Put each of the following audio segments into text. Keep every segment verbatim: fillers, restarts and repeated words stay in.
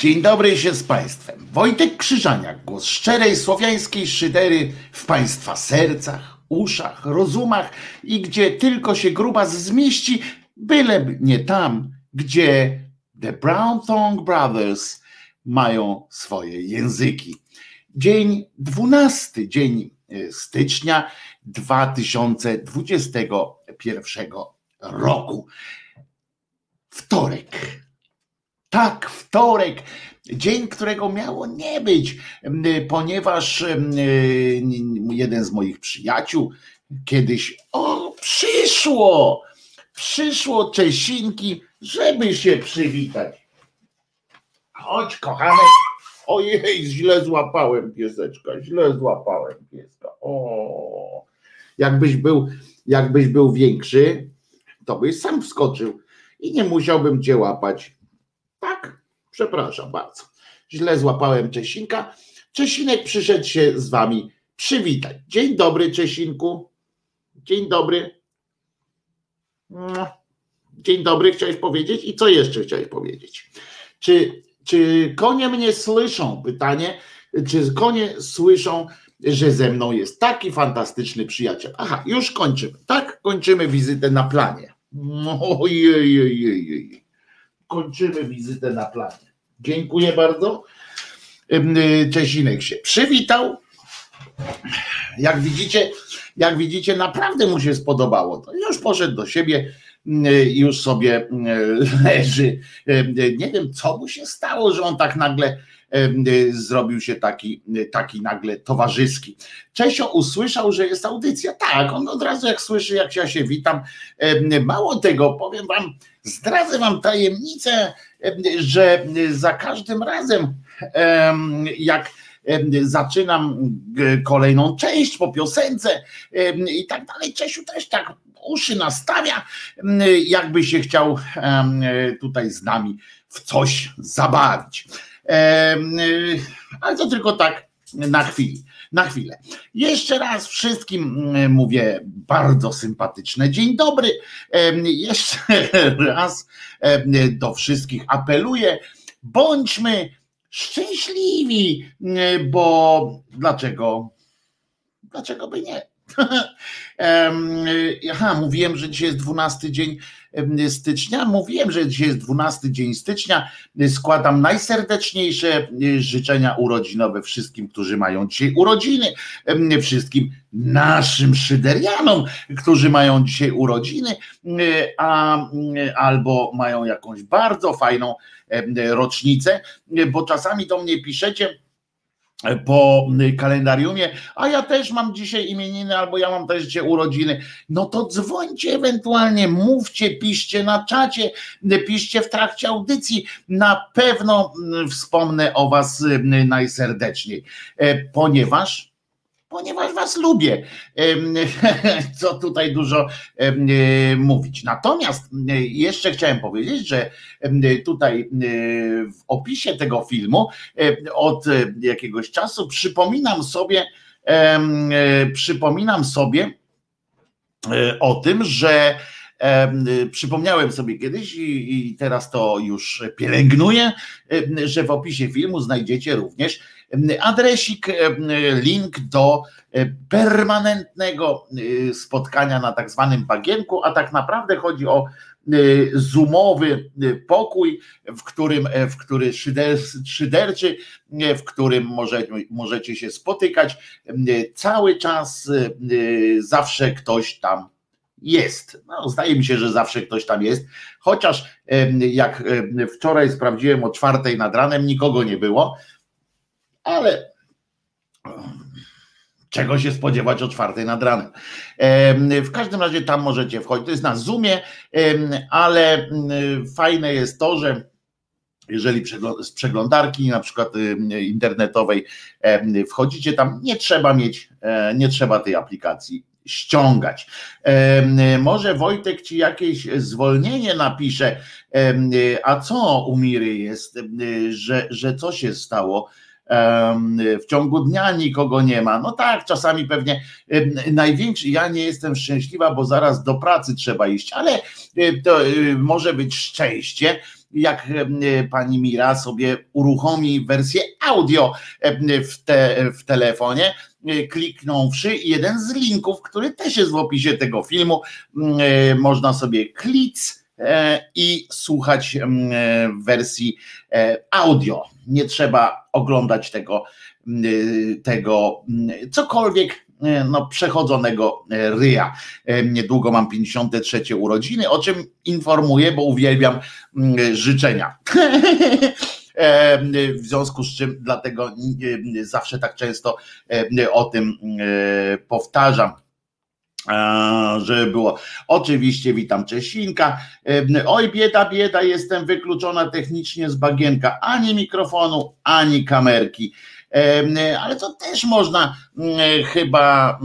Dzień dobry się z Państwem. Wojtek Krzyżaniak, głos szczerej słowiańskiej szydery w Państwa sercach, uszach, rozumach i gdzie tylko się grubas zmieści, byle nie tam, gdzie The Brown Tongue Brothers mają swoje języki. Dzień dwunasty, dzień stycznia dwa tysiące dwudziestego pierwszego roku. Wtorek. Tak, wtorek, dzień, którego miało nie być, ponieważ jeden z moich przyjaciół kiedyś, o, przyszło, przyszło Czesinki, żeby się przywitać. Chodź, kochane. Ojej, źle złapałem pieseczka, źle złapałem pieska. O, jakbyś był, jakbyś był większy, to byś sam wskoczył i nie musiałbym cię łapać. Tak, przepraszam bardzo. Źle złapałem Czesinka. Czesinek przyszedł się z wami przywitać. Dzień dobry, Czesinku. Dzień dobry. Dzień dobry, chciałeś powiedzieć? I co jeszcze chciałeś powiedzieć? Czy, czy konie mnie słyszą? Pytanie. Czy konie słyszą, że ze mną jest taki fantastyczny przyjaciel? Aha, już kończymy. Tak, kończymy wizytę na planie. Ojej, ojej, ojej. Kończymy wizytę na planie. Dziękuję bardzo. Czesinek się przywitał. Jak widzicie, jak widzicie, naprawdę mu się spodobało. To już poszedł do siebie, już sobie leży. Nie wiem, co mu się stało, że on tak nagle zrobił się taki, taki nagle towarzyski. Czesio usłyszał, że jest audycja. Tak, on od razu jak słyszy, jak ja się witam. Mało tego, powiem wam, zdradzę wam tajemnicę, że za każdym razem, jak zaczynam kolejną część po piosence i tak dalej, Czesiu też tak uszy nastawia, jakby się chciał tutaj z nami w coś zabawić. Ale to tylko tak na chwilę. Na chwilę. Jeszcze raz wszystkim mówię bardzo sympatyczne dzień dobry. Jeszcze raz do wszystkich apeluję, bądźmy szczęśliwi, bo dlaczego? Dlaczego by nie? Aha, mówiłem, że dzisiaj jest dwunasty dzień stycznia. Mówiłem, że dzisiaj jest dwunasty dzień stycznia. Składam najserdeczniejsze życzenia urodzinowe wszystkim, którzy mają dzisiaj urodziny. Wszystkim naszym szyderianom, którzy mają dzisiaj urodziny, a albo mają jakąś bardzo fajną rocznicę, bo czasami do mnie piszecie po kalendariumie, a ja też mam dzisiaj imieniny, albo ja mam też dzisiaj urodziny, no to dzwońcie ewentualnie, mówcie, piszcie na czacie, piszcie w trakcie audycji, na pewno wspomnę o was najserdeczniej, ponieważ ponieważ was lubię, co tutaj dużo mówić. Natomiast jeszcze chciałem powiedzieć, że tutaj w opisie tego filmu od jakiegoś czasu przypominam sobie, przypominam sobie o tym, że przypomniałem sobie kiedyś i, i teraz to już pielęgnuję, że w opisie filmu znajdziecie również adresik, link do permanentnego spotkania na tak zwanym bagienku, a tak naprawdę chodzi o zoomowy pokój, w którym, w który szyder, szyderczy, w którym może, możecie się spotykać cały czas, zawsze ktoś tam jest. No, zdaje mi się, że zawsze ktoś tam jest, chociaż jak wczoraj sprawdziłem o czwartej nad ranem, nikogo nie było, ale czego się spodziewać o czwartej nad ranem. W każdym razie tam możecie wchodzić, to jest na Zoomie, ale fajne jest to, że jeżeli z przeglądarki na przykład internetowej wchodzicie tam, nie trzeba mieć, nie trzeba tej aplikacji ściągać. Może Wojtek ci jakieś zwolnienie napisze, a co u Miry jest, że, że co się stało? w ciągu dnia nikogo nie ma. No tak, czasami pewnie największy, ja nie jestem szczęśliwa, bo zaraz do pracy trzeba iść, ale to może być szczęście, jak pani Mira sobie uruchomi wersję audio w, te, w telefonie, kliknąwszy jeden z linków, który też jest w opisie tego filmu, można sobie klic i słuchać w wersji audio. Nie trzeba oglądać tego, tego cokolwiek, no, przechodzonego ryja. Niedługo mam pięćdziesiąte trzecie urodziny, o czym informuję, bo uwielbiam życzenia. W związku z czym dlatego zawsze tak często o tym powtarzam, żeby było. Oczywiście witam Czesinka. Oj bieda, bieda, jestem wykluczona technicznie z bagienka. Ani mikrofonu, ani kamerki. Ale to też można chyba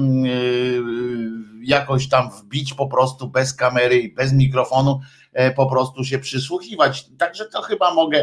jakoś tam wbić po prostu bez kamery i bez mikrofonu, po prostu się przysłuchiwać. Także to chyba mogę,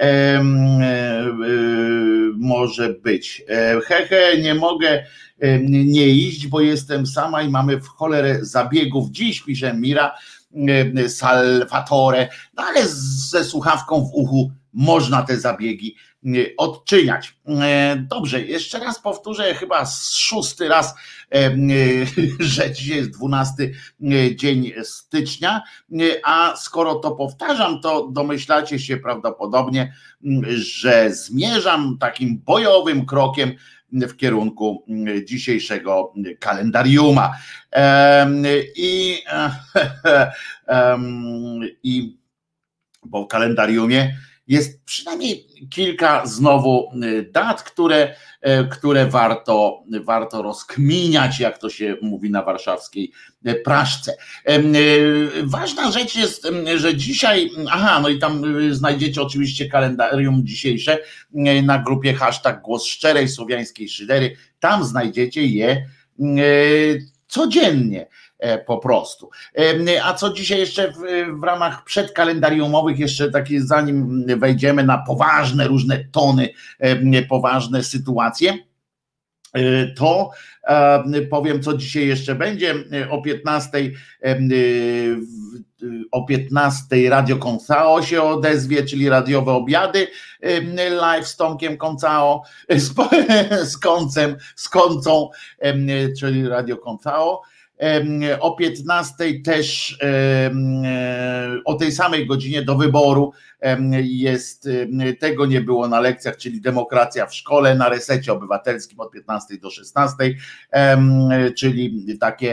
może być. Hehe, nie mogę nie iść, bo jestem sama i mamy w cholerę zabiegów. Dziś, pisze Mira, Salvatore, no ale ze słuchawką w uchu można te zabiegi odczyniać. Dobrze, jeszcze raz powtórzę, chyba szósty raz, że dzisiaj jest dwunasty dzień stycznia, a skoro to powtarzam, to domyślacie się prawdopodobnie, że zmierzam takim bojowym krokiem w kierunku dzisiejszego kalendariuma. I, i bo w kalendariumie jest przynajmniej kilka znowu dat, które, które warto, warto rozkminiać, jak to się mówi na warszawskiej Praszce. Ważna rzecz jest, że dzisiaj, aha, no i tam znajdziecie oczywiście kalendarium dzisiejsze na grupie hashtag Głos Szczerej Słowiańskiej Szydery, tam znajdziecie je codziennie. Po prostu. A co dzisiaj jeszcze w, w ramach przedkalendariumowych, jeszcze takie, zanim wejdziemy na poważne różne tony, poważne sytuacje, to powiem, co dzisiaj jeszcze będzie. O piętnastej o piętnastej Radio Koncao się odezwie, czyli radiowe obiady live z Tomkiem Koncao, z, z końcem, z końcą, czyli Radio Koncao. O piętnastej też, o tej samej godzinie do wyboru jest, tego nie było na lekcjach, czyli demokracja w szkole na Resecie Obywatelskim od piętnastej do szesnastej, czyli takie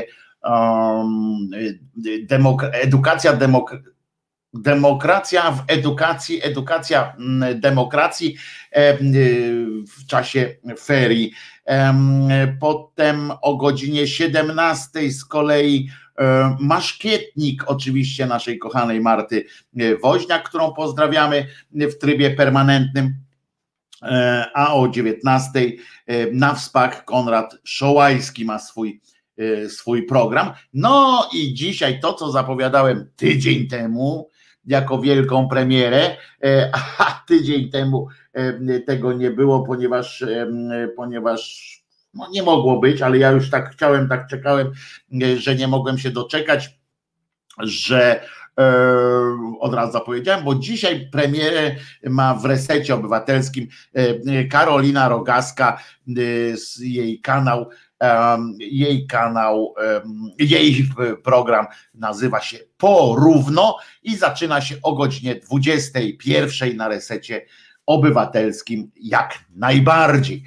demok- edukacja demok- Demokracja w edukacji, edukacja demokracji w czasie ferii. Potem o godzinie siedemnastej z kolei Maszkietnik, oczywiście naszej kochanej Marty Woźniak, którą pozdrawiamy w trybie permanentnym, a o dziewiętnastej na Wspach Konrad Szołajski ma swój swój program. No i dzisiaj to, co zapowiadałem tydzień temu jako wielką premierę, a tydzień temu tego nie było, ponieważ ponieważ no nie mogło być, ale ja już tak chciałem, tak czekałem, że nie mogłem się doczekać, że od razu zapowiedziałem, bo dzisiaj premierę ma w Resecie Obywatelskim Karolina Rogaska, jej kanał jej kanał, jej program nazywa się Porówno i zaczyna się o godzinie dwudziestej pierwszej na Resecie Obywatelskim jak najbardziej.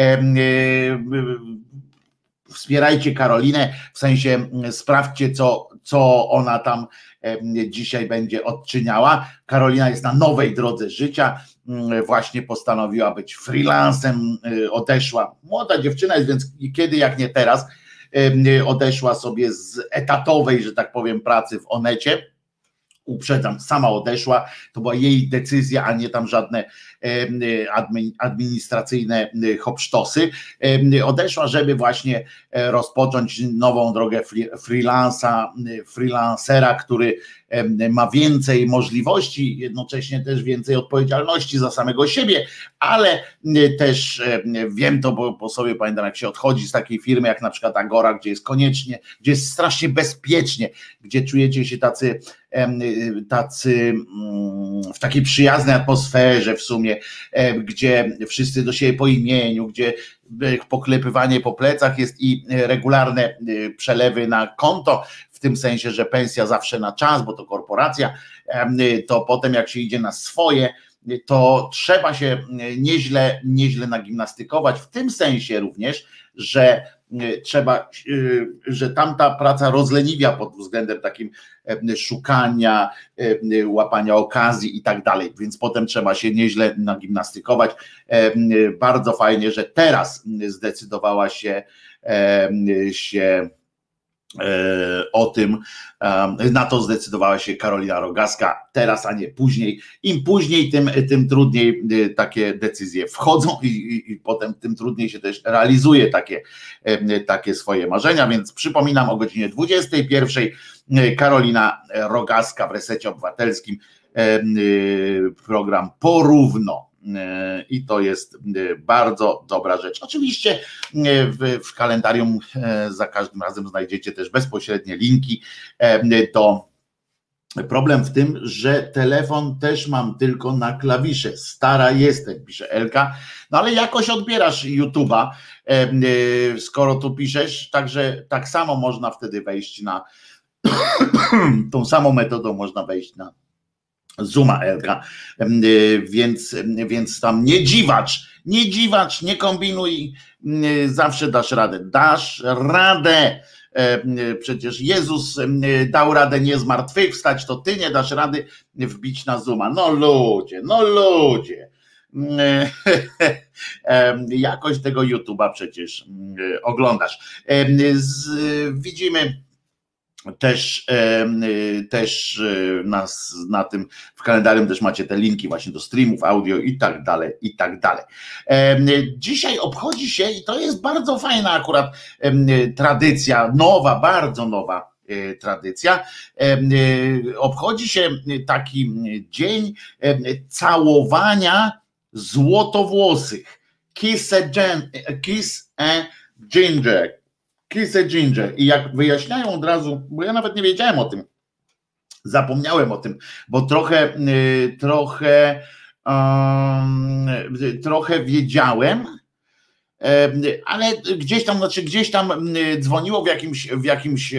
Wspierajcie Karolinę, w sensie sprawdźcie, co, co ona tam dzisiaj będzie odczyniała. Karolina jest na nowej drodze życia, właśnie postanowiła być freelancem, odeszła, młoda dziewczyna jest, więc kiedy jak nie teraz, odeszła sobie z etatowej, że tak powiem, pracy w Onecie, uprzedzam, sama odeszła, to była jej decyzja, a nie tam żadne administracyjne hopsztosy. Odeszła, żeby właśnie rozpocząć nową drogę freelansa, freelancera, który ma więcej możliwości, jednocześnie też więcej odpowiedzialności za samego siebie, ale też wiem to, bo po sobie pamiętam, jak się odchodzi z takiej firmy, jak na przykład Agora, gdzie jest koniecznie, gdzie jest strasznie bezpiecznie, gdzie czujecie się tacy, tacy w takiej przyjaznej atmosferze w sumie, gdzie wszyscy do siebie po imieniu, gdzie poklepywanie po plecach jest i regularne przelewy na konto, w tym sensie, że pensja zawsze na czas, bo to korporacja, to potem jak się idzie na swoje, to trzeba się nieźle, nieźle nagimnastykować, w tym sensie również, że trzeba, że tamta praca rozleniwia pod względem takim szukania, łapania okazji i tak dalej, więc potem trzeba się nieźle nagimnastykować. Bardzo fajnie, że teraz zdecydowała się się o tym, na to zdecydowała się Karolina Rogaska teraz, a nie później. Im później, tym, tym trudniej takie decyzje wchodzą i, i, i potem tym trudniej się też realizuje takie, takie swoje marzenia, więc przypominam, o godzinie dwudziestej pierwszej Karolina Rogaska w Resecie Obywatelskim, program Porówno. I to jest bardzo dobra rzecz. Oczywiście w, w kalendarium za każdym razem znajdziecie też bezpośrednie linki do. Problem w tym, że telefon też mam tylko na klawisze. Stara jestem, pisze Elka. No ale jakoś odbierasz YouTube'a, skoro tu piszesz, także tak samo można wtedy wejść na tą samą metodą można wejść na Zooma, Elka, więc, więc tam nie dziwacz, nie dziwacz, nie kombinuj, zawsze dasz radę, dasz radę, przecież Jezus dał radę nie zmartwychwstać, to ty nie dasz rady wbić na Zooma, no ludzie, no ludzie, jakoś tego YouTube'a przecież oglądasz, widzimy Też, też nas na tym w kalendarium też macie te linki właśnie do streamów, audio i tak dalej, i tak dalej. Dzisiaj obchodzi się, i to jest bardzo fajna akurat tradycja, nowa, bardzo nowa tradycja, obchodzi się taki dzień całowania złotowłosych. Kiss a, gen, kiss a ginger. Kiss a Ginger. I jak wyjaśniają od razu, bo ja nawet nie wiedziałem o tym, zapomniałem o tym, bo trochę, trochę, um, trochę wiedziałem, ale gdzieś tam, znaczy gdzieś tam dzwoniło w jakimś, w jakimś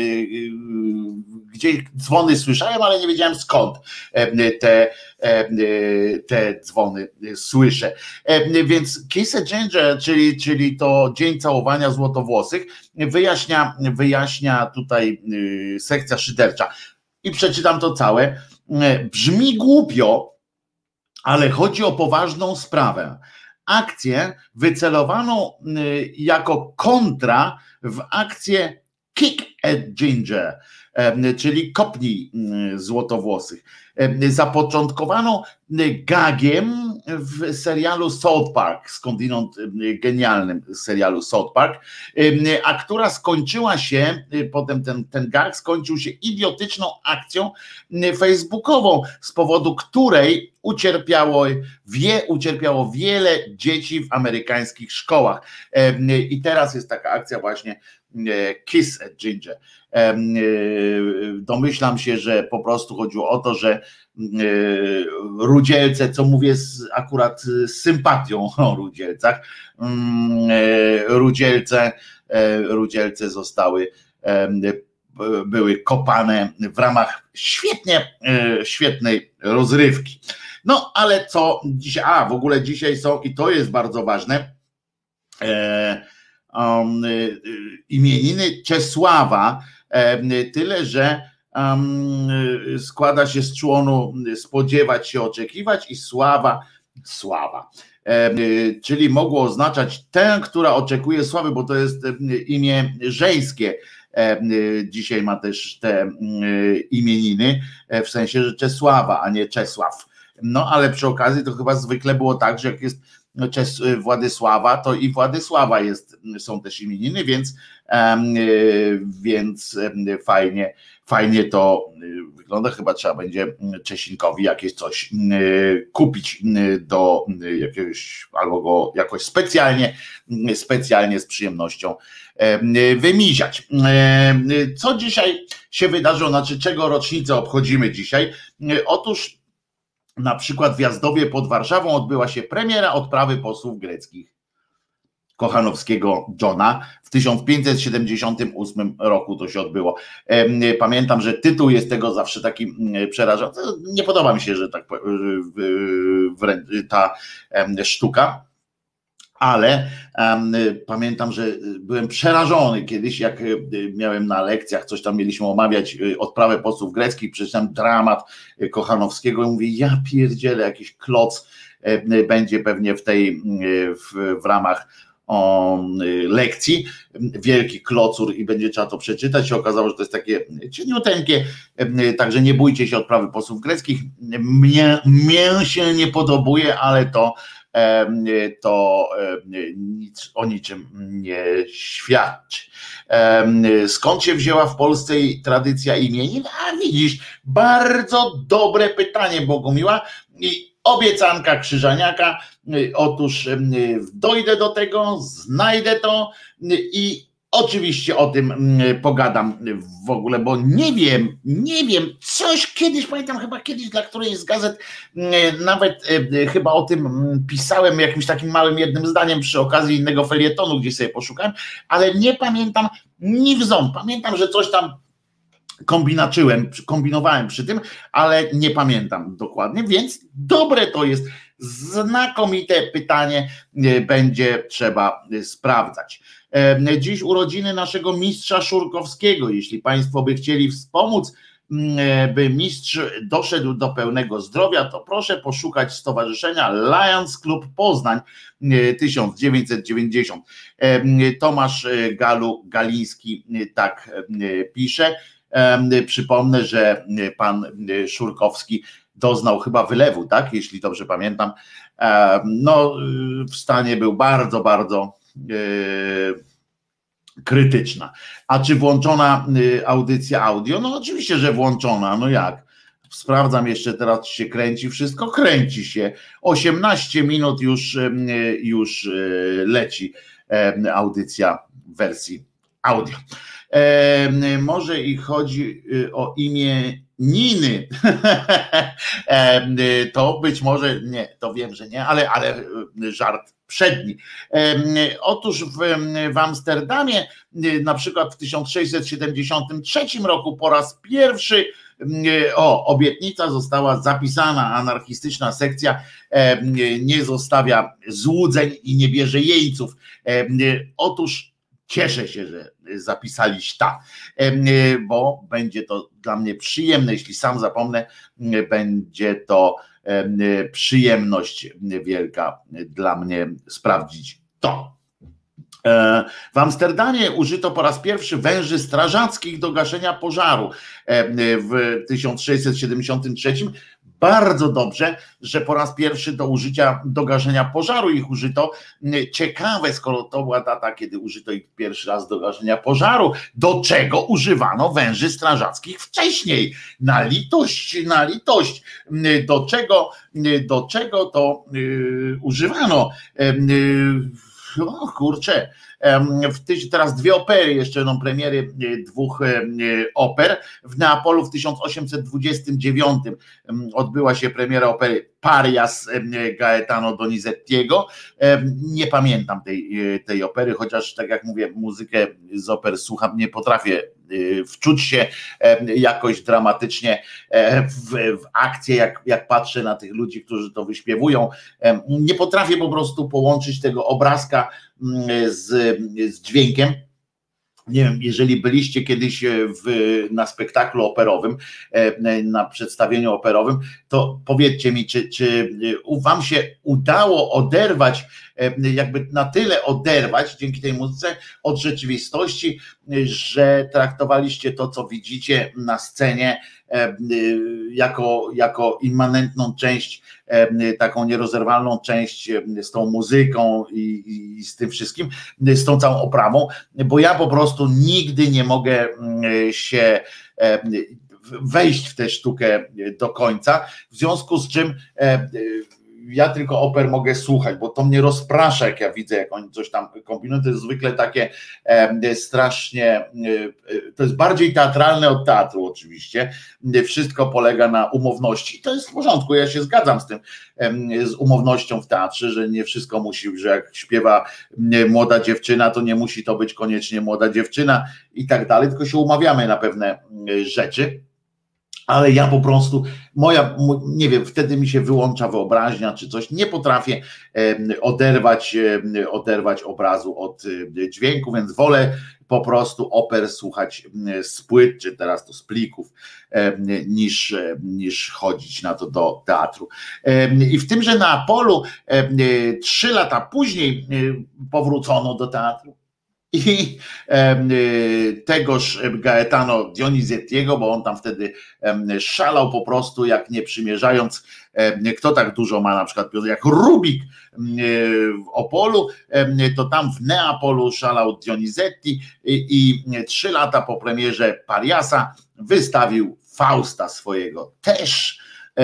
gdzie dzwony słyszałem, ale nie wiedziałem skąd te, te dzwony słyszę. Więc Kiss a Ginger, czyli, czyli to Dzień Całowania Złotowłosych, wyjaśnia, wyjaśnia tutaj sekcja szydercza. I przeczytam to całe. Brzmi głupio, ale chodzi o poważną sprawę. Akcję wycelowaną jako kontra w akcję Kick a Ginger, czyli kopnij złotowłosych, zapoczątkowaną gagiem w serialu South Park, skądinąd genialnym serialu South Park, a która skończyła się, potem ten, ten gag skończył się idiotyczną akcją facebookową, z powodu której ucierpiało, wie, ucierpiało wiele dzieci w amerykańskich szkołach. I teraz jest taka akcja właśnie Kiss a Ginger. Domyślam się, że po prostu chodziło o to, że Rudzielce, co mówię z, akurat z sympatią o Rudzielcach, Rudzielce, Rudzielce zostały, były kopane w ramach świetnie, świetnej rozrywki. No ale co dzisiaj, a w ogóle dzisiaj są, i to jest bardzo ważne, Um, imieniny Czesława, um, tyle, że um, składa się z członu spodziewać się, oczekiwać i sława, sława, um, czyli mogło oznaczać tę, która oczekuje sławy, bo to jest imię żeńskie, dzisiaj ma też te imieniny, w sensie, że Czesława, a nie Czesław. No ale przy okazji to chyba zwykle było tak, że jak jest Czes Władysława, to i Władysława jest, są też imieniny, więc, więc fajnie, fajnie to wygląda. Chyba trzeba będzie Czesinkowi jakieś coś kupić do jakiegoś, albo go jakoś specjalnie, specjalnie z przyjemnością wymiziać. Co dzisiaj się wydarzyło, znaczy czego rocznicę obchodzimy dzisiaj? Otóż na przykład w Jazdowie pod Warszawą odbyła się premiera odprawy posłów greckich Kochanowskiego Johna. W tysiąc pięćset siedemdziesiątym ósmym roku to się odbyło. Pamiętam, że tytuł jest tego zawsze taki przerażający. Nie podoba mi się, że tak ta sztuka, ale um, pamiętam, że byłem przerażony kiedyś, jak miałem na lekcjach, coś tam mieliśmy omawiać, odprawę posłów greckich, przeczytałem dramat Kochanowskiego i mówię, ja pierdzielę, jakiś kloc będzie pewnie w tej, w, w ramach o lekcji, wielki klocur i będzie trzeba to przeczytać. Się okazało, że to jest takie cieniuteńkie, także nie bójcie się odprawy posłów greckich. Mnie, mnie się nie podobuje, ale to to nic o niczym nie świadczy. Skąd się wzięła w Polsce tradycja imienin? A widzisz, bardzo dobre pytanie, Bogumiła, i obiecanka Krzyżaniaka. Otóż dojdę do tego, znajdę to i oczywiście o tym pogadam w ogóle, bo nie wiem, nie wiem, coś kiedyś, pamiętam chyba kiedyś dla którejś z gazet, nawet chyba o tym pisałem jakimś takim małym jednym zdaniem przy okazji innego felietonu, gdzie sobie poszukałem, ale nie pamiętam ni w ząb. Pamiętam, że coś tam kombinaczyłem, kombinowałem przy tym, ale nie pamiętam dokładnie, więc dobre to jest, znakomite pytanie, będzie trzeba sprawdzać. Dziś urodziny naszego mistrza Szurkowskiego. Jeśli Państwo by chcieli wspomóc, by mistrz doszedł do pełnego zdrowia, to proszę poszukać stowarzyszenia Lions Club Poznań tysiąc dziewięćset dziewięćdziesiąt. Tomasz Galu Galiński tak pisze. Przypomnę, że pan Szurkowski doznał chyba wylewu, tak, jeśli dobrze pamiętam. No, w stanie był bardzo, bardzo krytyczna. A czy włączona audycja audio? No oczywiście, że włączona, no jak? Sprawdzam jeszcze teraz, czy się kręci, wszystko kręci się. osiemnaście minut już, już leci audycja w wersji audio. Może i chodzi o imię Niny. To być może, nie, to wiem, że nie, ale, ale żart przedni. Otóż w, w Amsterdamie na przykład w tysiąc sześćset siedemdziesiątym trzecim roku po raz pierwszy o, obietnica została zapisana, anarchistyczna sekcja nie zostawia złudzeń i nie bierze jeńców. Otóż cieszę się, że zapisali ta, bo będzie to dla mnie przyjemne, jeśli sam zapomnę, będzie to przyjemność wielka dla mnie sprawdzić to. W Amsterdamie użyto po raz pierwszy węży strażackich do gaszenia pożaru w tysiąc sześćset siedemdziesiątym trzecim. Bardzo dobrze, że po raz pierwszy do użycia, do gaszenia pożaru ich użyto. Ciekawe, skoro to była data, kiedy użyto ich pierwszy raz do gaszenia pożaru, do czego używano węży strażackich wcześniej. Na litość, na litość. Do czego, do czego to yy, używano? Yy, o kurczę. Teraz dwie opery, jeszcze będą premiery dwóch oper. W Neapolu w tysiąc osiemset dwudziestym dziewiątym odbyła się premiera opery Parias Gaetano Donizettiego. Nie pamiętam tej, tej opery, chociaż tak jak mówię, muzykę z oper słucham, nie potrafię wczuć się jakoś dramatycznie w, w akcję, jak, jak patrzę na tych ludzi, którzy to wyśpiewują. Nie potrafię po prostu połączyć tego obrazka z, z dźwiękiem. Nie wiem, jeżeli byliście kiedyś w, na spektaklu operowym, na przedstawieniu operowym, to powiedzcie mi, czy, czy wam się udało oderwać jakby na tyle oderwać dzięki tej muzyce od rzeczywistości, że traktowaliście to, co widzicie na scenie, jako, jako immanentną część, taką nierozerwalną część z tą muzyką i, i z tym wszystkim, z tą całą oprawą, bo ja po prostu nigdy nie mogę się wejść w tę sztukę do końca, w związku z czym ja tylko oper mogę słuchać, bo to mnie rozprasza, jak ja widzę, jak oni coś tam kombinują. To jest zwykle takie e, strasznie, e, to jest bardziej teatralne od teatru oczywiście. Wszystko polega na umowności i to jest w porządku, ja się zgadzam z tym, e, z umownością w teatrze, że nie wszystko musi, że jak śpiewa młoda dziewczyna, to nie musi to być koniecznie młoda dziewczyna i tak dalej, tylko się umawiamy na pewne rzeczy. Ale ja po prostu, moja, nie wiem, wtedy mi się wyłącza wyobraźnia czy coś, nie potrafię oderwać, oderwać obrazu od dźwięku, więc wolę po prostu oper słuchać z płyt, czy teraz to z plików, niż, niż chodzić na to do teatru. I w tymże Neapolu trzy lata później powrócono do teatru. I tegoż Gaetano Donizettiego, bo on tam wtedy szalał po prostu, jak nie przymierzając, kto tak dużo ma, na przykład jak Rubik w Opolu, to tam w Neapolu szalał Donizetti i trzy lata po premierze Pariasa wystawił Fausta swojego. Też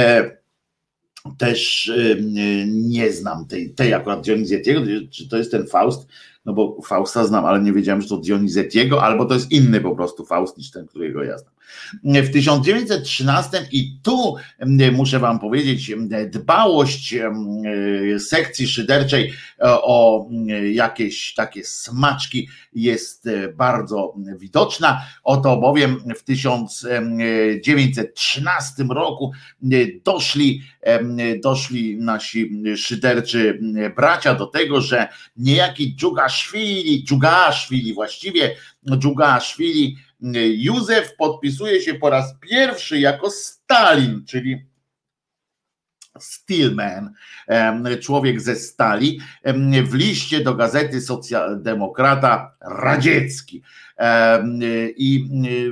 też nie znam tej, tej akurat Donizettiego, czy to jest ten Faust, no bo Fausta znam, ale nie wiedziałem, że to Donizettiego, albo to jest inny po prostu Faust niż ten, którego ja znam. W tysiąc dziewięćset trzynastym i tu muszę wam powiedzieć, dbałość sekcji szyderczej o jakieś takie smaczki jest bardzo widoczna. Oto bowiem w tysiąc dziewięćset trzynastym roku doszli, doszli nasi szyderczy bracia do tego, że niejaki Dżugaszwili, Dżugaszwili właściwie, Dżugaszwili Józef podpisuje się po raz pierwszy jako Stalin, czyli Steelman, człowiek ze stali, w liście do gazety Socjaldemokrata Radziecki. I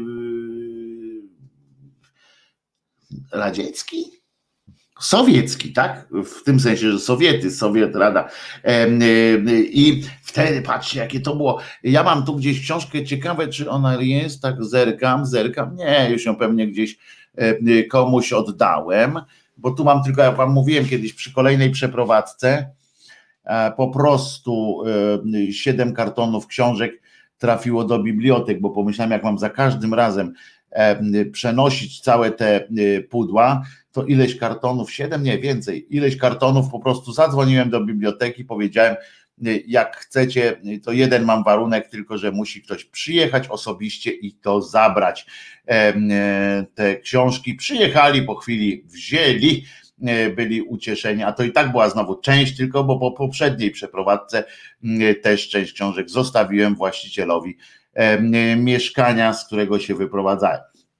Radziecki? Sowiecki, tak? W tym sensie, że Sowiety, Sowiet Rada. I wtedy, patrzcie, jakie to było. Ja mam tu gdzieś książkę, ciekawe, czy ona jest, tak zerkam, zerkam. Nie, już ją pewnie gdzieś komuś oddałem, bo tu mam tylko, jak wam mówiłem kiedyś przy kolejnej przeprowadzce, po prostu siedem kartonów książek trafiło do bibliotek, bo pomyślałem, jak mam za każdym razem przenosić całe te pudła, to ileś kartonów, siedem, nie więcej, ileś kartonów po prostu zadzwoniłem do biblioteki, powiedziałem, jak chcecie, to jeden mam warunek, tylko że musi ktoś przyjechać osobiście i to zabrać. Te książki przyjechali, po chwili wzięli, byli ucieszeni, a to i tak była znowu część, tylko bo po poprzedniej przeprowadzce też część książek zostawiłem właścicielowi mieszkania, z którego się wyprowadzałem.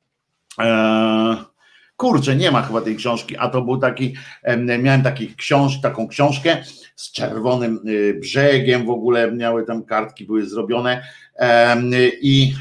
Kurczę, nie ma chyba tej książki, a to był taki, miałem taki książ, taką książkę z czerwonym brzegiem, w ogóle miały tam kartki, były zrobione i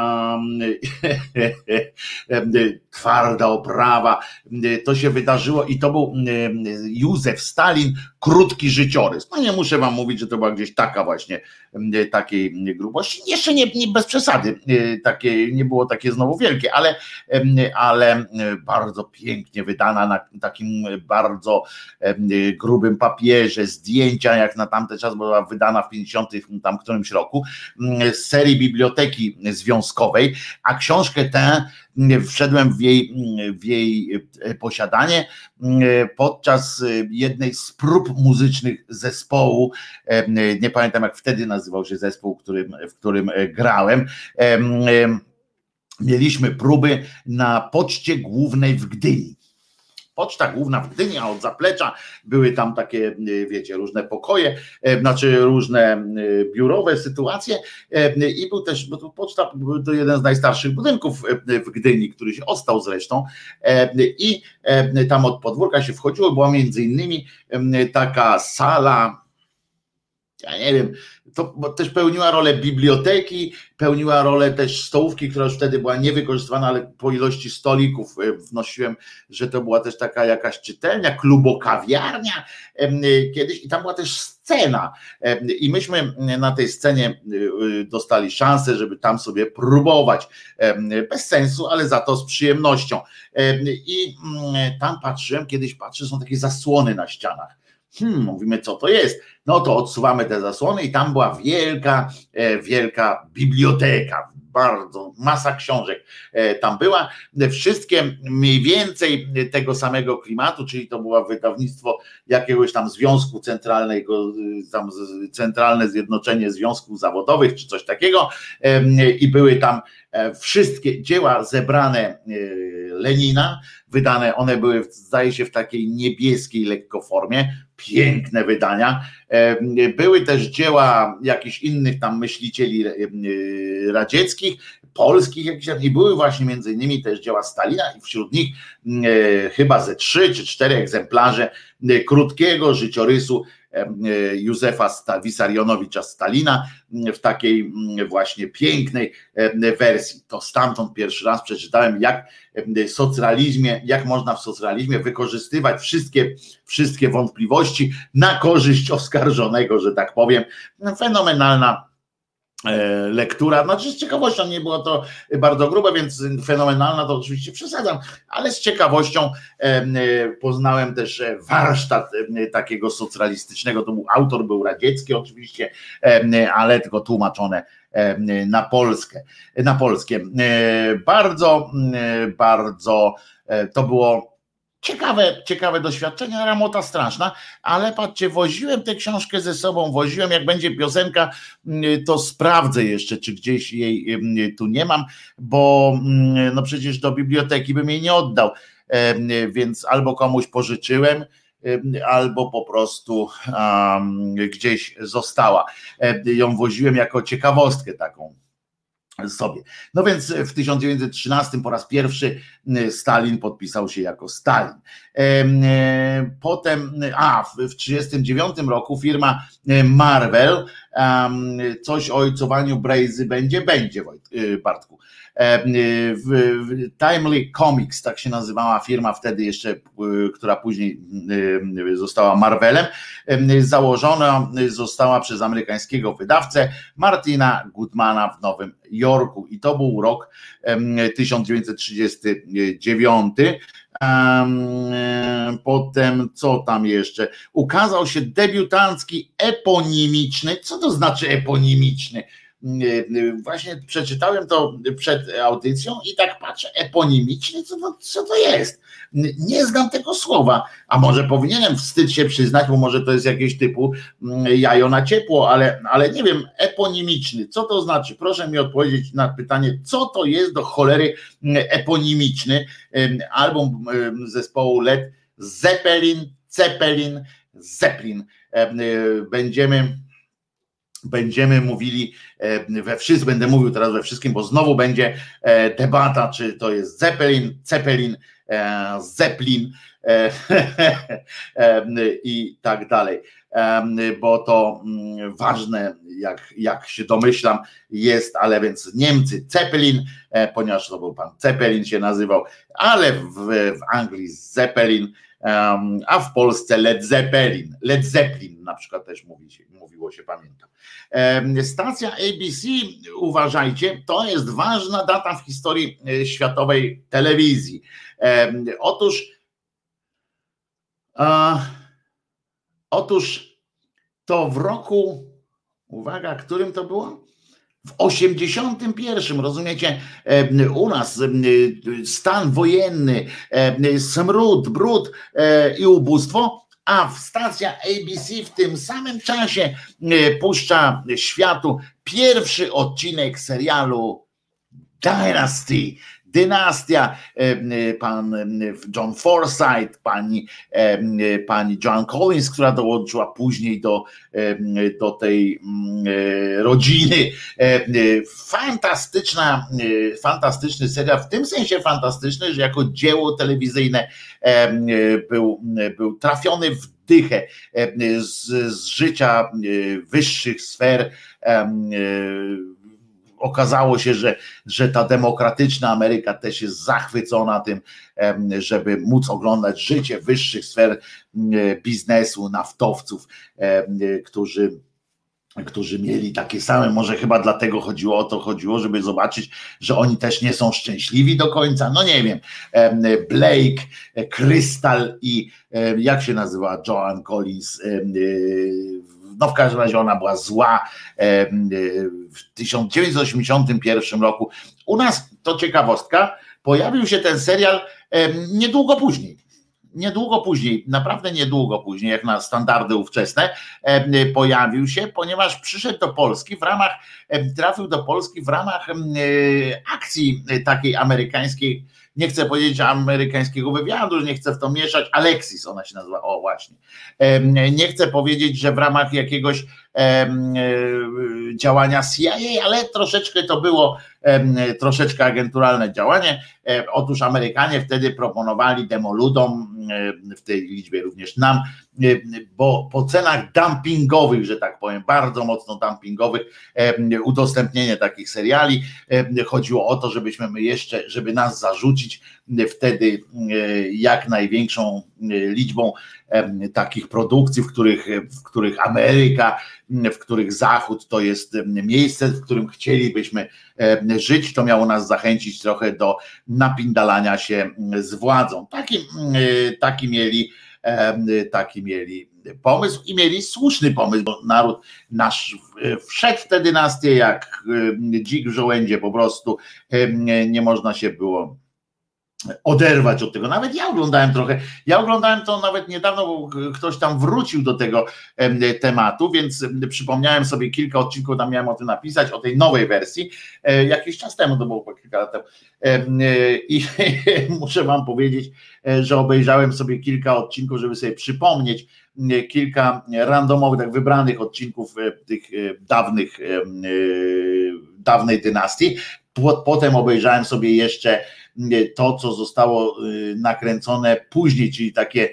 twarda oprawa, to się wydarzyło i to był Józef Stalin, krótki życiorys. No nie muszę wam mówić, że to była gdzieś taka właśnie, takiej grubości, jeszcze nie, nie bez przesady, takie, nie było takie znowu wielkie, ale, ale bardzo pięknie wydana na takim bardzo grubym papierze, zdjęcia jak na tamten czas, bo była wydana w pięćdziesiątym tam którymś roku, z serii Biblioteki Związkowej, a książkę tę wszedłem w jej, w jej posiadanie podczas jednej z prób muzycznych zespołu, nie pamiętam jak wtedy nazywał się zespół, w którym, w którym grałem. Mieliśmy próby na Poczcie Głównej w Gdyni. Poczta Główna w Gdyni, a od zaplecza były tam takie, wiecie, różne pokoje, znaczy różne biurowe sytuacje i był też, bo to poczta to jeden z najstarszych budynków w Gdyni, który się ostał zresztą i tam od podwórka się wchodziło, była między innymi taka sala, ja nie wiem, to też pełniła rolę biblioteki, pełniła rolę też stołówki, która już wtedy była niewykorzystywana, ale po ilości stolików wnosiłem, że to była też taka jakaś czytelnia, klubokawiarnia kiedyś i tam była też scena i myśmy na tej scenie dostali szansę, żeby tam sobie próbować, bez sensu, ale za to z przyjemnością i tam patrzyłem, kiedyś patrzę, są takie zasłony na ścianach. Hmm, mówimy, co to jest? No to odsuwamy te zasłony i tam była wielka, wielka biblioteka, bardzo, masa książek tam była, wszystkie mniej więcej tego samego klimatu, czyli to było wydawnictwo jakiegoś tam związku centralnego, tam Centralne Zjednoczenie Związków Zawodowych, czy coś takiego i były tam wszystkie dzieła zebrane Lenina, wydane, one były, zdaje się, w takiej niebieskiej lekko formie, piękne wydania. Były też dzieła jakichś innych tam myślicieli radzieckich, polskich jakichś, i były właśnie między innymi też dzieła Stalina i wśród nich chyba ze trzy czy cztery egzemplarze krótkiego życiorysu Józefa Wissarionowicza Stalina w takiej właśnie pięknej wersji. To stamtąd pierwszy raz przeczytałem, jak w socrealizmie, jak można w socrealizmie wykorzystywać wszystkie, wszystkie wątpliwości na korzyść oskarżonego, że tak powiem. Fenomenalna lektura, znaczy z ciekawością, nie było to bardzo grube, więc fenomenalna to oczywiście przesadzam, ale z ciekawością poznałem też warsztat takiego socjalistycznego, to był autor, był radziecki oczywiście, ale tylko tłumaczone na Polskę, na polskie. Bardzo, bardzo to było Ciekawe, ciekawe doświadczenie, ramota straszna, ale patrzcie, woziłem tę książkę ze sobą, woziłem, jak będzie piosenka, to sprawdzę jeszcze, czy gdzieś jej tu nie mam, bo no przecież do biblioteki bym jej nie oddał, więc albo komuś pożyczyłem, albo po prostu um, gdzieś została. Ją woziłem jako ciekawostkę taką sobie. No więc w tysiąc dziewięćset trzynastym po raz pierwszy Stalin podpisał się jako Stalin. Potem, a w tysiąc dziewięćset trzydziestym dziewiątym roku firma Marvel, coś o ojcowaniu Brejzy będzie, będzie, Bartku. Timely Comics, tak się nazywała firma wtedy jeszcze, która później została Marvelem, założona została przez amerykańskiego wydawcę Martina Goodmana w Nowym Jorku i to był rok tysiąc dziewięćset trzydziesty dziewiąty. Potem co tam jeszcze? Ukazał się debiutancki eponimiczny. Co to znaczy eponimiczny? Właśnie przeczytałem to przed audycją i tak patrzę, eponimiczny, co to, co to jest? Nie znam tego słowa, a może powinienem wstyd się przyznać, bo może to jest jakieś typu jajo na ciepło, ale, ale nie wiem, eponimiczny, co to znaczy? Proszę mi odpowiedzieć na pytanie, co to jest do cholery eponimiczny? Album zespołu Led Zeppelin, Zeppelin, Zeppelin. Będziemy Będziemy mówili we wszystkim, będę mówił teraz we wszystkim, bo znowu będzie debata, czy to jest Zeppelin, Zeppelin, Zeppelin i tak dalej, bo to ważne, jak, jak się domyślam, jest, ale więc Niemcy Zeppelin, ponieważ to był pan Zeppelin się nazywał, ale w, w Anglii Zeppelin, a w Polsce Led Zeppelin, Led Zeppelin na przykład też mówi się, mówiło się, pamiętam. Stacja A B C, uważajcie, to jest ważna data w historii światowej telewizji. Otóż a, otóż to w roku, uwaga, którym to było? W osiemdziesiątym pierwszym, rozumiecie, u nas stan wojenny, smród, brud i ubóstwo, a w stacja A B C w tym samym czasie puszcza światu pierwszy odcinek serialu Dynasty. Dynastia, pan John Forsyth, pani, pani Joan Collins, która dołączyła później do, do tej rodziny. Fantastyczna, fantastyczny serial, w tym sensie fantastyczny, że jako dzieło telewizyjne był, był trafiony w dychę z, z życia wyższych sfer. Okazało się, że, że ta demokratyczna Ameryka też jest zachwycona tym, żeby móc oglądać życie wyższych sfer biznesu, naftowców, którzy którzy mieli takie same, może chyba dlatego chodziło o to, chodziło, żeby zobaczyć, że oni też nie są szczęśliwi do końca, no nie wiem, Blake, Crystal i jak się nazywa Joan Collins, no w każdym razie ona była zła w tysiąc dziewięćset osiemdziesiątym pierwszym roku. U nas, to ciekawostka, pojawił się ten serial niedługo później. Niedługo później, naprawdę niedługo później, jak na standardy ówczesne, pojawił się, ponieważ przyszedł do Polski w ramach, trafił do Polski w ramach akcji takiej amerykańskiej, nie chcę powiedzieć amerykańskiego wywiadu, nie chcę w to mieszać, Alexis ona się nazywa, o właśnie. Nie chcę powiedzieć, że w ramach jakiegoś działania C I A, ale troszeczkę to było troszeczkę agenturalne działanie. Otóż Amerykanie wtedy proponowali demoludom, w tej liczbie również nam, bo po cenach dumpingowych, że tak powiem, bardzo mocno dumpingowych, udostępnienie takich seriali. Chodziło o to, żebyśmy my jeszcze, żeby nas zarzucić wtedy jak największą liczbą takich produkcji, w których, w których Ameryka, w których Zachód to jest miejsce, w którym chcielibyśmy żyć. To miało nas zachęcić trochę do napindalania się z władzą. Taki, taki mieli taki mieli pomysł i mieli słuszny pomysł, bo naród nasz wszedł w tę dynastię jak dzik w żołędzie, po prostu nie można się było oderwać od tego. Nawet ja oglądałem trochę, ja oglądałem to nawet niedawno, bo ktoś tam wrócił do tego tematu, więc przypomniałem sobie kilka odcinków, tam miałem o tym napisać, o tej nowej wersji, jakiś czas temu, to było kilka lat temu, i muszę wam powiedzieć, że obejrzałem sobie kilka odcinków, żeby sobie przypomnieć kilka randomowych, tak wybranych odcinków tych dawnych, dawnej dynastii. Potem obejrzałem sobie jeszcze to, co zostało nakręcone później, czyli takie,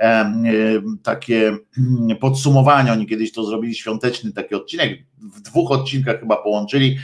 takie podsumowanie. Oni kiedyś to zrobili, świąteczny taki odcinek, w dwóch odcinkach chyba połączyli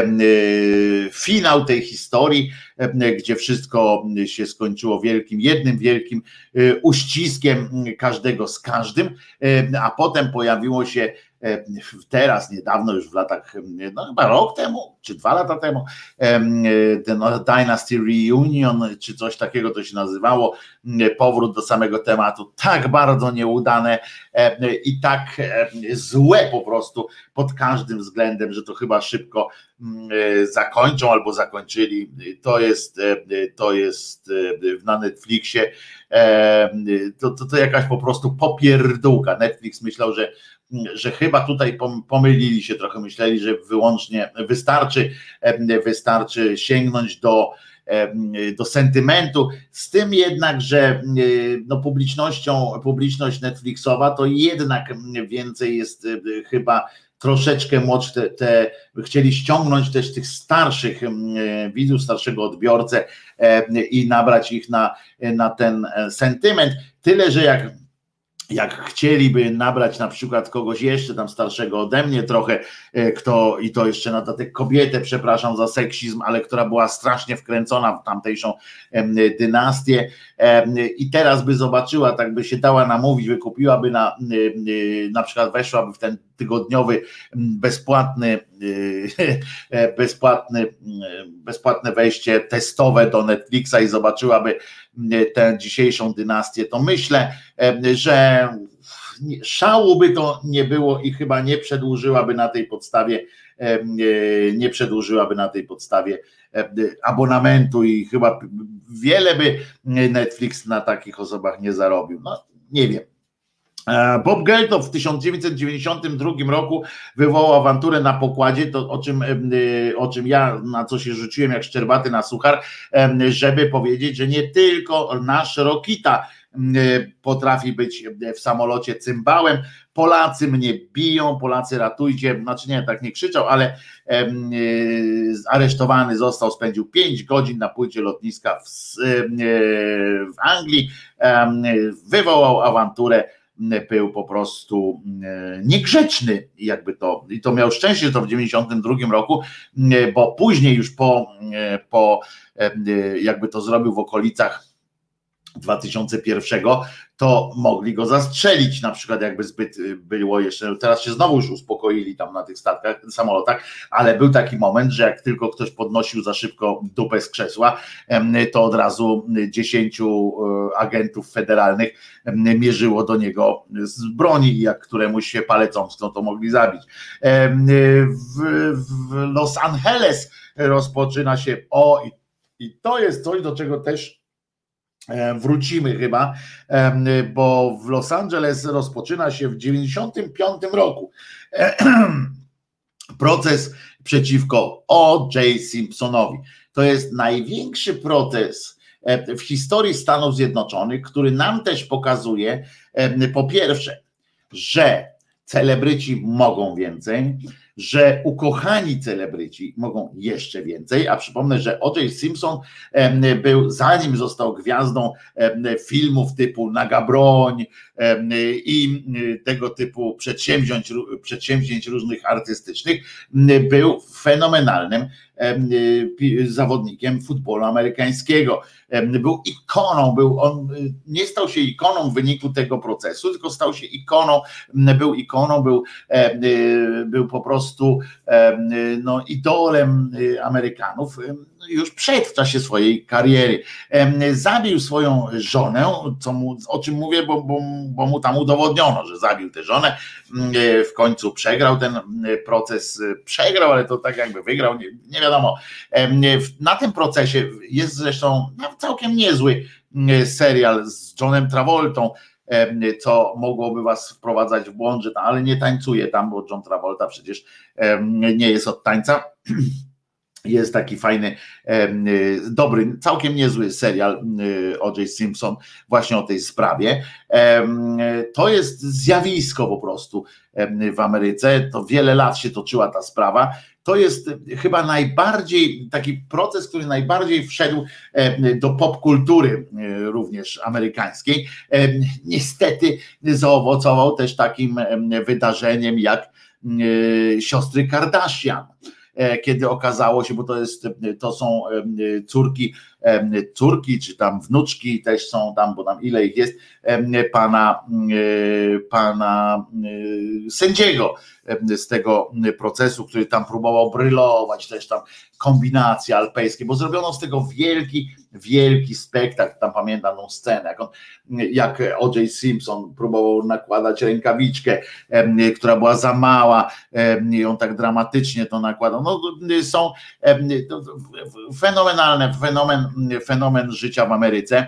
finał tej historii, gdzie wszystko się skończyło wielkim, jednym wielkim uściskiem każdego z każdym, a potem pojawiło się teraz, niedawno, już w latach, no chyba rok temu, czy dwa lata temu, ten Dynasty Reunion, czy coś takiego to się nazywało, powrót do samego tematu, tak bardzo nieudane i tak złe po prostu pod każdym względem, że to chyba szybko zakończą albo zakończyli. To jest, to jest na Netflixie, to, to, to jakaś po prostu popierdółka. Netflix myślał, że że chyba tutaj pomylili się trochę, myśleli, że wyłącznie wystarczy, wystarczy sięgnąć do, do sentymentu, z tym jednak, że no publicznością, publiczność Netflixowa to jednak więcej jest chyba troszeczkę młodsze, te, te chcieli ściągnąć też tych starszych widzów, starszego odbiorcę i nabrać ich na, na ten sentyment, tyle, że jak jak chcieliby nabrać na przykład kogoś jeszcze tam starszego ode mnie trochę, kto, i to jeszcze na dodatek kobietę, przepraszam za seksizm, ale która była strasznie wkręcona w tamtejszą dynastię i teraz by zobaczyła, tak by się dała namówić, wykupiłaby na, na przykład weszłaby w ten tygodniowy bezpłatny, bezpłatny, bezpłatne wejście testowe do Netflixa i zobaczyłaby tę dzisiejszą dynastię, to myślę, że szału by to nie było i chyba nie przedłużyłaby na tej podstawie, nie przedłużyłaby na tej podstawie abonamentu i chyba wiele by Netflix na takich osobach nie zarobił. No nie wiem. Bob Geldof w tysiąc dziewięćset dziewięćdziesiątym drugim roku wywołał awanturę na pokładzie, to o czym, o czym ja na co się rzuciłem jak szczerbaty na suchar, żeby powiedzieć, że nie tylko nasz Rokita potrafi być w samolocie cymbałem. Polacy mnie biją, Polacy ratujcie, znaczy nie, tak nie krzyczał, ale aresztowany został, spędził pięć godzin na płycie lotniska w, w Anglii, wywołał awanturę, był po prostu niegrzeczny, jakby to, i to miał szczęście, że to w dziewięćdziesiątym drugim roku, bo później już po, po jakby to zrobił w okolicach dwa tysiące pierwszego, to mogli go zastrzelić, na przykład jakby zbyt było jeszcze, teraz się znowu już uspokoili tam na tych statkach, samolotach, ale był taki moment, że jak tylko ktoś podnosił za szybko dupę z krzesła, to od razu dziesięciu agentów federalnych mierzyło do niego z broni, jak któremuś się palec omsknął, to mogli zabić. W, w Los Angeles rozpoczyna się, o i, i to jest coś, do czego też wrócimy chyba, bo w Los Angeles rozpoczyna się w dziewięćdziesiątym piątym roku proces przeciwko O J Simpsonowi. To jest największy proces w historii Stanów Zjednoczonych, który nam też pokazuje, po pierwsze, że celebryci mogą więcej, że ukochani celebryci mogą jeszcze więcej, a przypomnę, że O J Simpson był, zanim został gwiazdą filmów typu Naga Broń i tego typu przedsięwzięć, przedsięwzięć różnych artystycznych, był fenomenalnym zawodnikiem futbolu amerykańskiego. Był ikoną, był on, nie stał się ikoną w wyniku tego procesu, tylko stał się ikoną, był ikoną, był, był po prostu no, idolem Amerykanów już przed, w czasie swojej kariery. Zabił swoją żonę, co mu, o czym mówię, bo, bo, bo mu tam udowodniono, że zabił tę żonę, w końcu przegrał ten proces, przegrał, ale to tak jakby wygrał, nie, nie wiadomo. Na tym procesie jest zresztą całkiem niezły serial z Johnem Travoltą, co mogłoby was wprowadzać w błąd, że tam, ale nie tańcuje tam, bo John Travolta przecież nie jest od tańca. Jest taki fajny, dobry, całkiem niezły serial O J Simpson właśnie o tej sprawie. To jest zjawisko po prostu w Ameryce, to wiele lat się toczyła ta sprawa. To jest chyba najbardziej taki proces, który najbardziej wszedł do popkultury również amerykańskiej. Niestety zaowocował też takim wydarzeniem jak siostry Kardashian, kiedy okazało się, bo to jest, to są córki, córki czy tam wnuczki też są tam, bo tam ile ich jest, pana, pana sędziego z tego procesu, który tam próbował brylować, też tam kombinacje alpejskie, bo zrobiono z tego wielki, wielki spektakl. Tam pamiętam tą scenę, jak, on, jak O J Simpson próbował nakładać rękawiczkę, która była za mała i on tak dramatycznie to nakładał. No, są fenomenalne, fenomen, fenomen życia w Ameryce.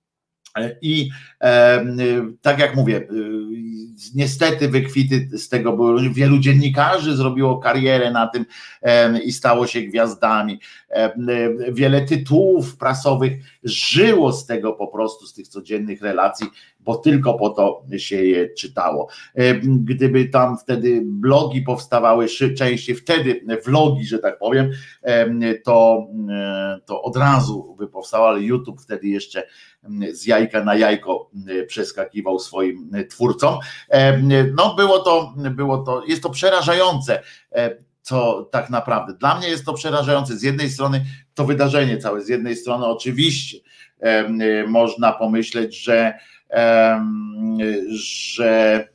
I e, tak jak mówię, e, niestety wykwity z tego były, wielu dziennikarzy zrobiło karierę na tym e, i stało się gwiazdami. E, wiele tytułów prasowych żyło z tego po prostu, z tych codziennych relacji, bo tylko po to się je czytało. E, gdyby tam wtedy blogi powstawały częściej, wtedy vlogi, że tak powiem, e, to, e, to od razu by powstało, ale YouTube wtedy jeszcze z jajka na jajko przeskakiwał swoim twórcom. No było to, było to, jest to przerażające, co tak naprawdę. Dla mnie jest to przerażające. Z jednej strony to wydarzenie całe, z jednej strony oczywiście można pomyśleć, że że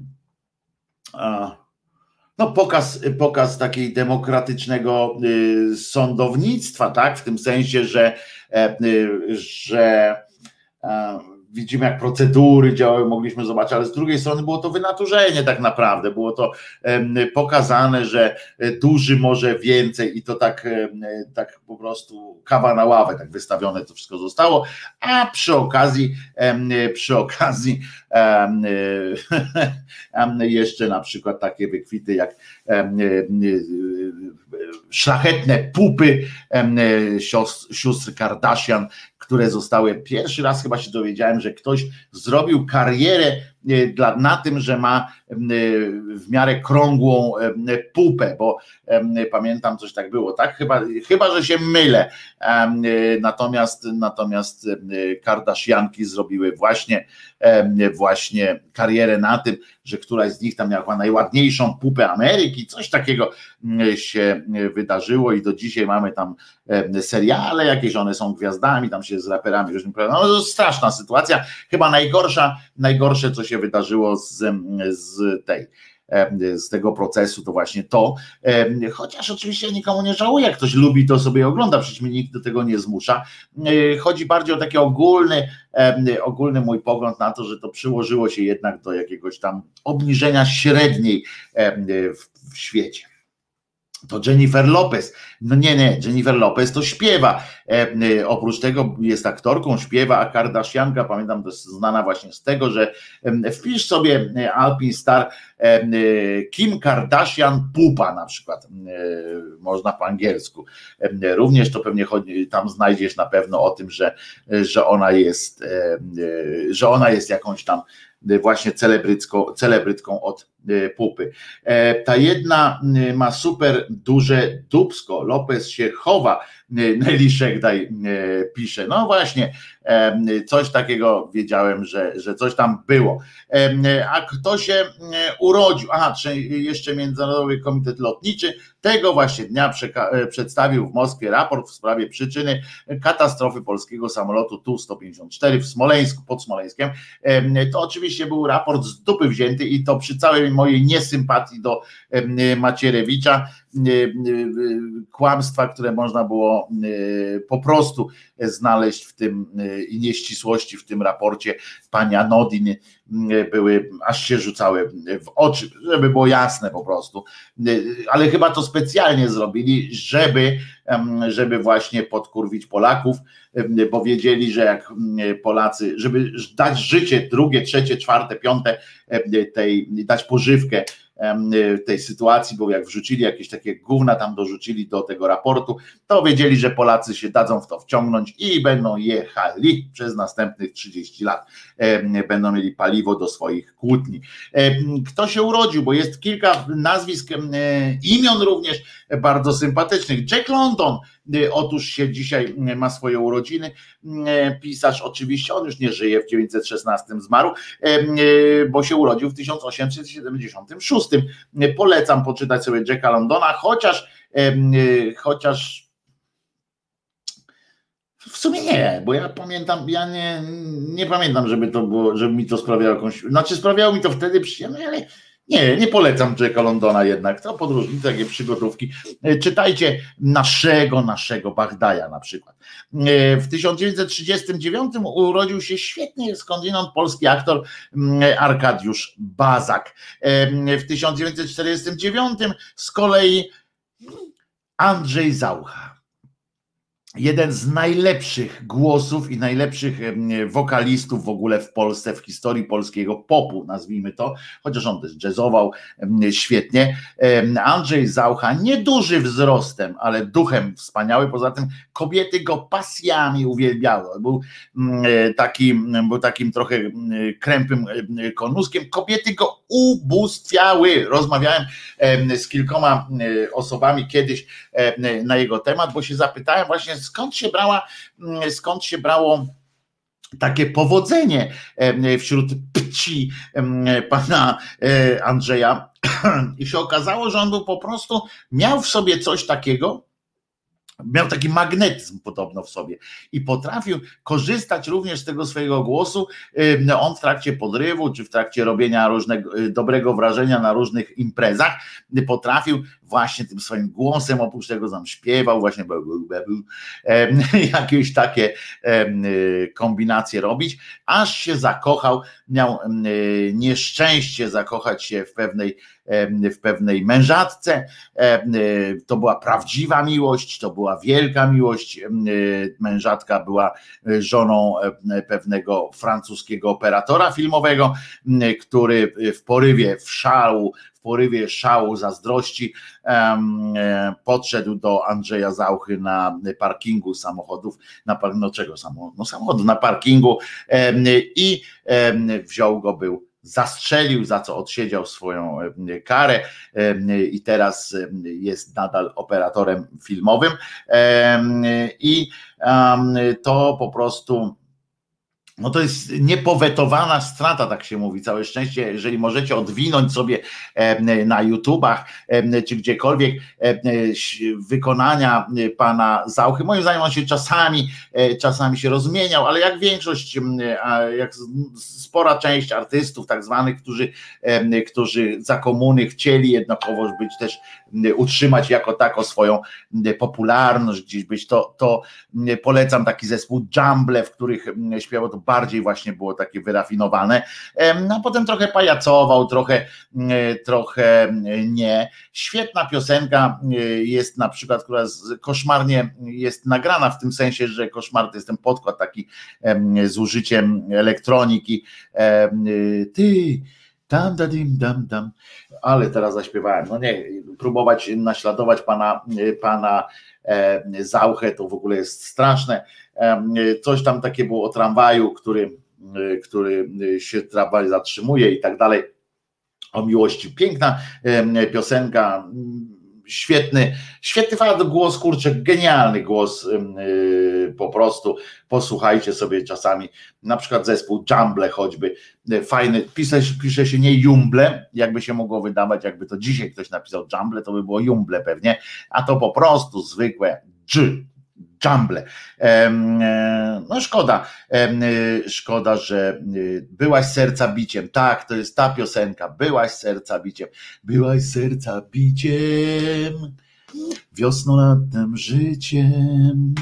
no pokaz, pokaz takiej demokratycznego sądownictwa, tak, w tym sensie, że że widzimy jak procedury działały, mogliśmy zobaczyć, ale z drugiej strony było to wynaturzenie tak naprawdę, było to pokazane, że duży może więcej i to tak, tak po prostu kawa na ławę, tak wystawione to wszystko zostało, a przy okazji przy okazji jeszcze na przykład takie wykwity jak szlachetne pupy sióstr Kardashian, które zostały, pierwszy raz chyba się dowiedziałem, że ktoś zrobił karierę dla, na tym, że ma w miarę krągłą pupę, bo pamiętam coś tak było, tak? Chyba, chyba że się mylę. Natomiast, natomiast Kardashianki zrobiły właśnie, właśnie karierę na tym, że któraś z nich tam miała najładniejszą pupę Ameryki, coś takiego się wydarzyło i do dzisiaj mamy tam seriale jakieś, one są gwiazdami, tam się z raperami różnymi, no to straszna sytuacja, chyba najgorsza, najgorsze co się wydarzyło z, z tej z tego procesu to właśnie to, chociaż oczywiście nikomu nie żałuję, jak ktoś lubi to sobie ogląda, przecież mnie nikt do tego nie zmusza, chodzi bardziej o taki ogólny ogólny mój pogląd na to, że to przyłożyło się jednak do jakiegoś tam obniżenia średniej w świecie. To Jennifer Lopez, no nie, nie, Jennifer Lopez to śpiewa, e, e, oprócz tego jest aktorką, śpiewa, a Kardashianka, pamiętam, to jest znana właśnie z tego, że e, wpisz sobie e, Alpin Star e, e, Kim Kardashian pupa na przykład, e, można po angielsku, e, również to pewnie chodzi, tam znajdziesz na pewno o tym, że, że ona jest, e, e, że ona jest jakąś tam właśnie celebrytką, celebrytką od pupy. Ta jedna ma super duże dupsko, Lopez się chowa, Nelly Szegdaj pisze. No właśnie, coś takiego wiedziałem, że, że coś tam było. A kto się urodził? Aha, jeszcze Międzynarodowy Komitet Lotniczy tego właśnie dnia przedstawił w Moskwie raport w sprawie przyczyny katastrofy polskiego samolotu Tu sto pięćdziesiąt cztery w Smoleńsku, pod Smoleńskiem. To oczywiście był raport z dupy wzięty i to przy całej mojej niesympatii do Macierewicza, kłamstwa, które można było po prostu znaleźć w tym i nieścisłości w tym raporcie pani Anodin były, aż się rzucały w oczy, żeby było jasne po prostu, ale chyba to specjalnie zrobili, żeby, żeby właśnie podkurwić Polaków, bo wiedzieli, że jak Polacy, żeby dać życie drugie, trzecie, czwarte, piąte tej, dać pożywkę tej sytuacji, bo jak wrzucili jakieś takie gówna tam dorzucili do tego raportu, to wiedzieli, że Polacy się dadzą w to wciągnąć i będą jechali przez następnych trzydzieści lat. Będą mieli paliwo do swoich kłótni. Kto się urodził, bo jest kilka nazwisk, imion również bardzo sympatycznych. Jack London, otóż się dzisiaj ma swoje urodziny, pisarz oczywiście, on już nie żyje, w dziewięćset szesnastym zmarł, bo się urodził w tysiąc osiemset siedemdziesiątym szóstym. Polecam poczytać sobie Jacka Londona, chociaż chociaż w sumie nie, bo ja pamiętam, ja nie, nie pamiętam, żeby to było, żeby mi to sprawiało jakąś, znaczy sprawiało mi to wtedy przyjemność, ale nie, nie polecam Jacka Londona jednak, to podróżnicy, takie przygotówki. Czytajcie naszego, naszego Bagdaja na przykład. W tysiąc dziewięćset trzydziestym dziewiątym urodził się świetnie skądinąd polski aktor Arkadiusz Bazak. W tysiąc dziewięćset czterdziestym dziewiątym z kolei Andrzej Zaucha. Jeden z najlepszych głosów i najlepszych wokalistów w ogóle w Polsce, w historii polskiego popu, nazwijmy to, chociaż on też jazzował świetnie. Andrzej Zaucha, nieduży wzrostem, ale duchem wspaniały, poza tym kobiety go pasjami uwielbiały. Był takim, był takim trochę krępym konuskiem, kobiety go ubóstwiały. Rozmawiałem z kilkoma osobami kiedyś na jego temat, bo się zapytałem właśnie, skąd się brała, skąd się brało takie powodzenie wśród pci pana Andrzeja i się okazało, że on był po prostu, miał w sobie coś takiego, miał taki magnetyzm podobno w sobie i potrafił korzystać również z tego swojego głosu. On w trakcie podrywu czy w trakcie robienia różnego dobrego wrażenia na różnych imprezach potrafił właśnie tym swoim głosem, oprócz tego tam śpiewał właśnie jakieś takie kombinacje robić, aż się zakochał, miał nieszczęście zakochać się w pewnej w pewnej mężatce. To była prawdziwa miłość, to była wielka miłość. Mężatka była żoną pewnego francuskiego operatora filmowego, który w porywie w szału, w porywie szału zazdrości podszedł do Andrzeja Zauchy na parkingu samochodów, na no czego samochodu? No samochodu na parkingu i wziął go, był zastrzelił, za co odsiedział swoją karę i teraz jest nadal operatorem filmowym i to po prostu no to jest niepowetowana strata, tak się mówi, całe szczęście, jeżeli możecie odwinąć sobie na YouTubach czy gdziekolwiek wykonania pana Zauchy. Moim zdaniem on się czasami, czasami się rozmieniał, ale jak większość, jak spora część artystów tak zwanych, którzy, którzy za komuny chcieli jednakowoż być też, utrzymać jako tako swoją popularność, gdzieś być, to, to polecam taki zespół Jumble, w których śpiewał, to bardziej właśnie było takie wyrafinowane, no a potem trochę pajacował, trochę, trochę nie. Świetna piosenka jest na przykład, która koszmarnie jest nagrana w tym sensie, że koszmar to jest ten podkład taki z użyciem elektroniki. Ty tam, da, dim, dam, dam. Ale teraz zaśpiewałem. No nie, próbować naśladować pana, pana Zauchę to w ogóle jest straszne. Coś tam takie było o tramwaju, który, który się tramwaj zatrzymuje i tak dalej. O miłości. Piękna piosenka. Świetny, świetny fakt, głos, kurczę, genialny głos, yy, po prostu posłuchajcie sobie czasami, na przykład zespół Jumble choćby, fajny, pisze, pisze się nie Jumble, jakby się mogło wydawać, jakby to dzisiaj ktoś napisał Jumble, to by było Jumble pewnie, a to po prostu zwykłe Dż, Jumble. No szkoda, szkoda, że byłaś serca biciem. Tak, to jest ta piosenka. Byłaś serca biciem. Byłaś serca biciem. Wiosną, latem, życiem.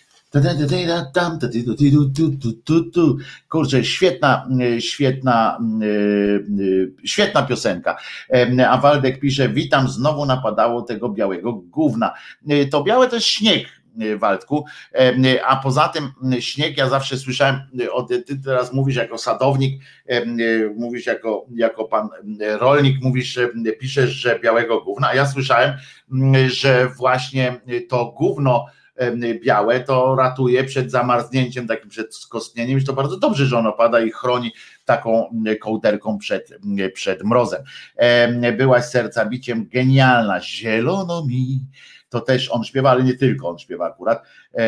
Kurczę, świetna, świetna, świetna piosenka. A Waldek pisze, witam, znowu napadało tego białego gówna. To białe to jest śnieg, Waldku, a poza tym śnieg, ja zawsze słyszałem, ty teraz mówisz jako sadownik, mówisz jako, jako pan rolnik, mówisz, piszesz, że białego gówna, a ja słyszałem, że właśnie to gówno białe to ratuje przed zamarznięciem, takim przed skostnieniem, i to bardzo dobrze, że ono pada i chroni taką kołderką przed, przed mrozem. Byłaś serca biciem, genialna, zielono mi. To też on śpiewa, ale nie tylko on śpiewa akurat.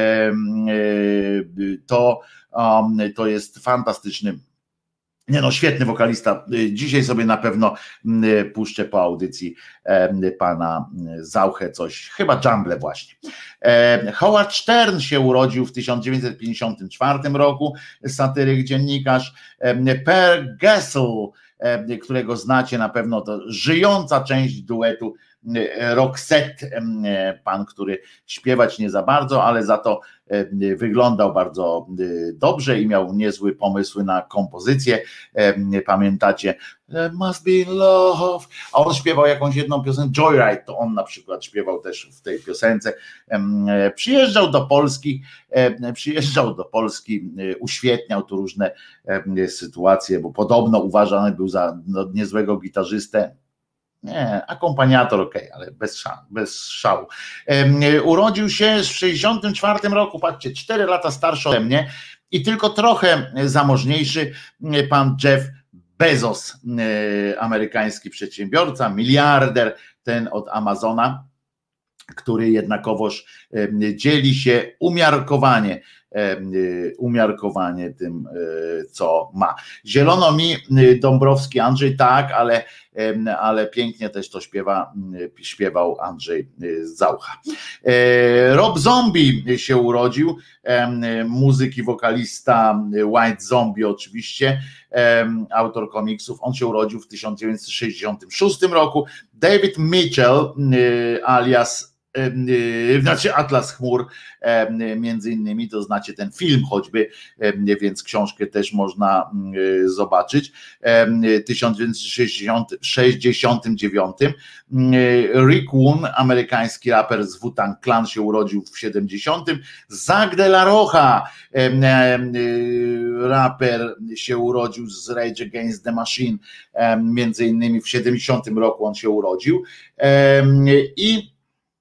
To, to jest fantastyczny, nie no, świetny wokalista. Dzisiaj sobie na pewno puszczę po audycji pana Zauchę coś, chyba Jumble właśnie. Howard Stern się urodził w tysiąc dziewięćset pięćdziesiątym czwartym roku, satyryk, dziennikarz. Per Gessel, którego znacie na pewno, to żyjąca część duetu Roxette, pan, który śpiewać nie za bardzo, ale za to wyglądał bardzo dobrze i miał niezłe pomysły na kompozycję. Pamiętacie Must Be Love, a on śpiewał jakąś jedną piosenkę, Joyride, to on na przykład śpiewał też w tej piosence. Przyjeżdżał do Polski, przyjeżdżał do Polski, uświetniał tu różne sytuacje, bo podobno uważany był za niezłego gitarzystę. Nie, akompaniator okej, okay, ale bez szału, bez szału. Urodził się w sześćdziesiątym czwartym roku, patrzcie, cztery lata starszy ode mnie i tylko trochę zamożniejszy pan Jeff Bezos, amerykański przedsiębiorca, miliarder, ten od Amazona, który jednakowoż dzieli się umiarkowanie umiarkowanie tym, co ma. Zielono mi Dąbrowski Andrzej, tak, ale, ale pięknie też to śpiewa, śpiewał Andrzej Zaucha. Rob Zombie się urodził, muzyk i wokalista White Zombie oczywiście, autor komiksów. On się urodził w tysiąc dziewięćset sześćdziesiątym szóstym roku. David Mitchell alias znaczy Atlas Chmur, między innymi, to znacie ten film choćby, więc książkę też można zobaczyć. W tysiąc dziewięćset sześćdziesiątym dziewiątym Rick Woon, amerykański raper z Wu-Tang Clan, się urodził w siedemdziesiątym. Zack de la Rocha, raper, się urodził z Rage Against the Machine, między innymi w siedemdziesiątym roku on się urodził. I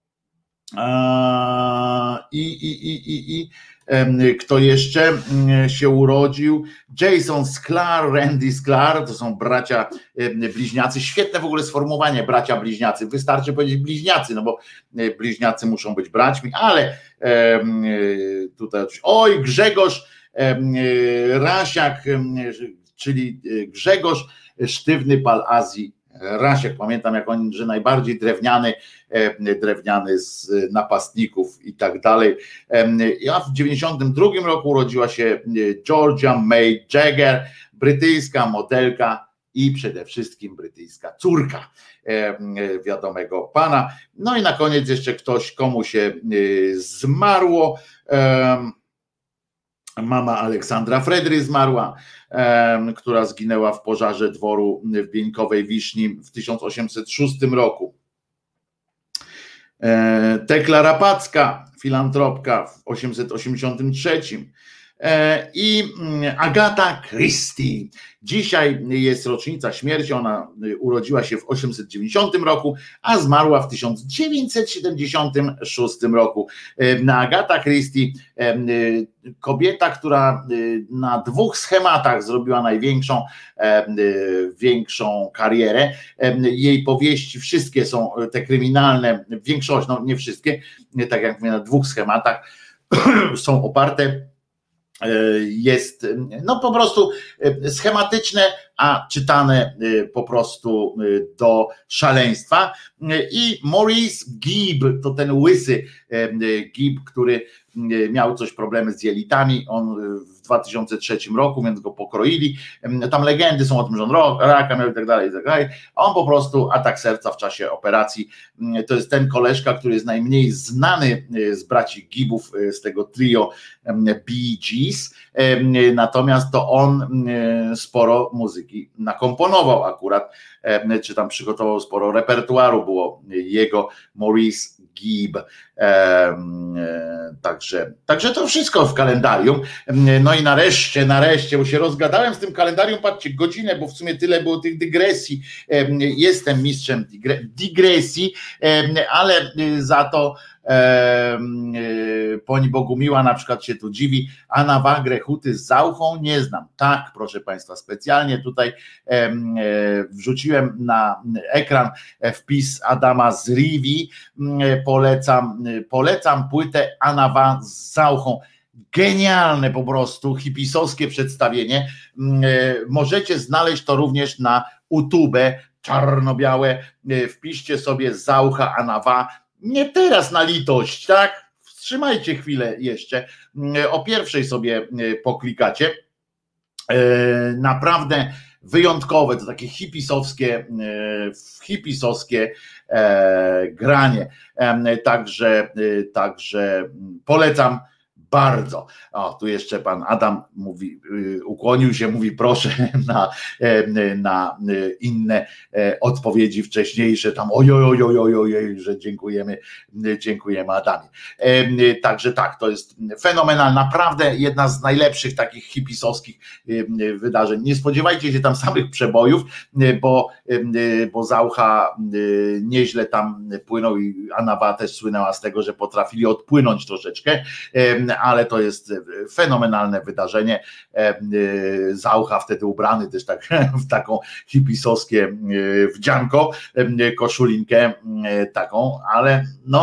I, i, i, i, i kto jeszcze się urodził? Jason Sklar, Randy Sklar, to są bracia bliźniacy. Świetne w ogóle sformułowanie, bracia bliźniacy. Wystarczy powiedzieć bliźniacy, no bo bliźniacy muszą być braćmi, ale tutaj oj, Grzegorz Rasiak, czyli Grzegorz Sztywny Pal Azji Rasiak, pamiętam jak on, że najbardziej drewniany, drewniany z napastników i tak dalej. A w dziewięćdziesiątym drugim roku urodziła się Georgia May Jagger, brytyjska modelka i przede wszystkim brytyjska córka wiadomego pana. No i na koniec jeszcze ktoś, komu się zmarło. Mama Aleksandra Fredry zmarła, która zginęła w pożarze dworu w Bieńkowej Wiszni w tysiąc osiemset szóstym roku. Tekla Rapacka, filantropka w osiemset osiemdziesiątym trzecim. I Agata Christie. Dzisiaj jest rocznica śmierci, ona urodziła się w osiemset dziewięćdziesiątym roku, a zmarła w tysiąc dziewięćset siedemdziesiątym szóstym roku. Agata Christie, kobieta, która na dwóch schematach zrobiła największą większą karierę. Jej powieści wszystkie są te kryminalne, większość, no nie wszystkie, tak jak mówię, na dwóch schematach są oparte. Jest no po prostu schematyczne, a czytane po prostu do szaleństwa. I Maurice Gibb, to ten łysy Gibb, który miał coś problemy z jelitami, on w dwa tysiące trzecim roku, więc go pokroili. Tam legendy są o tym, że on raka miał i tak dalej, i tak dalej. A on po prostu atak serca w czasie operacji. To jest ten koleżka, który jest najmniej znany z braci Gibbów, z tego trio Bee Gees. Natomiast to on sporo muzyki nakomponował akurat, czy tam przygotował sporo repertuaru, było jego, Maurice Gibb. Także, także to wszystko w kalendarium. No i nareszcie, nareszcie, bo się rozgadałem z tym kalendarium, patrzcie, godzinę, bo w sumie tyle było tych dygresji. Jestem mistrzem dygresji, ale za to Pani Bogumiła na przykład się tu dziwi, a na Wagre Huty z Zauchą nie znam. Tak, proszę Państwa, specjalnie tutaj wrzuciłem na ekran wpis Adama z Rivi. Polecam, polecam płytę Anawa z Zauchą. Genialne po prostu, hipisowskie przedstawienie. Możecie znaleźć to również na YouTube, czarno-białe. Wpiszcie sobie Zaucha Anawa. Nie teraz na litość, tak? Wstrzymajcie chwilę jeszcze. O pierwszej sobie poklikacie. Naprawdę wyjątkowe, to takie hipisowskie, hipisowskie granie. Także, także polecam bardzo. O, tu jeszcze pan Adam mówi, ukłonił się, mówi proszę na, na inne odpowiedzi wcześniejsze, tam ojoj, ojoj, ojoj, ojoj, że dziękujemy, dziękujemy Adamie. Także tak, to jest fenomenalna, naprawdę jedna z najlepszych takich hipisowskich wydarzeń. Nie spodziewajcie się tam samych przebojów, bo, bo Zaucha nieźle tam płynął i Anawa też słynęła z tego, że potrafili odpłynąć troszeczkę, ale to jest fenomenalne wydarzenie. Zaucha wtedy ubrany też tak w taką hipisowskie wdzianko, koszulinkę taką, ale no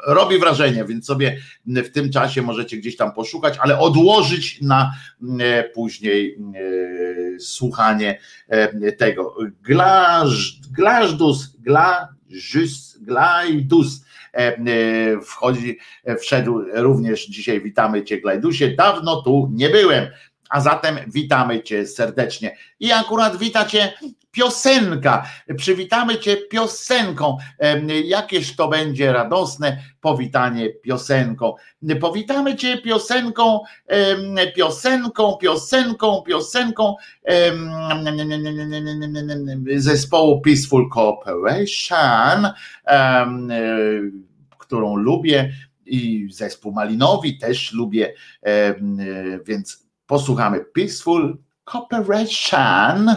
robi wrażenie, więc sobie w tym czasie możecie gdzieś tam poszukać, ale odłożyć na później słuchanie tego. Glaż, glażdus, glażus, glajdus wchodzi, wszedł również dzisiaj. Witamy Cię, Glajdusie, dawno tu nie byłem, a zatem witamy Cię serdecznie i akurat wita Cię piosenka, przywitamy Cię piosenką, jakież to będzie radosne powitanie piosenką, powitamy Cię piosenką, piosenką, piosenką, piosenką zespołu Peaceful Cooperation, którą lubię, i zespół Malinowi też lubię, więc posłuchamy Peaceful Cooperation.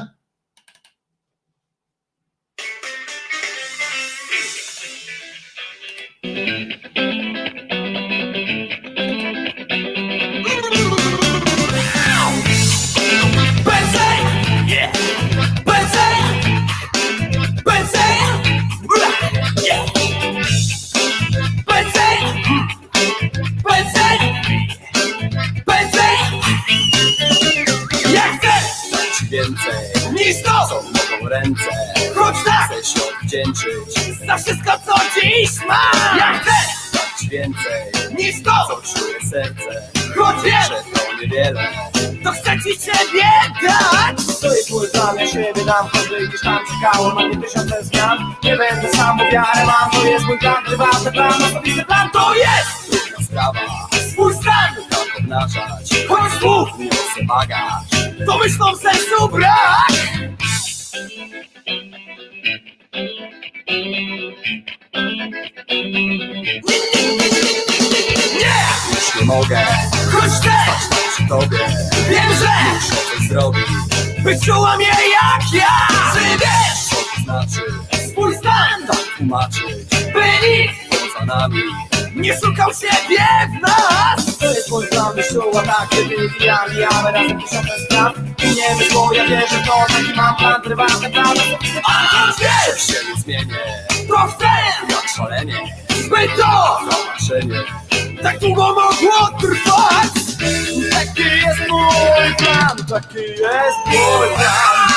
Więcej niż to, co mogą ręce. Choć tak chcę się odwdzięczyć za wszystko, co dziś mam. Ja chcę dać więcej niż to, co czuje serce. Choć wiem, że to niewiele, to chcę ci ciebie dać. To jest mój plan, ja siebie dam, choćby gdzieś tam czekało na mnie tysiące zmian. Nie będę sam, bo wiarę mam, to jest mój plan, prywatny plan, osobisty plan. To jest trudna sprawa, swój stan tak obnażać. Choć słów nie chcę bagaż, to myślą sensu brak. Nie, już nie mogę, choć też przy tobie wiem, że muszę coś zrobić, by czuła mnie jak ja. Czy wiesz, co to znaczy swój stan tak tłumaczyć, by nikt poza nami nie szukał siebie w nas. To jest mój plan, wyszła tak, kiedy wywijamy, ale razem tysiące spraw. Nie myśl, bo ja wierzę w to, taki mam plan, prywatny plan. A wiesz, się nie zmienię, to chcę jak szalenie, by to zobaczenie tak długo mogło trwać. Taki jest mój plan, taki jest mój plan.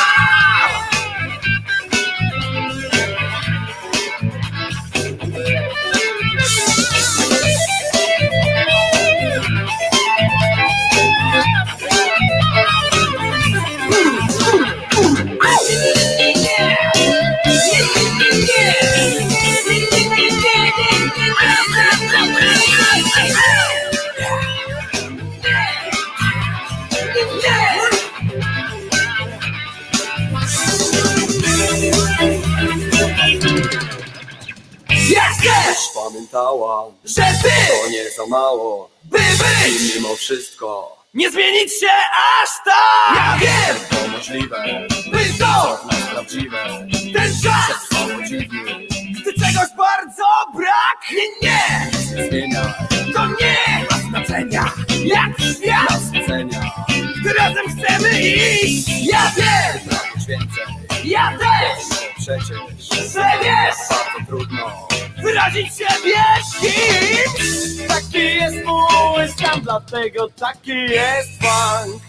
Pamiętałam, że ty to nie za mało, by być mimo wszystko nie zmienić się aż tak. Ja wiem, to możliwe, by to co nas prawdziwe. Ten czas trwało dziwnie, gdy czegoś bardzo brak. Nie, nie, nie zmienia, to nie ma znaczenia, jak świat nas ocenia, gdy razem chcemy iść. Ja wiem, pragnąć więcej, ja też, przecież, że wiesz, bardzo trudno wyrazić siebie z kimś. Taki jest mój stan, dlatego taki jest funk.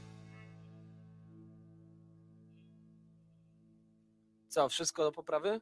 Co, wszystko do poprawy?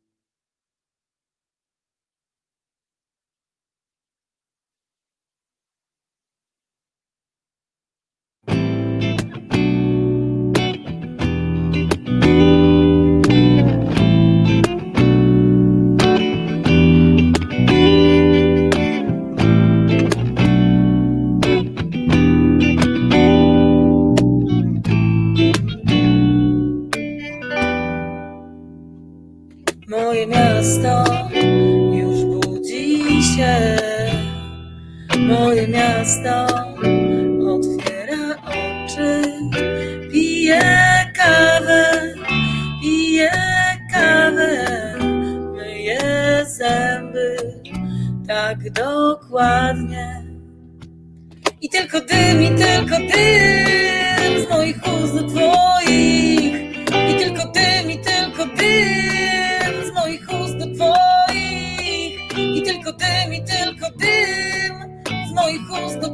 Moje miasto już budzi się, moje miasto otwiera oczy, pije kawę, pije kawę, myje zęby tak dokładnie. I tylko dym, i tylko dym z moich ust do twoich, i tylko dym, i tylko dym z moich ust do twoich, i tylko dym,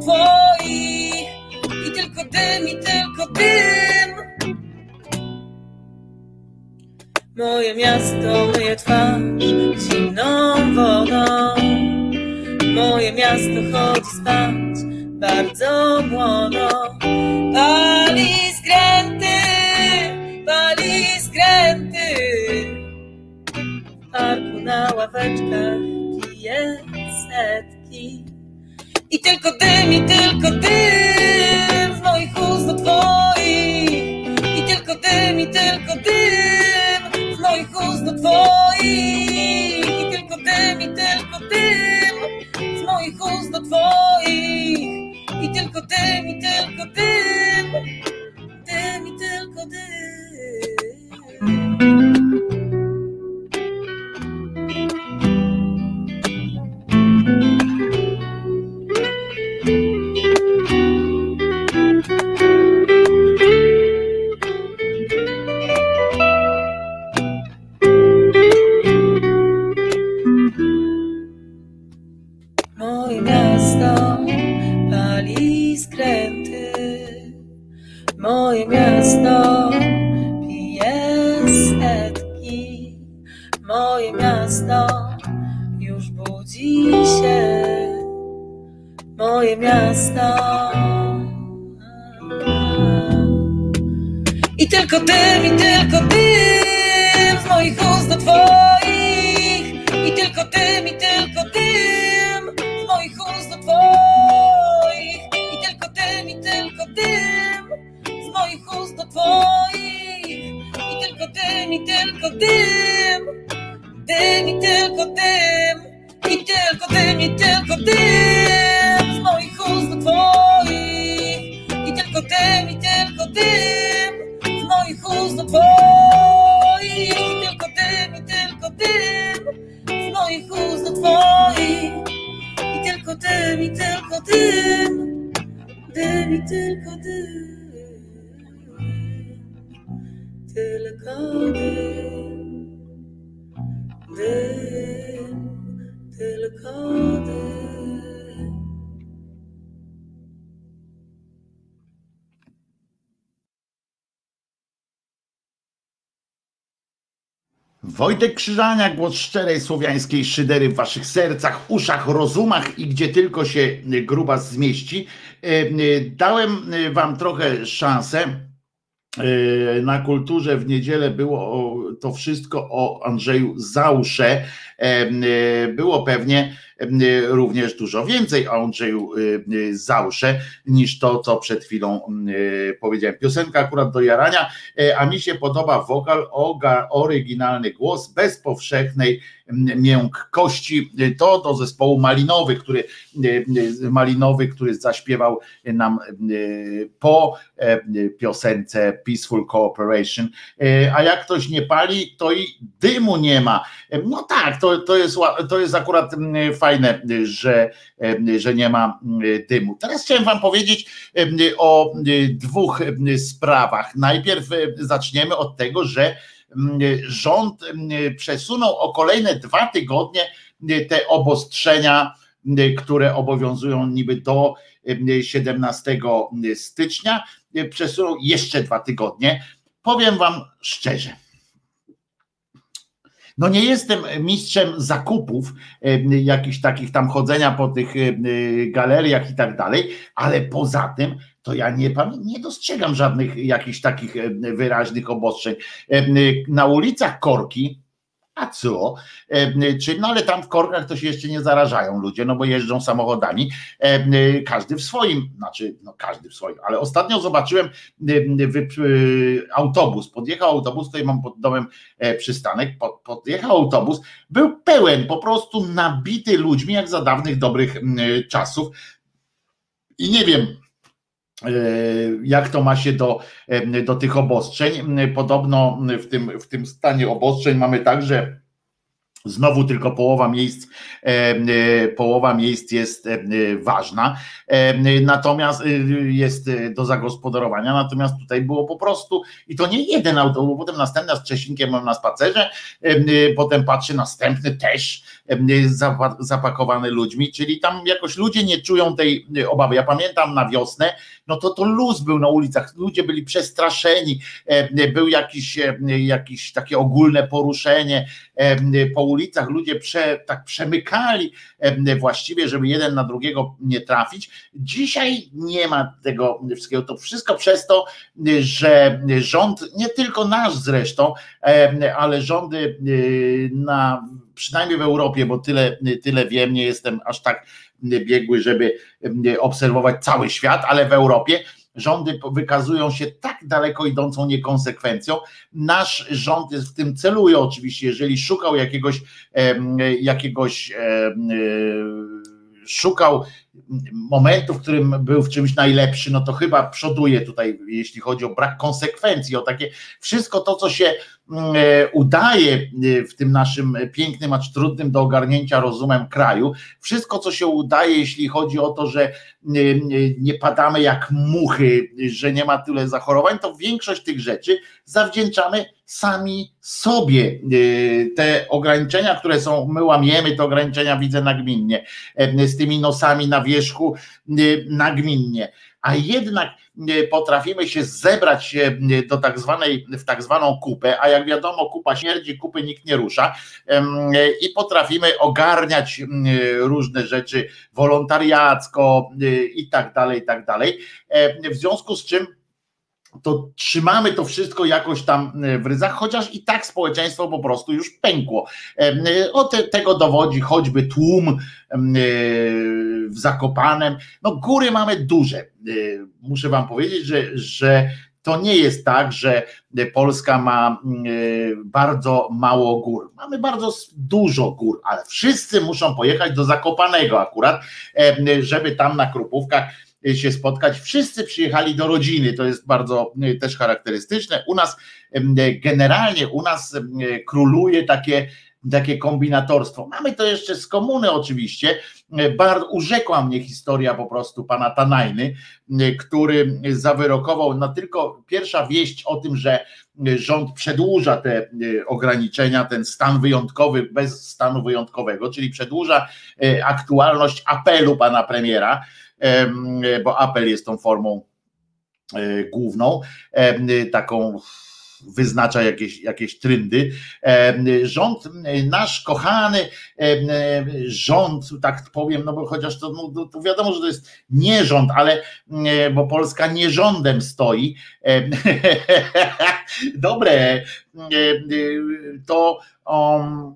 twoich i tylko dym, i tylko dym. Moje miasto myje twarz zimną wodą. Moje miasto chodzi spać bardzo młodo. Pali skręty, pali skręty. W parku na ławeczkach pije setki. I tylko dym, i tylko dym z moich ust do twoich. I tylko dym, i tylko dym z moich ust do twoich. I tylko dym, i tylko dym z moich ust do twoich. I tylko dym, i tylko dym, dym, i tylko dym. Moje miasto pali skręty. Moje miasto pije setki. Moje miasto już budzi się. Moje miasto. I tylko dym, i tylko dym z moich ust do twoich. I tylko dym, i tylko dym z moich ust do twoich. I tylko dym, i tylko dym z moich ust do twoich. I tylko dym, i tylko dym, dym, i tylko dym. I tylko dym, i tylko dym z moich ust do twoich. I tylko dym, i tylko dym z moich ust do twoich. I tylko dym, i tylko dym z moich ust do twoich. I tylko dym, i tylko dym, dym, i tylko dym, tylko dym, dym, tylko dym. Wojtek Krzyżania, głos szczerej słowiańskiej szydery w waszych sercach, uszach, rozumach i gdzie tylko się grubas zmieści. Dałem wam trochę szansę. Na Kulturze w niedzielę było to wszystko o Andrzeju Zausze. Było pewnie również dużo więcej o Andrzeju Zausze niż to, co przed chwilą powiedziałem. Piosenka akurat do jarania, a mi się podoba wokal, oryginalny głos, bez powszechnej miękkości. To do zespołu Malinowy, który Malinowy, który zaśpiewał nam po piosence Peaceful Cooperation. A jak ktoś nie pali, to i dymu nie ma. No tak, to, to, jest, to jest akurat fajne, że, że nie ma dymu. Teraz chciałem wam powiedzieć o dwóch sprawach. Najpierw zaczniemy od tego, że rząd przesunął o kolejne dwa tygodnie te obostrzenia, które obowiązują niby do siedemnastego stycznia, przesunął jeszcze dwa tygodnie. Powiem wam szczerze, no nie jestem mistrzem zakupów, jakichś takich tam chodzenia po tych galeriach i tak dalej, ale poza tym to ja nie, nie dostrzegam żadnych jakichś takich wyraźnych obostrzeń. Na ulicach korki, a co? Czy, no ale tam w korkach to się jeszcze nie zarażają ludzie, no bo jeżdżą samochodami, każdy w swoim, znaczy no każdy w swoim, ale ostatnio zobaczyłem autobus, podjechał autobus, tutaj mam pod domem przystanek, podjechał autobus, był pełen, po prostu nabity ludźmi, jak za dawnych dobrych czasów i nie wiem, jak to ma się do, do tych obostrzeń. Podobno w tym, w tym stanie obostrzeń mamy tak, że Znowu tylko połowa miejsc, połowa miejsc jest ważna, natomiast jest do zagospodarowania, natomiast tutaj było po prostu, i to nie jeden autobus, potem następny z Czesinkiem mam na spacerze, potem patrzy następny też zapakowany ludźmi, czyli tam jakoś ludzie nie czują tej obawy. Ja pamiętam na wiosnę, no to to luz był na ulicach, ludzie byli przestraszeni, był jakiś, jakiś takie ogólne poruszenie po ulicach, ludzie prze, tak przemykali właściwie, żeby jeden na drugiego nie trafić. Dzisiaj nie ma tego wszystkiego, to wszystko przez to, że rząd, nie tylko nasz zresztą, ale rządy na, przynajmniej w Europie, bo tyle, tyle wiem, nie jestem aż tak biegły, żeby obserwować cały świat, ale w Europie rządy wykazują się tak daleko idącą niekonsekwencją. Nasz rząd jest w tym celuje oczywiście, jeżeli szukał jakiegoś, jakiegoś szukał momentu, w którym był w czymś najlepszy, no to chyba przoduje tutaj, jeśli chodzi o brak konsekwencji, o takie wszystko to, co się udaje w tym naszym pięknym, acz trudnym do ogarnięcia rozumem kraju, wszystko, co się udaje, jeśli chodzi o to, że nie padamy jak muchy, że nie ma tyle zachorowań, to większość tych rzeczy zawdzięczamy sami sobie. Te ograniczenia, które są, my łamiemy te ograniczenia, widzę nagminnie, z tymi nosami na wierzchu nagminnie, a jednak potrafimy się zebrać do tak zwanej, w tak zwaną kupę, a jak wiadomo, kupa śmierdzi, kupy nikt nie rusza, i potrafimy ogarniać różne rzeczy wolontariacko i tak dalej, i tak dalej. W związku z czym to trzymamy to wszystko jakoś tam w ryzach, chociaż i tak społeczeństwo po prostu już pękło. O te, tego dowodzi choćby tłum w Zakopanem. No góry mamy duże. Muszę wam powiedzieć, że, że to nie jest tak, że Polska ma bardzo mało gór. Mamy bardzo dużo gór, ale wszyscy muszą pojechać do Zakopanego akurat, żeby tam na Krupówkach się spotkać. Wszyscy przyjechali do rodziny, to jest bardzo też charakterystyczne. U nas generalnie, u nas króluje takie, takie kombinatorstwo. Mamy to jeszcze z komuny oczywiście. Bardzo urzekła mnie historia po prostu pana Tanajny, który zawyrokował, no tylko pierwsza wieść o tym, że rząd przedłuża te ograniczenia, ten stan wyjątkowy bez stanu wyjątkowego, czyli przedłuża aktualność apelu pana premiera, bo apel jest tą formą główną, taką wyznacza jakieś, jakieś tryndy. Rząd, nasz kochany rząd, tak powiem, no bo chociaż to, no, to wiadomo, że to jest nie rząd, ale bo Polska nie rządem stoi. Dobre, to um,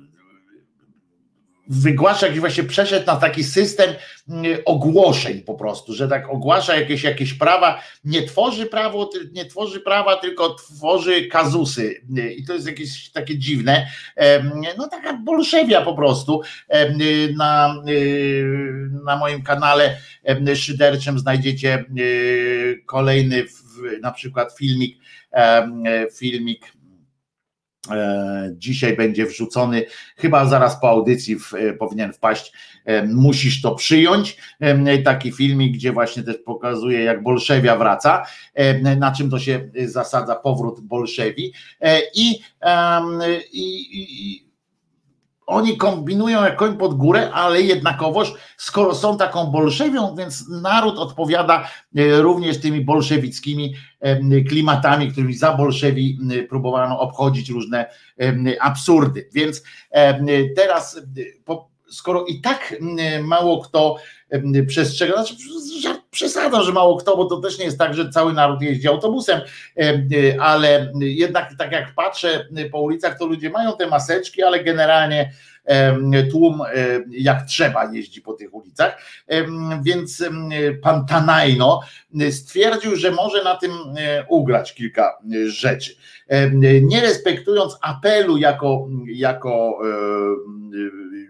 wygłasza jakiś, właśnie przeszedł na taki system ogłoszeń po prostu, że tak ogłasza jakieś, jakieś prawa, nie tworzy prawo, nie tworzy prawa, tylko tworzy kazusy i to jest jakieś takie dziwne, no taka bolszewia po prostu. Na, na moim kanale szyderczym znajdziecie kolejny na przykład filmik, filmik dzisiaj będzie wrzucony, chyba zaraz po audycji w, powinien wpaść, musisz to przyjąć, taki filmik, gdzie właśnie też pokazuje, jak bolszewia wraca, na czym to się zasadza powrót bolszewi i, i, i oni kombinują jak koń pod górę, ale jednakowoż, skoro są taką bolszewią, więc naród odpowiada również tymi bolszewickimi klimatami, którymi za bolszewi próbowano obchodzić różne absurdy. Więc teraz, skoro i tak mało kto przestrzega, znaczy przesadzam, że mało kto, bo to też nie jest tak, że cały naród jeździ autobusem, ale jednak tak jak patrzę po ulicach, to ludzie mają te maseczki, ale generalnie tłum jak trzeba jeździ po tych ulicach, więc pan Tanajno stwierdził, że może na tym ugrać kilka rzeczy. Nie respektując apelu jako, jako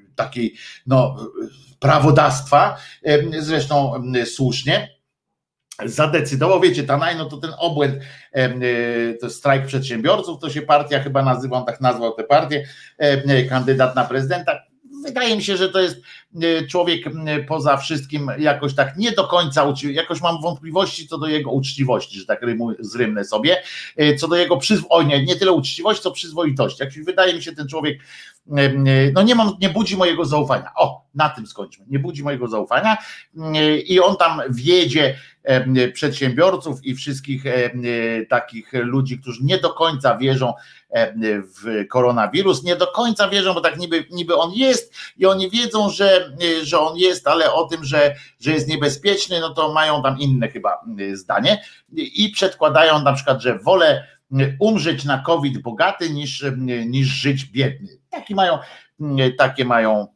takiej no, prawodawstwa, zresztą słusznie, zadecydował, wiecie, Tanajno to ten obłęd, to strajk przedsiębiorców, to się partia chyba nazywa, on tak nazwał tę partię, kandydat na prezydenta. Wydaje mi się, że to jest człowiek poza wszystkim jakoś tak nie do końca uczciwy, jakoś mam wątpliwości co do jego uczciwości, że tak rymu, zrymnę sobie, co do jego przyzwoitości, nie, nie tyle uczciwości, co przyzwoitości. Jak wydaje mi się ten człowiek, no nie mam, nie budzi mojego zaufania. O, na tym skończmy. Nie budzi mojego zaufania i on tam wiedzie przedsiębiorców i wszystkich takich ludzi, którzy nie do końca wierzą w koronawirus, nie do końca wierzą, bo tak niby, niby on jest i oni wiedzą, że, że on jest, ale o tym, że, że jest niebezpieczny, no to mają tam inne chyba zdanie i przedkładają na przykład, że wolę umrzeć na COVID bogaty niż, niż żyć biedny. Taki mają, takie mają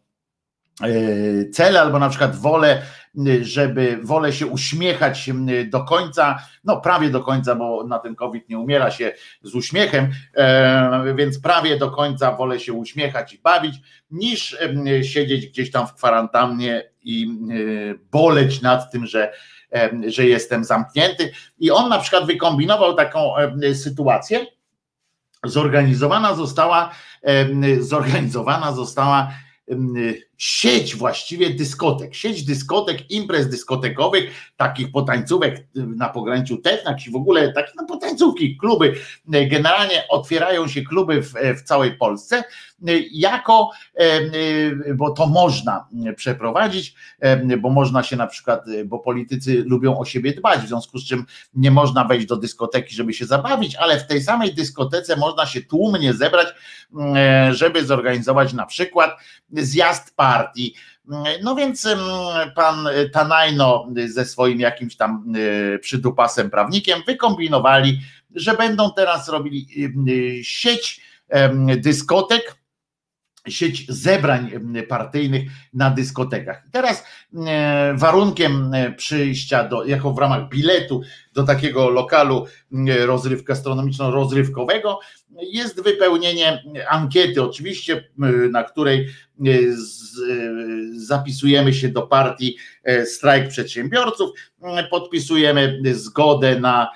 cele, albo na przykład wolę, żeby wolę się uśmiechać do końca, no prawie do końca, bo na ten COVID nie umiera się z uśmiechem, więc prawie do końca wolę się uśmiechać i bawić, niż siedzieć gdzieś tam w kwarantannie i boleć nad tym, że, że jestem zamknięty. I on na przykład wykombinował taką sytuację, zorganizowana została, zorganizowana została sieć właściwie dyskotek, sieć dyskotek, imprez dyskotekowych, takich potańcówek na pograniczu technak i w ogóle takie no, potańcówki, kluby, generalnie otwierają się kluby w, w całej Polsce jako, bo to można przeprowadzić, bo można się na przykład, bo politycy lubią o siebie dbać, w związku z czym nie można wejść do dyskoteki, żeby się zabawić, ale w tej samej dyskotece można się tłumnie zebrać, żeby zorganizować na przykład zjazd partii. No więc pan Tanajno ze swoim jakimś tam przydupasem prawnikiem wykombinowali, że będą teraz robili sieć dyskotek, sieć zebrań partyjnych na dyskotekach. I teraz warunkiem przyjścia do, jako w ramach biletu do takiego lokalu rozryw, gastronomiczno-rozrywkowego jest wypełnienie ankiety, oczywiście, na której z, zapisujemy się do partii Strajk Przedsiębiorców, podpisujemy zgodę na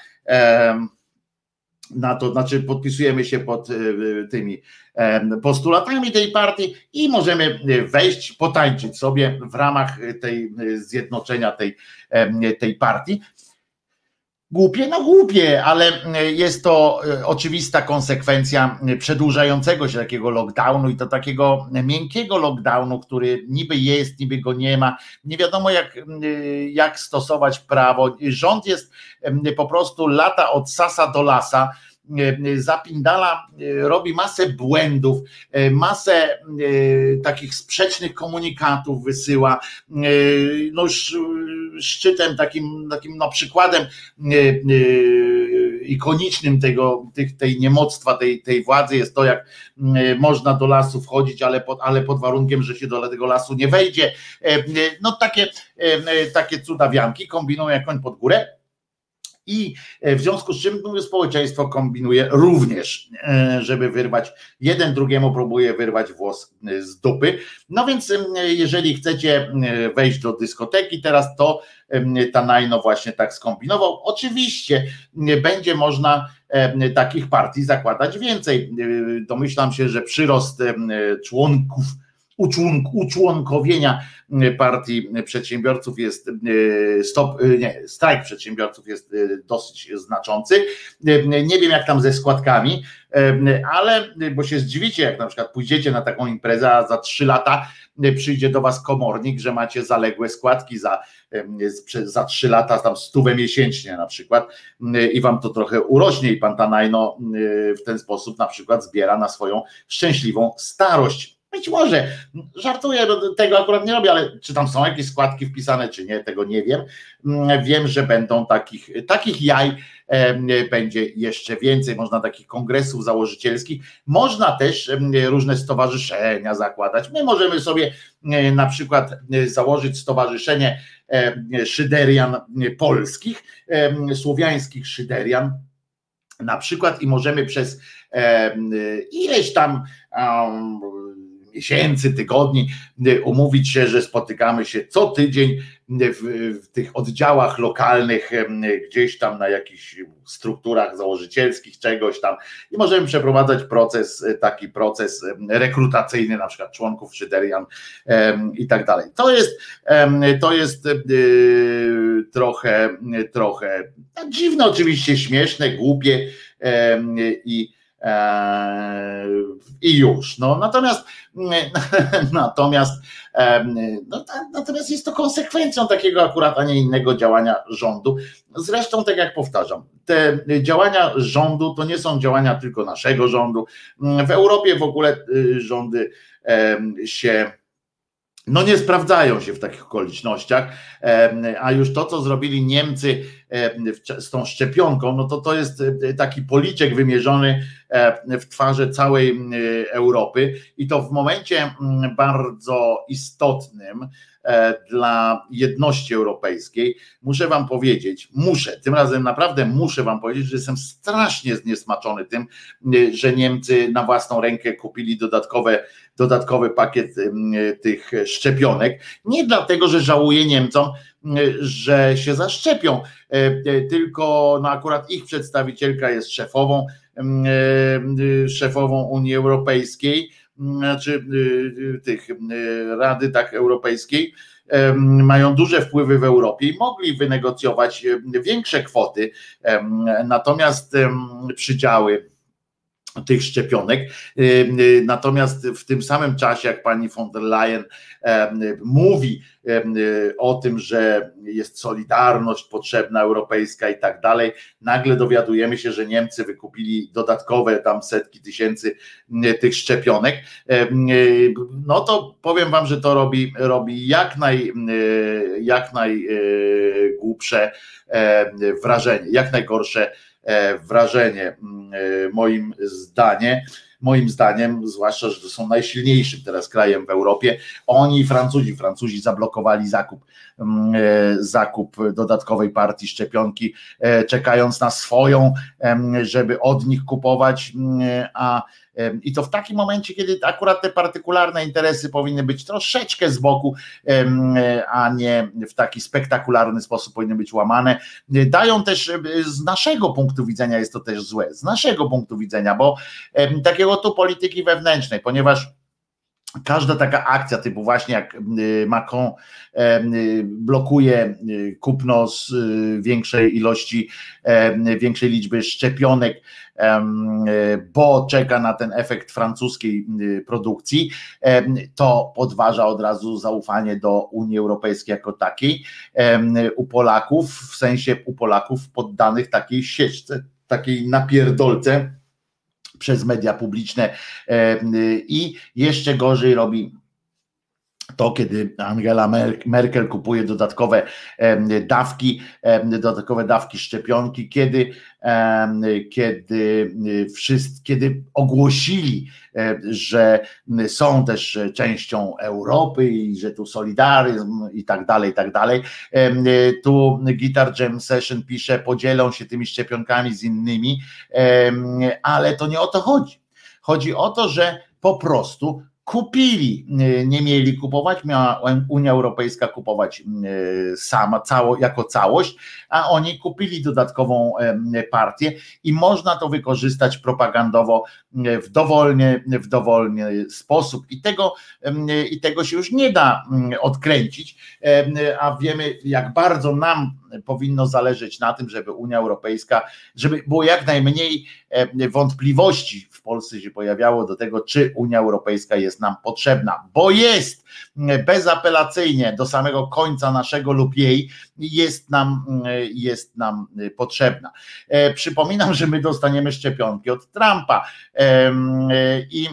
na to, znaczy podpisujemy się pod tymi postulatami tej partii i możemy wejść, potańczyć sobie w ramach tej zjednoczenia tej, tej partii. Głupie, no głupie, ale jest to oczywista konsekwencja przedłużającego się takiego lockdownu i to takiego miękkiego lockdownu, który niby jest, niby go nie ma. Nie wiadomo jak, jak stosować prawo. Rząd jest po prostu lata od sasa do lasa, zapindala, robi masę błędów, masę takich sprzecznych komunikatów wysyła. No już szczytem takim, takim no przykładem ikonicznym tego, tych, tej niemoctwa tej, tej władzy jest to, jak można do lasu wchodzić, ale pod, ale pod warunkiem, że się do tego lasu nie wejdzie. No takie, takie cudawianki kombinują jak koń pod górę. I w związku z czym społeczeństwo kombinuje również, żeby wyrwać, jeden drugiemu próbuje wyrwać włos z dupy. No więc jeżeli chcecie wejść do dyskoteki teraz, to Tanajno właśnie tak skombinował. Oczywiście będzie można takich partii zakładać więcej. Domyślam się, że przyrost członków uczłonkowienia partii przedsiębiorców jest stop, nie, strajk przedsiębiorców jest dosyć znaczący. Nie wiem jak tam ze składkami, ale bo się zdziwicie, jak na przykład pójdziecie na taką imprezę, a za trzy lata przyjdzie do was komornik, że macie zaległe składki za, za trzy lata, tam stówę miesięcznie na przykład i wam to trochę urośnie i pan Tanajno w ten sposób na przykład zbiera na swoją szczęśliwą starość. Być może, żartuję, tego akurat nie robię, ale czy tam są jakieś składki wpisane, czy nie, tego nie wiem. Wiem, że będą takich, takich jaj będzie jeszcze więcej, można takich kongresów założycielskich, można też różne stowarzyszenia zakładać. My możemy sobie na przykład założyć stowarzyszenie szyderian polskich, słowiańskich szyderian na przykład i możemy przez ileś tam miesięcy, tygodni umówić się, że spotykamy się co tydzień w, w tych oddziałach lokalnych, gdzieś tam na jakichś strukturach założycielskich, czegoś tam i możemy przeprowadzać proces, taki proces rekrutacyjny, na przykład członków Szyderian i tak dalej. To jest, to jest trochę, trochę dziwne, oczywiście śmieszne, głupie i i już. No, natomiast natomiast no, natomiast jest to konsekwencją takiego akurat, a nie innego działania rządu. Zresztą, tak jak powtarzam, te działania rządu to nie są działania tylko naszego rządu. W Europie w ogóle rządy się no nie sprawdzają się w takich okolicznościach, a już to, co zrobili Niemcy z tą szczepionką, no to to jest taki policzek wymierzony w twarze całej Europy i to w momencie bardzo istotnym dla jedności europejskiej. Muszę wam powiedzieć, muszę, tym razem naprawdę muszę wam powiedzieć, że jestem strasznie zniesmaczony tym, że Niemcy na własną rękę kupili dodatkowe, dodatkowy pakiet tych szczepionek. Nie dlatego, że żałuję Niemcom, że się zaszczepią, tylko no akurat ich przedstawicielka jest szefową, szefową Unii Europejskiej, czy tych Rady tak Europejskiej, mają duże wpływy w Europie i mogli wynegocjować większe kwoty, natomiast przydziały tych szczepionek, natomiast w tym samym czasie, jak pani von der Leyen mówi o tym, że jest solidarność potrzebna europejska i tak dalej, nagle dowiadujemy się, że Niemcy wykupili dodatkowe tam setki tysięcy tych szczepionek, no to powiem wam, że to robi, robi jak naj, jak najgłupsze wrażenie, jak najgorsze wrażenie moim zdaniem, moim zdaniem, zwłaszcza, że to są najsilniejszym teraz krajem w Europie. Oni i Francuzi, Francuzi zablokowali zakup, zakup dodatkowej partii szczepionki, czekając na swoją, żeby od nich kupować, a i to w takim momencie, kiedy akurat te partykularne interesy powinny być troszeczkę z boku, a nie w taki spektakularny sposób powinny być łamane. Dają też, z naszego punktu widzenia jest to też złe, z naszego punktu widzenia, bo takiego tu polityki wewnętrznej, ponieważ każda taka akcja typu właśnie jak Macron blokuje kupno z większej ilości, większej liczby szczepionek, bo czeka na ten efekt francuskiej produkcji, to podważa od razu zaufanie do Unii Europejskiej jako takiej u Polaków, w sensie u Polaków poddanych takiej sieczce, takiej napierdolce przez media publiczne i jeszcze gorzej robi to, kiedy Angela Merkel kupuje dodatkowe dawki, dodatkowe dawki szczepionki, kiedy, kiedy, wszyscy, kiedy ogłosili, że są też częścią Europy i że tu solidaryzm i tak dalej, i tak dalej. Tu Guitar Jam Session pisze, podzielą się tymi szczepionkami z innymi, ale to nie o to chodzi. Chodzi o to, że po prostu kupili, nie mieli kupować, miała Unia Europejska kupować sama, cało, jako całość, a oni kupili dodatkową partię i można to wykorzystać propagandowo w dowolny, w dowolny sposób i tego, i tego się już nie da odkręcić, a wiemy, jak bardzo nam powinno zależeć na tym, żeby Unia Europejska, żeby było jak najmniej wątpliwości w Polsce się pojawiało do tego, czy Unia Europejska jest nam potrzebna, bo jest bezapelacyjnie do samego końca naszego lub jej jest nam, jest nam potrzebna. Przypominam, że my dostaniemy szczepionki od Trumpa i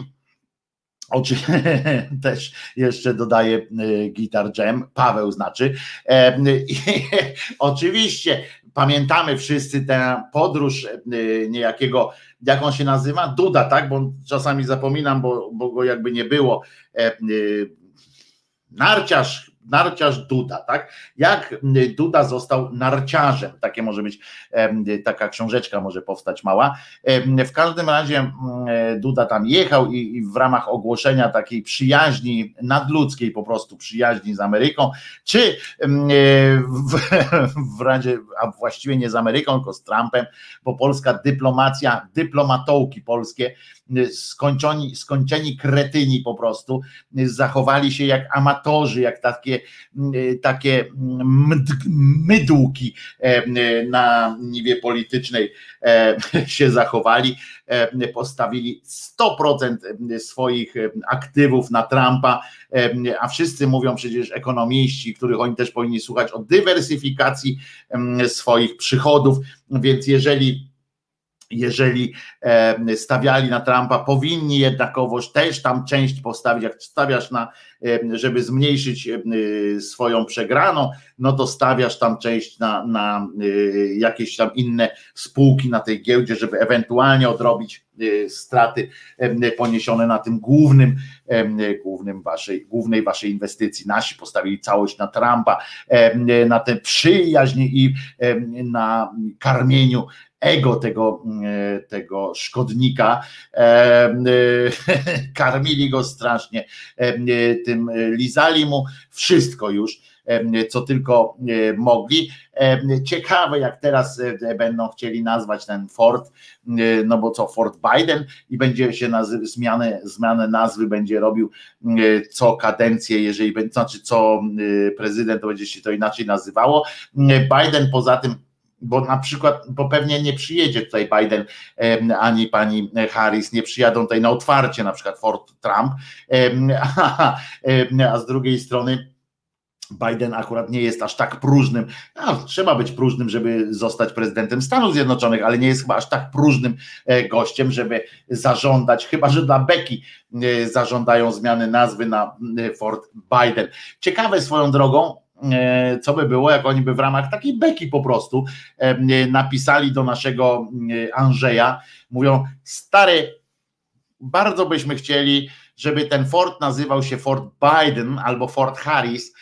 oczywiście też jeszcze dodaje Guitar Jam, Paweł znaczy. I oczywiście pamiętamy wszyscy tę podróż niejakiego, jak on się nazywa? Duda, tak? Bo czasami zapominam, bo, bo go jakby nie było. Narciarz, narciarz Duda, tak? Jak Duda został narciarzem, takie może być, taka książeczka może powstać mała. W każdym razie Duda tam jechał i, i w ramach ogłoszenia takiej przyjaźni nadludzkiej, po prostu przyjaźni z Ameryką, czy w, w razie, a właściwie nie z Ameryką, tylko z Trumpem, bo polska dyplomacja, dyplomatołki polskie, skończeni, skończeni kretyni po prostu, zachowali się jak amatorzy, jak takie, takie mydłki na niwie politycznej się zachowali, postawili sto procent swoich aktywów na Trumpa, a wszyscy mówią przecież ekonomiści, których oni też powinni słuchać, o dywersyfikacji swoich przychodów, więc jeżeli jeżeli stawiali na Trumpa, powinni jednakowoż też tam część postawić, jak stawiasz na, żeby zmniejszyć swoją przegraną, no to stawiasz tam część na, na jakieś tam inne spółki na tej giełdzie, żeby ewentualnie odrobić straty poniesione na tym głównym, głównym waszej, głównej waszej inwestycji. Nasi postawili całość na Trumpa, na tę przyjaźń i na karmieniu ego tego, tego szkodnika, karmili go strasznie, tym lizali mu wszystko już, co tylko mogli. Ciekawe, jak teraz będą chcieli nazwać ten Ford, no bo co, Ford Biden, i będzie się nazy- zmianę, zmianę nazwy będzie robił co kadencję, jeżeli będzie, znaczy co prezydent, to będzie się to inaczej nazywało. Biden poza tym, bo na przykład, bo pewnie nie przyjedzie tutaj Biden ani pani Harris, nie przyjadą tutaj na otwarcie, na przykład Ford Trump, a, a z drugiej strony Biden akurat nie jest aż tak próżnym, no, trzeba być próżnym, żeby zostać prezydentem Stanów Zjednoczonych, ale nie jest chyba aż tak próżnym gościem, żeby zażądać, chyba że dla beki zażądają zmiany nazwy na Ford Biden. Ciekawe swoją drogą, co by było, jak oni by w ramach takiej beki po prostu napisali do naszego Andrzeja, mówią: stary, bardzo byśmy chcieli, żeby ten Ford nazywał się Ford Biden albo Ford Harris,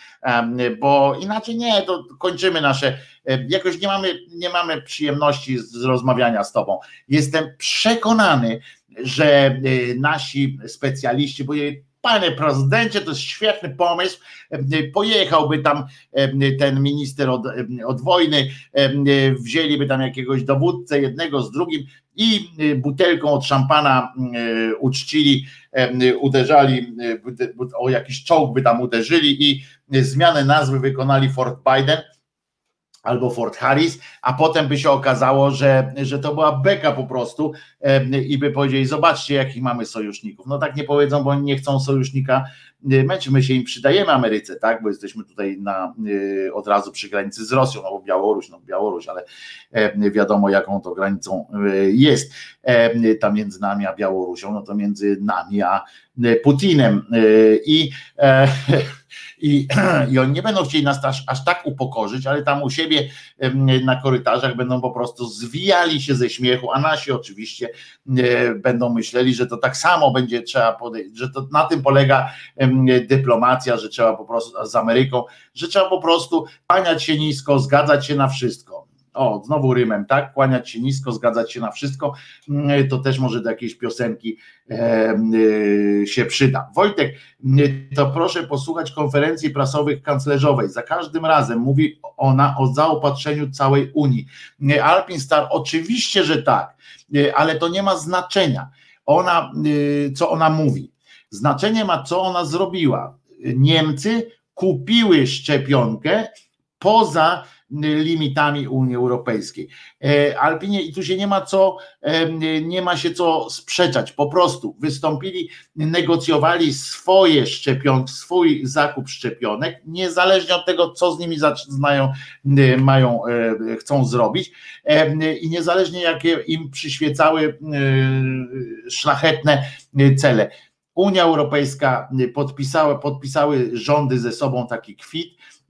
bo inaczej nie, to kończymy nasze, jakoś nie mamy, nie mamy przyjemności z rozmawiania z tobą. Jestem przekonany, że nasi specjaliści, bo panie prezydencie, to jest świetny pomysł, pojechałby tam ten minister od, od wojny, wzięliby tam jakiegoś dowódcę, jednego z drugim i butelką od szampana uczcili, uderzali, o jakiś czołg by tam uderzyli i zmianę nazwy wykonali Fort Biden albo Fort Harris, a potem by się okazało, że, że to była beka po prostu i by powiedzieli: zobaczcie, jakich mamy sojuszników. No tak nie powiedzą, bo oni nie chcą sojusznika, my się im przydajemy Ameryce, tak, bo jesteśmy tutaj na, od razu przy granicy z Rosją, no bo Białoruś, no Białoruś, ale wiadomo, jaką to granicą jest ta między nami a Białorusią, no to między nami a Putinem i I, i oni nie będą chcieli nas aż, aż tak upokorzyć, ale tam u siebie na korytarzach będą po prostu zwijali się ze śmiechu, a nasi oczywiście będą myśleli, że to tak samo będzie trzeba podejść, że to na tym polega dyplomacja, że trzeba po prostu z Ameryką, że trzeba po prostu kłaniać się nisko, zgadzać się na wszystko. O, znowu rymem, tak? Kłaniać się nisko, zgadzać się na wszystko, to też może do jakiejś piosenki e, e, się przyda. Wojtek, to proszę posłuchać konferencji prasowych kanclerzowej. Za każdym razem mówi ona o zaopatrzeniu całej Unii. Alpin Star, oczywiście, że tak, ale to nie ma znaczenia. Ona, co ona mówi. Znaczenie ma, co ona zrobiła. Niemcy kupiły szczepionkę poza limitami Unii Europejskiej. Alpinie, i tu się nie ma co, nie ma się co sprzeczać, po prostu wystąpili, negocjowali swoje szczepionki, swój zakup szczepionek, niezależnie od tego, co z nimi zaczynają, mają, chcą zrobić i niezależnie jakie im przyświecały szlachetne cele. Unia Europejska podpisała, podpisały rządy ze sobą taki kwit,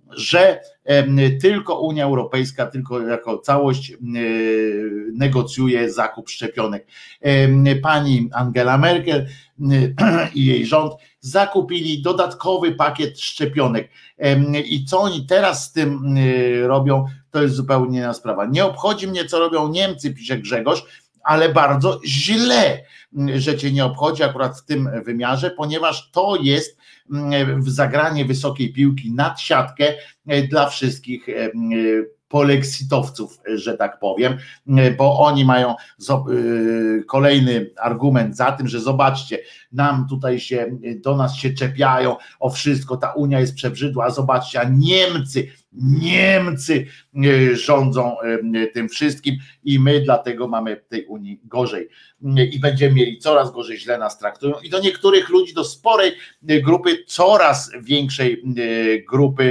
że tylko Unia Europejska, tylko jako całość negocjuje zakup szczepionek. Pani Angela Merkel i jej rząd zakupili dodatkowy pakiet szczepionek. I co oni teraz z tym robią, to jest zupełnie inna sprawa. Nie obchodzi mnie, co robią Niemcy, pisze Grzegorz, ale bardzo źle, że cię nie obchodzi akurat w tym wymiarze, ponieważ to jest zagranie wysokiej piłki nad siatkę dla wszystkich poleksitowców, że tak powiem, bo oni mają kolejny argument za tym, że zobaczcie, nam tutaj się, do nas się czepiają o wszystko, ta Unia jest przebrzydła, a zobaczcie, a Niemcy, Niemcy rządzą tym wszystkim i my dlatego mamy tej Unii gorzej i będziemy mieli coraz gorzej, źle nas traktują i do niektórych ludzi, do sporej grupy, coraz większej grupy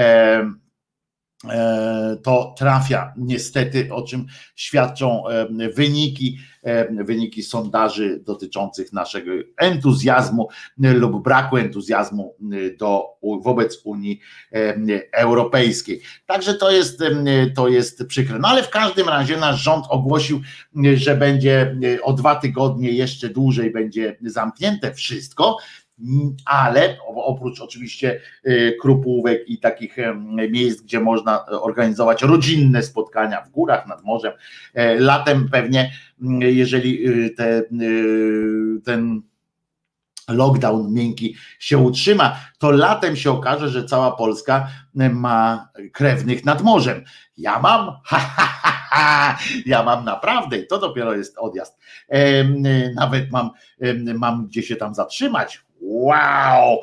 to trafia niestety, o czym świadczą wyniki, wyniki sondaży dotyczących naszego entuzjazmu lub braku entuzjazmu do, wobec Unii Europejskiej. Także to jest, to jest przykre. No ale w każdym razie nasz rząd ogłosił, że będzie o dwa tygodnie jeszcze dłużej będzie zamknięte wszystko, ale oprócz oczywiście krupówek i takich miejsc, gdzie można organizować rodzinne spotkania w górach, nad morzem, latem pewnie, jeżeli te, ten lockdown miękki się utrzyma, to latem się okaże, że cała Polska ma krewnych nad morzem. Ja mam, ha, ha, ha, ha, ja mam naprawdę i to dopiero jest odjazd. Nawet mam, mam gdzie się tam zatrzymać. Wow!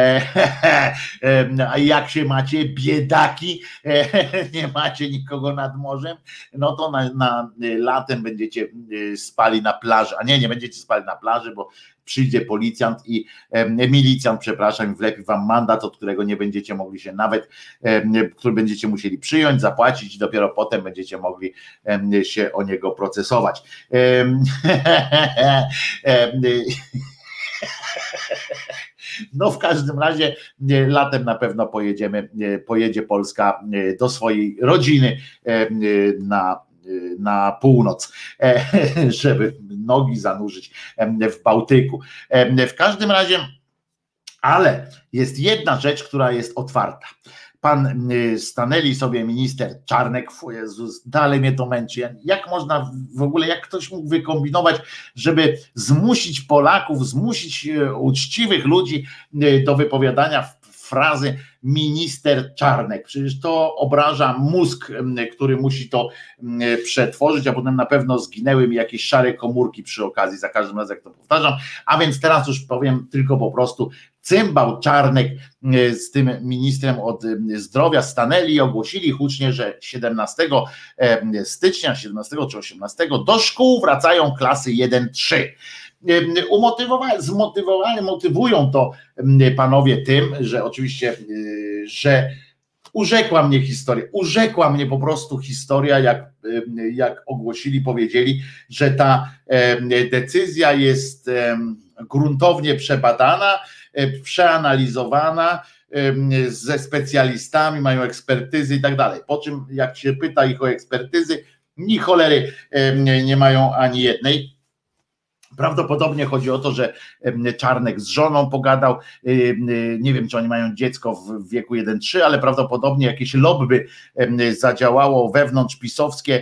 A jak się macie, biedaki, nie macie nikogo nad morzem, no to na, na latem będziecie spali na plaży, a nie, nie będziecie spali na plaży, bo przyjdzie policjant i milicjant, przepraszam, wlepi wam mandat, od którego nie będziecie mogli się nawet, który będziecie musieli przyjąć, zapłacić i dopiero potem będziecie mogli się o niego procesować. No w każdym razie latem na pewno pojedziemy, pojedzie Polska do swojej rodziny na, na północ, żeby nogi zanurzyć w Bałtyku. W każdym razie, ale jest jedna rzecz, która jest otwarta. Pan stanęli sobie minister Czarnek, fu Jezus, dalej mnie to męczy. Jak można w ogóle, jak ktoś mógł wykombinować, żeby zmusić Polaków, zmusić uczciwych ludzi do wypowiadania frazy minister Czarnek. Przecież to obraża mózg, który musi to przetworzyć, a potem na pewno zginęły mi jakieś szare komórki przy okazji, za każdym razem jak to powtarzam. A więc teraz już powiem tylko po prostu cymbał Czarnek z tym ministrem od zdrowia stanęli i ogłosili hucznie, że siedemnastego stycznia, siedemnastego czy osiemnastego do szkół wracają klasy jeden trzy. Umotywowali, zmotywowali, motywują to panowie tym, że oczywiście, że urzekła mnie historia, urzekła mnie po prostu historia, jak, jak ogłosili, powiedzieli, że ta decyzja jest gruntownie przebadana, przeanalizowana ze specjalistami, mają ekspertyzy i tak dalej. Po czym jak się pyta ich o ekspertyzy, ni cholery nie mają ani jednej. Prawdopodobnie chodzi o to, że Czarnek z żoną pogadał, nie wiem, czy oni mają dziecko w wieku jeden trzy, ale prawdopodobnie jakieś lobby zadziałało wewnątrz pisowskie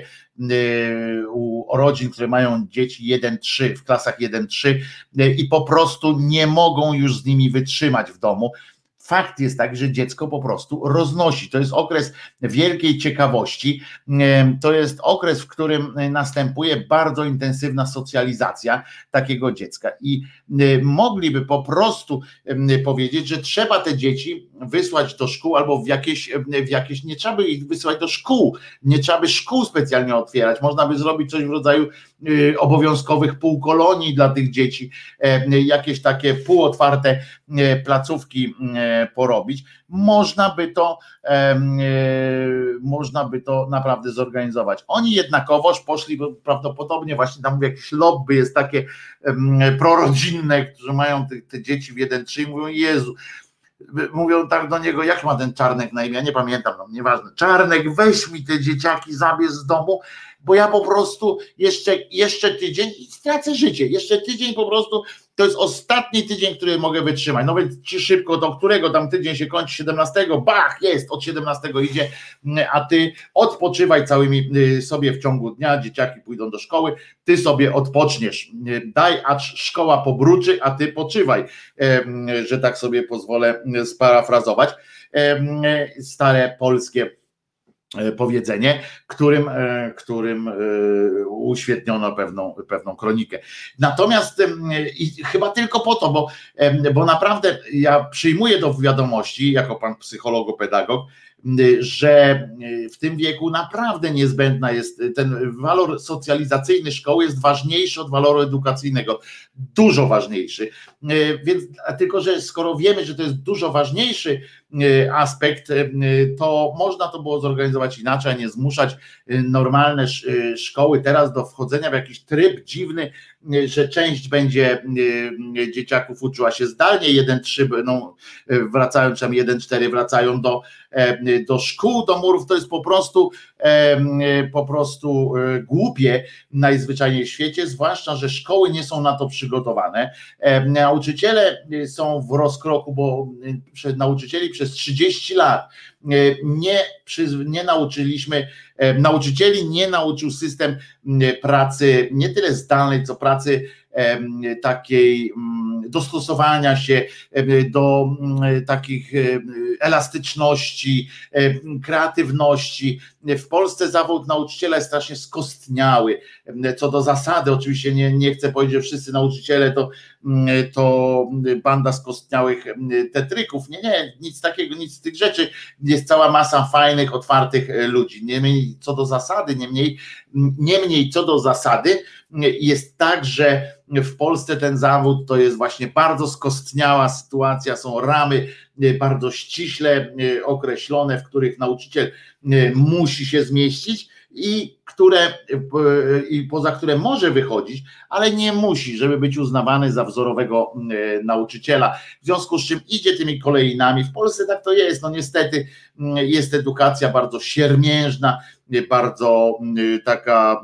u rodzin, które mają dzieci jeden trzy, w klasach jeden trzy i po prostu nie mogą już z nimi wytrzymać w domu. Fakt jest taki, że dziecko po prostu roznosi. To jest okres wielkiej ciekawości. To jest okres, w którym następuje bardzo intensywna socjalizacja takiego dziecka i mogliby po prostu powiedzieć, że trzeba te dzieci wysłać do szkół albo w jakieś, w jakieś, nie trzeba by ich wysyłać do szkół, nie trzeba by szkół specjalnie otwierać, można by zrobić coś w rodzaju obowiązkowych półkolonii dla tych dzieci, jakieś takie półotwarte placówki porobić, można by to można by to naprawdę zorganizować. Oni jednakowoż poszli, bo prawdopodobnie właśnie tam jakieś lobby jest takie prorodzinne, którzy mają te, te dzieci w jeden trzy i mówią, Jezu, mówią tak do niego, jak ma ten Czarnek na imię, ja nie pamiętam, no nieważne, Czarnek, weź mi te dzieciaki, zabierz z domu, bo ja po prostu jeszcze, jeszcze tydzień i stracę życie, jeszcze tydzień po prostu, to jest ostatni tydzień, który mogę wytrzymać, no więc ci szybko, do którego tam tydzień się kończy, siedemnastego, bach, jest, od siedemnastego idzie, a ty odpoczywaj całymi sobie w ciągu dnia, dzieciaki pójdą do szkoły, ty sobie odpoczniesz, daj, acz szkoła pobruczy, a ty poczywaj, że tak sobie pozwolę sparafrazować, stare polskie powiedzenie, którym, którym uświetniono pewną, pewną kronikę. Natomiast i chyba tylko po to, bo, bo naprawdę ja przyjmuję do wiadomości, jako pan psychologopedagog, że w tym wieku naprawdę niezbędna jest, ten walor socjalizacyjny szkoły jest ważniejszy od waloru edukacyjnego, dużo ważniejszy, więc tylko, że skoro wiemy, że to jest dużo ważniejszy aspekt, to można to było zorganizować inaczej, a nie zmuszać normalne szkoły teraz do wchodzenia w jakiś tryb dziwny, że część będzie dzieciaków uczyła się zdalnie, jeden trzy no, wracają, czy tam jeden cztery wracają do, do szkół, do murów, to jest po prostu po prostu głupie najzwyczajniej w świecie, zwłaszcza, że szkoły nie są na to przygotowane. Nauczyciele są w rozkroku, bo nauczycieli przez trzydzieści lat nie, nie nauczyliśmy, nauczycieli nie nauczył system pracy nie tyle zdalnej, co pracy takiej dostosowania się do takich elastyczności, kreatywności. W Polsce zawód nauczyciela jest strasznie skostniały. Co do zasady, oczywiście nie, nie chcę powiedzieć, że wszyscy nauczyciele to, to banda skostniałych tetryków. Nie, nie, nic takiego, nic z tych rzeczy. Jest cała masa fajnych, otwartych ludzi. Niemniej co do zasady, niemniej, niemniej co do zasady jest tak, że w Polsce ten zawód to jest właśnie bardzo skostniała sytuacja, są ramy bardzo ściśle określone, w których nauczyciel musi się zmieścić i które i poza które może wychodzić, ale nie musi, żeby być uznawany za wzorowego nauczyciela. W związku z czym idzie tymi kolejnami. W Polsce tak to jest, no niestety jest edukacja bardzo siermiężna, bardzo taka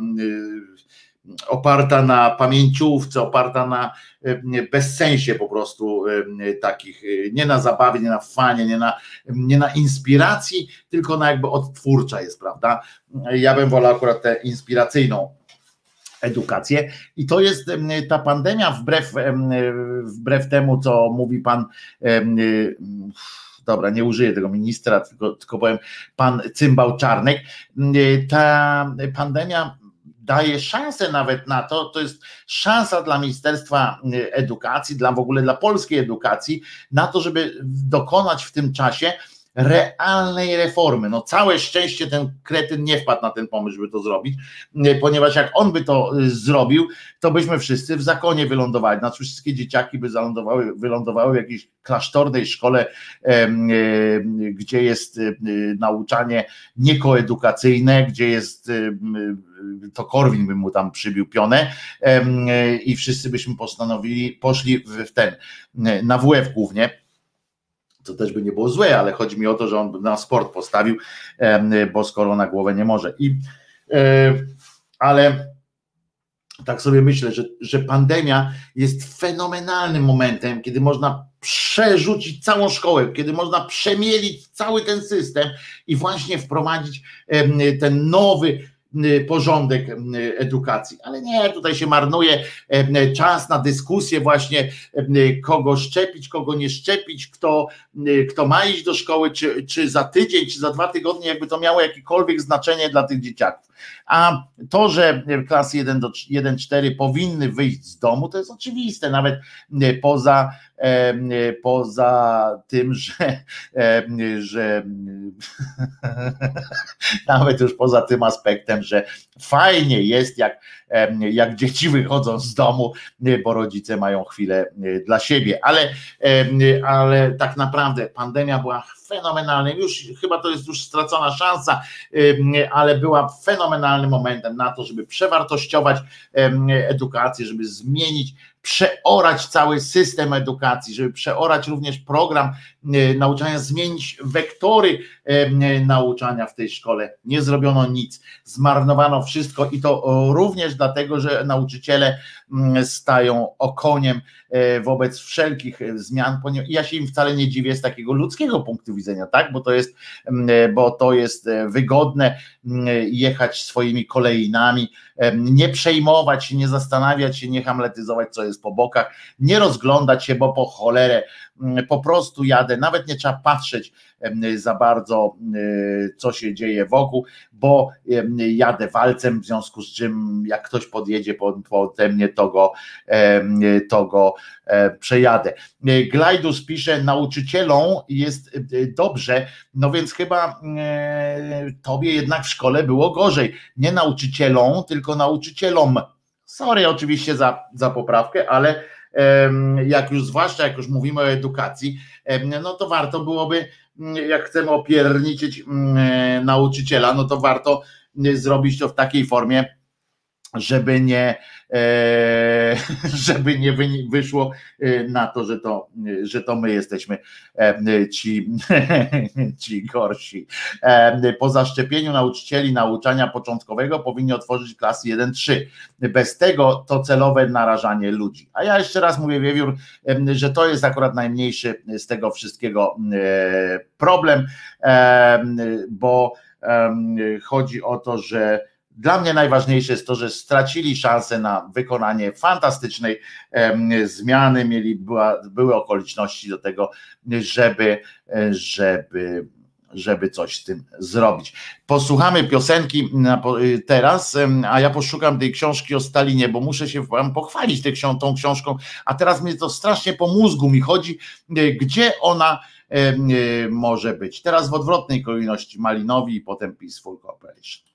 oparta na pamięciówce, oparta na bezsensie po prostu takich, nie na zabawie, nie na fanie, nie na, nie na inspiracji, tylko na jakby odtwórcza jest, prawda? Ja bym wolał akurat tę inspiracyjną edukację i to jest ta pandemia wbrew, wbrew temu, co mówi pan, dobra, nie użyję tego ministra, tylko, tylko powiem pan Cymbał Czarnek, ta pandemia daje szansę nawet na to, to jest szansa dla Ministerstwa Edukacji, dla w ogóle dla polskiej edukacji, na to, żeby dokonać w tym czasie realnej reformy. No całe szczęście ten kretyn nie wpadł na ten pomysł, żeby to zrobić, ponieważ jak on by to zrobił, to byśmy wszyscy w zakonie wylądowali, znaczy wszystkie dzieciaki by wylądowały, wylądowały w jakiejś klasztornej szkole, gdzie jest nauczanie niekoedukacyjne, gdzie jest, to Korwin by mu tam przybił pionę i wszyscy byśmy postanowili, poszli w ten, na W F głównie, co też by nie było złe, ale chodzi mi o to, że on na sport postawił, bo skoro na głowę nie może. I, ale tak sobie myślę, że, że pandemia jest fenomenalnym momentem, kiedy można przerzucić całą szkołę, kiedy można przemielić cały ten system i właśnie wprowadzić ten nowy porządek edukacji, ale nie, tutaj się marnuje czas na dyskusję właśnie, kogo szczepić, kogo nie szczepić, kto, kto ma iść do szkoły, czy, czy za tydzień, czy za dwa tygodnie, jakby to miało jakiekolwiek znaczenie dla tych dzieciaków. A to, że klasy jeden do czterech powinny wyjść z domu, to jest oczywiste, nawet poza, poza tym, że, że nawet już poza tym aspektem, że fajnie jest, jak, jak dzieci wychodzą z domu, bo rodzice mają chwilę dla siebie, ale, ale tak naprawdę pandemia była fenomenalnym, już chyba to jest już stracona szansa, ale była fenomenalnym momentem na to, żeby przewartościować edukację, żeby zmienić, przeorać cały system edukacji, żeby przeorać również program nauczania, zmienić wektory nauczania w tej szkole. Nie zrobiono nic, zmarnowano wszystko i to również dlatego, że nauczyciele stają okoniem wobec wszelkich zmian. Ja się im wcale nie dziwię z takiego ludzkiego punktu widzenia, tak? Bo to jest, bo to jest wygodne jechać swoimi kolejnami, nie przejmować się, nie zastanawiać się, nie hamletyzować, co jest po bokach, nie rozglądać się, bo po cholerę po prostu jadę, nawet nie trzeba patrzeć za bardzo, co się dzieje wokół, bo jadę walcem, w związku z czym jak ktoś podjedzie pode mnie, to go, to go przejadę. Glajdus pisze, nauczycielom jest dobrze, no więc chyba tobie jednak w szkole było gorzej. Nie nauczycielom, tylko nauczycielom. Sorry oczywiście za, za poprawkę, ale jak już, zwłaszcza jak już mówimy o edukacji, no to warto byłoby, jak chcemy opierniczyć nauczyciela, no to warto zrobić to w takiej formie, żeby nie, żeby nie wyszło na to, że to, że to my jesteśmy ci, ci gorsi. Po zaszczepieniu nauczycieli nauczania początkowego powinni otworzyć klasy jeden trzy. Bez tego to celowe narażanie ludzi. A ja jeszcze raz mówię, Wiewiór, że to jest akurat najmniejszy z tego wszystkiego problem, bo chodzi o to, że dla mnie najważniejsze jest to, że stracili szansę na wykonanie fantastycznej em, zmiany, mieli, była, były okoliczności do tego, żeby, żeby, żeby coś z tym zrobić. Posłuchamy piosenki na, teraz, a ja poszukam tej książki o Stalinie, bo muszę się wam pochwalić tę, tą książką, a teraz mnie to strasznie po mózgu mi chodzi, gdzie ona em, może być. Teraz w odwrotnej kolejności Malinowi i potem Peaceful Cooperation.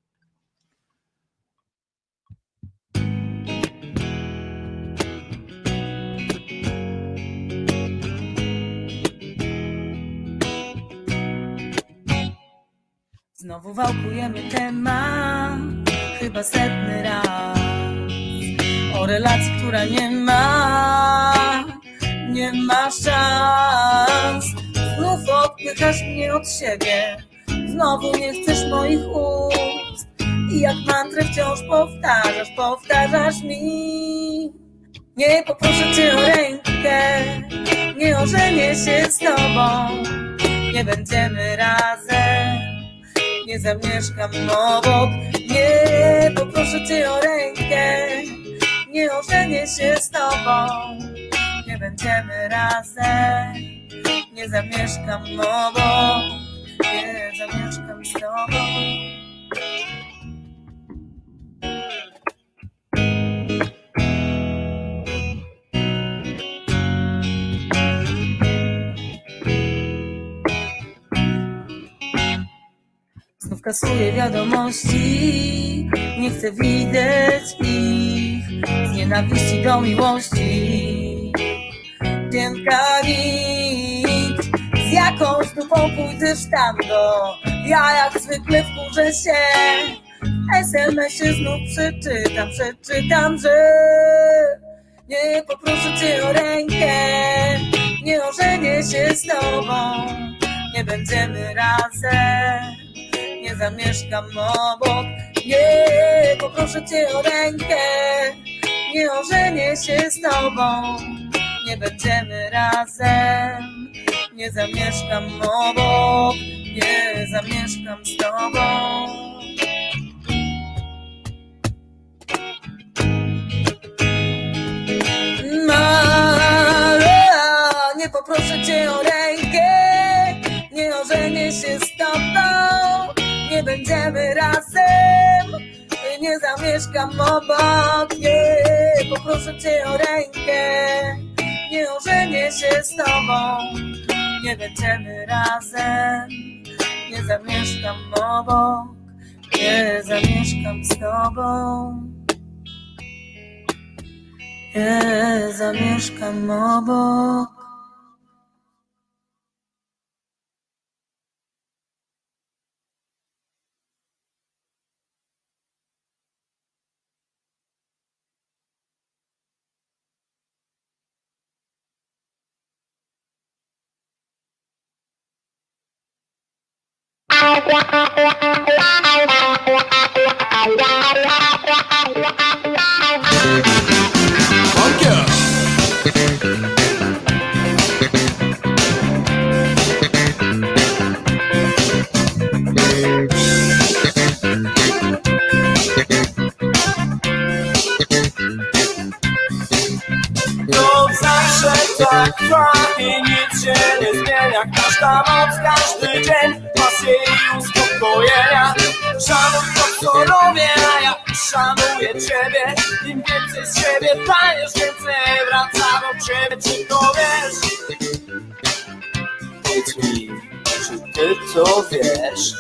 Znowu wałkujemy temat, chyba setny raz, o relacji, która nie ma, nie ma szans. Znów odpychasz mnie od siebie, znowu nie chcesz moich ust i jak mantrę wciąż powtarzasz, powtarzasz mi. Nie poproszę cię o rękę, nie ożenię się z tobą, nie będziemy razem, nie zamieszkam obok. Nie poproszę cię o rękę, nie ożenię się z tobą, nie będziemy razem, nie zamieszkam obok, nie zamieszkam z tobą. Znów kasuję wiadomości, nie chcę widzieć ich, z nienawiści do miłości. Piętka nikt, z jakąś dupą pójdziesz tam go. Ja jak zwykle wkurzę się, w es em esie znów przeczytam, przeczytam, że nie poproszę cię o rękę, nie ożenię się z tobą, nie będziemy razem, nie zamieszkam obok. Nie poproszę cię o rękę, nie ożenię się z tobą, nie będziemy razem, nie zamieszkam obok, nie zamieszkam z tobą. Nie poproszę cię o rękę, nie ożenię się z tobą, nie będziemy razem, nie zamieszkam obok. Nie poproszę cię o rękę, nie ożenię się z tobą, nie będziemy razem, nie zamieszkam obok, Nie zamieszkam z tobą, nie zamieszkam obok. To zawsze tak trwa i nic się nie zmienia. Każda noc, każdy dzień pasje i uspokojenia. Szanuj to, co robię, a ja szanuję ciebie. Im więcej z siebie dajesz, więcej wraca do ciebie. Czy to wiesz? Powiedz mi, czy ty to wiesz?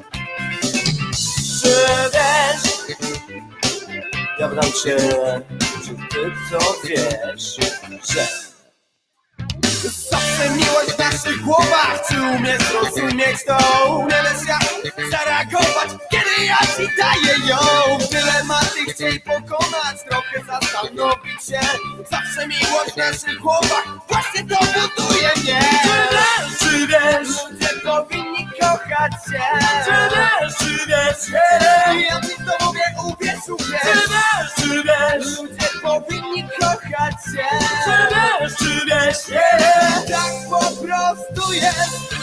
Czy wiesz? Ja pytam cię, czy ty to wiesz, że zawsze miłość w naszych głowach. Czy umiesz zrozumieć to? Umiesz jak zareagować, kiedy ja ci daję ją? Dylematy chciej pokonać, trochę zastanowić się. Zawsze miłość w naszych głowach, właśnie to buduje mnie. Czy wiesz, czy wiesz, ludzie powinni kochać się? Czy wiesz, czy wiesz, ja ci to mówię, uwierz, uwierz. Czy wiesz, czy wiesz, ludzie powinni kochać się? Czy wiesz, czy wiesz, tak po prostu jest.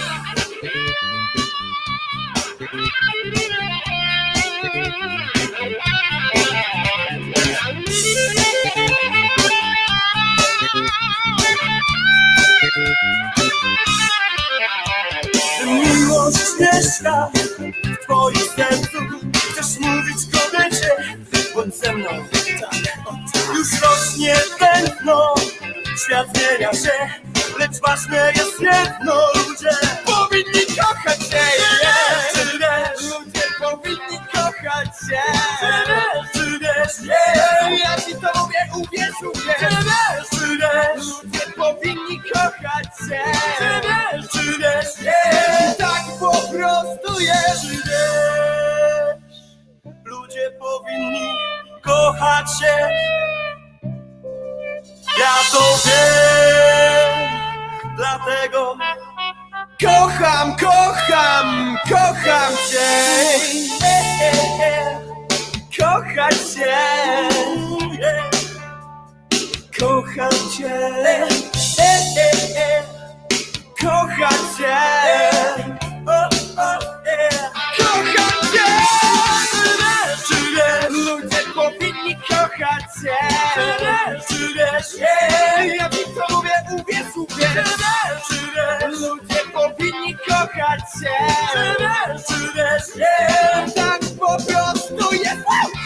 Miłość mieszka w twoim sercu. Chcesz mówić kobiecie, bądź ze mną, tak, o tak. Już rośnie tętno, świat zmienia się, lecz ważne jest jedno, ludzie powinni kochać się. Czy wiesz, ludzie powinni kochać się. Czy wiesz, czy wiesz, ja ci to mówię, uwierz, uwierz. Czy wiesz, czy wiesz, ludzie powinni kochać się. Czy wiesz, czy wiesz, tak po prostu jest. Czy wiesz, ludzie powinni kochać się. Ja to wiem, dlatego kocham, kocham, kocham cię. Kocham cię. Kocham cię. Kocham cię. Kocham cię. Czy wiesz, ludzie powinni kochać się. Czy wiesz, ja ci to mówię, uwierz, uwierz. Czy wiesz, ludzie powinni kochać się. Czy wiesz, tak po prostu jest.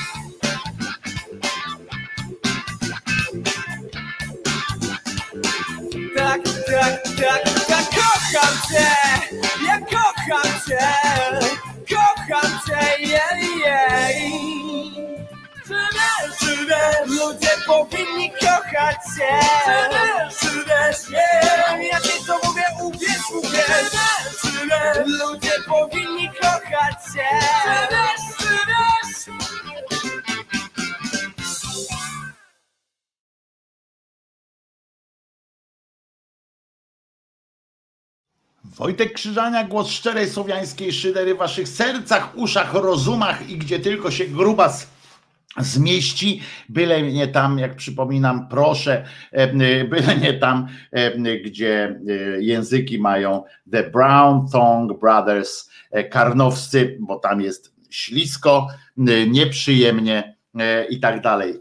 Tak, tak, tak, tak, kocham cię. Ja kocham cię. Kocham cię, jej, jej. Czy wiesz, czy wiesz, ludzie powinni kochać się. Czy wiesz, yeah, ja ci to mówię, uwierz, uwierz. Czy wiesz, ludzie powinni kochać się. Czy wiesz, czy wiesz. Wojtek Krzyżania, głos szczerej słowiańskiej szydery w waszych sercach, uszach, rozumach i gdzie tylko się grubas zmieści, byle nie tam, jak przypominam, proszę, byle nie tam, gdzie języki mają The Brown Tongue Brothers Karnowscy, bo tam jest ślisko, nieprzyjemnie i tak dalej.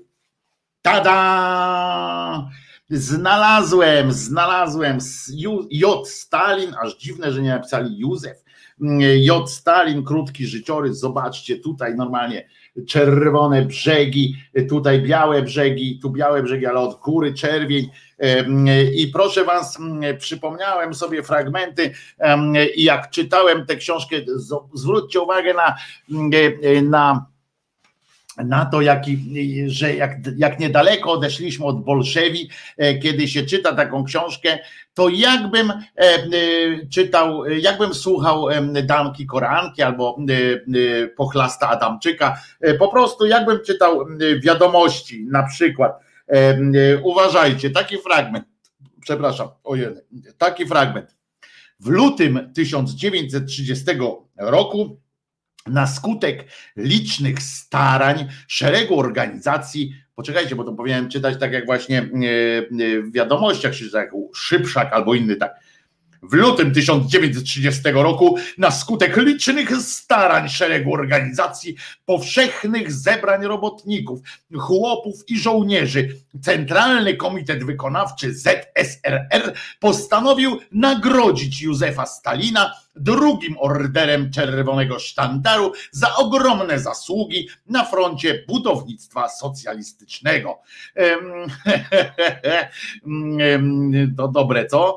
Tada! Znalazłem, znalazłem J. Stalin, aż dziwne, że nie napisali Józef. J. Stalin, krótki życiorys, zobaczcie tutaj normalnie czerwone brzegi, tutaj białe brzegi, tu białe brzegi, ale od góry czerwień. I proszę was, przypomniałem sobie fragmenty i jak czytałem tę książkę, zwróćcie uwagę na, na na to, jak, że jak, jak niedaleko odeszliśmy od bolszewi, kiedy się czyta taką książkę, to jakbym czytał, jakbym słuchał Danki Koranki albo Pochlasta Adamczyka, po prostu jakbym czytał wiadomości na przykład. Uważajcie, taki fragment, przepraszam, ojej, taki fragment. W lutym tysiąc dziewięćset trzydziestego roku na skutek licznych starań szeregu organizacji, poczekajcie, bo to powinienem czytać tak jak właśnie w wiadomościach, czy tak Szybszak albo inny tak. W lutym tysiąc dziewięćset trzydziestego roku na skutek licznych starań szeregu organizacji, powszechnych zebrań robotników, chłopów i żołnierzy, Centralny Komitet Wykonawczy Z S R R postanowił nagrodzić Józefa Stalina drugim orderem Czerwonego Sztandaru za ogromne zasługi na froncie budownictwa socjalistycznego. To dobre, co?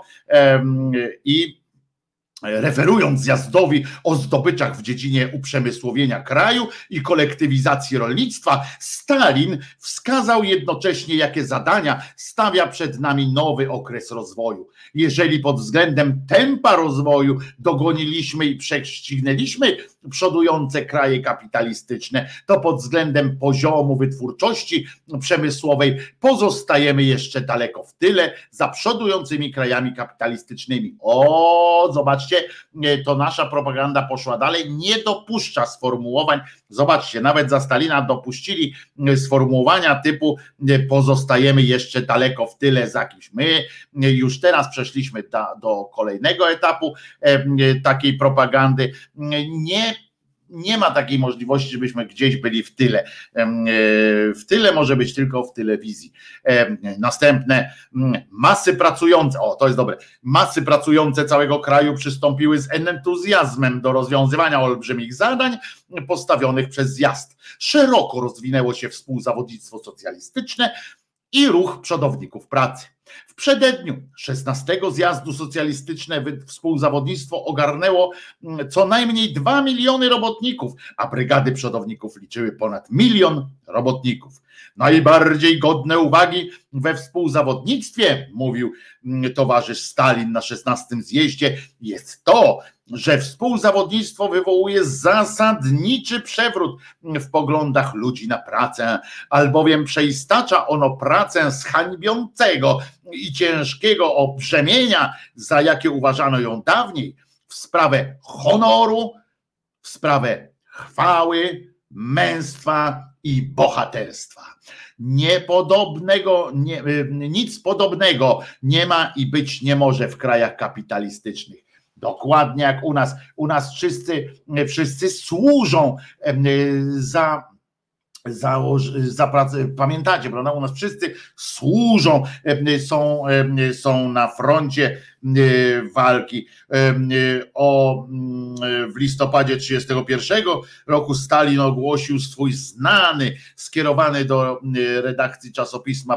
I referując zjazdowi o zdobyczach w dziedzinie uprzemysłowienia kraju i kolektywizacji rolnictwa, Stalin wskazał jednocześnie, jakie zadania stawia przed nami nowy okres rozwoju. Jeżeli pod względem tempa rozwoju dogoniliśmy i prześcignęliśmy przodujące kraje kapitalistyczne, to pod względem poziomu wytwórczości przemysłowej pozostajemy jeszcze daleko w tyle za przodującymi krajami kapitalistycznymi. O, zobaczcie, to nasza propaganda poszła dalej, nie dopuszcza sformułowań, zobaczcie, nawet za Stalina dopuścili sformułowania typu pozostajemy jeszcze daleko w tyle za kimś. My już teraz przeszliśmy do, do kolejnego etapu takiej propagandy. Nie Nie ma takiej możliwości, żebyśmy gdzieś byli w tyle. W tyle może być tylko w telewizji. Następne, masy pracujące, o to jest dobre, masy pracujące całego kraju przystąpiły z entuzjazmem do rozwiązywania olbrzymich zadań postawionych przez zjazd. Szeroko rozwinęło się współzawodnictwo socjalistyczne i ruch przodowników pracy. W przededniu szesnastego zjazdu socjalistyczne współzawodnictwo ogarnęło co najmniej dwa miliony robotników, a brygady przodowników liczyły ponad milion robotników. Najbardziej godne uwagi we współzawodnictwie, mówił towarzysz Stalin na szesnastym zjeździe, jest to, że współzawodnictwo wywołuje zasadniczy przewrót w poglądach ludzi na pracę, albowiem przeistacza ono pracę z hańbiącego i ciężkiego obrzemienia, za jakie uważano ją dawniej, w sprawę honoru, w sprawę chwały, męstwa i bohaterstwa. Niepodobnego, nie, nic podobnego nie ma i być nie może w krajach kapitalistycznych. Dokładnie jak u nas. U nas wszyscy, wszyscy służą za, za, za pracę. Pamiętacie, prawda? U nas wszyscy służą, są, są na froncie walki. O, w listopadzie trzydziestego pierwszego roku Stalin ogłosił swój znany, skierowany do redakcji czasopisma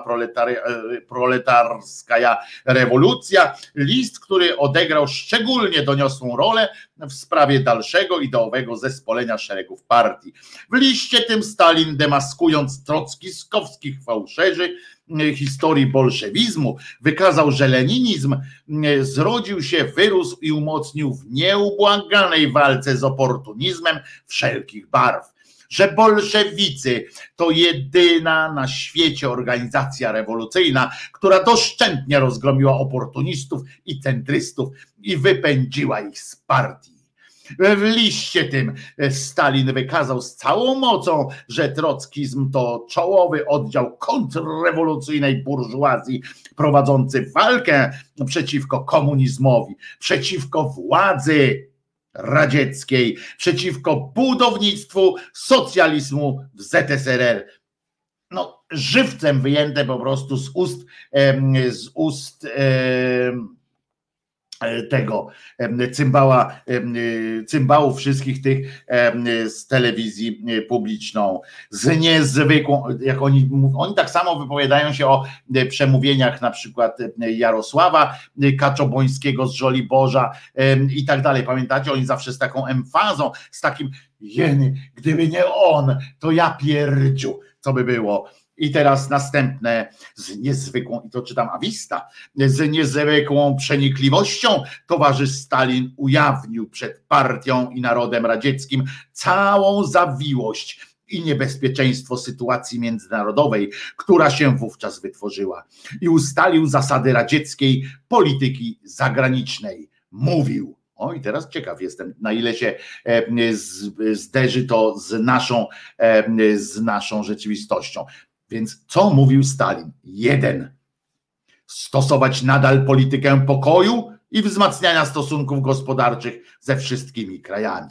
Proletarskaja Rewolucja, list, który odegrał szczególnie doniosłą rolę w sprawie dalszego ideowego zespolenia szeregów partii. W liście tym Stalin, demaskując trockiskowskich fałszerzy historii bolszewizmu, wykazał, że leninizm zrodził się, wyrósł i umocnił w nieubłaganej walce z oportunizmem wszelkich barw. Że bolszewicy to jedyna na świecie organizacja rewolucyjna, która doszczętnie rozgromiła oportunistów i centrystów i wypędziła ich z partii. W liście tym Stalin wykazał z całą mocą, że trockizm to czołowy oddział kontrrewolucyjnej burżuazji prowadzący walkę przeciwko komunizmowi, przeciwko władzy radzieckiej, przeciwko budownictwu socjalizmu w Z S R R. No, żywcem wyjęte po prostu z ust, z ust tego cymbała, cymbałów wszystkich tych z telewizji publiczną, z niezwykłą, jak oni, oni tak samo wypowiadają się o przemówieniach na przykład Jarosława Kaczobońskiego z Żoliborza i tak dalej. Pamiętacie, oni zawsze z taką emfazą, z takim jeny, gdyby nie on, to ja pierdziu, co by było. I teraz następne z niezwykłą, i to czytam awista, z niezwykłą przenikliwością towarzysz Stalin ujawnił przed partią i narodem radzieckim całą zawiłość i niebezpieczeństwo sytuacji międzynarodowej, która się wówczas wytworzyła, i ustalił zasady radzieckiej polityki zagranicznej. Mówił. O, i teraz ciekaw jestem, na ile się zderzy to z naszą, z naszą rzeczywistością. Więc co mówił Stalin? Jeden. Stosować nadal politykę pokoju i wzmacniania stosunków gospodarczych ze wszystkimi krajami.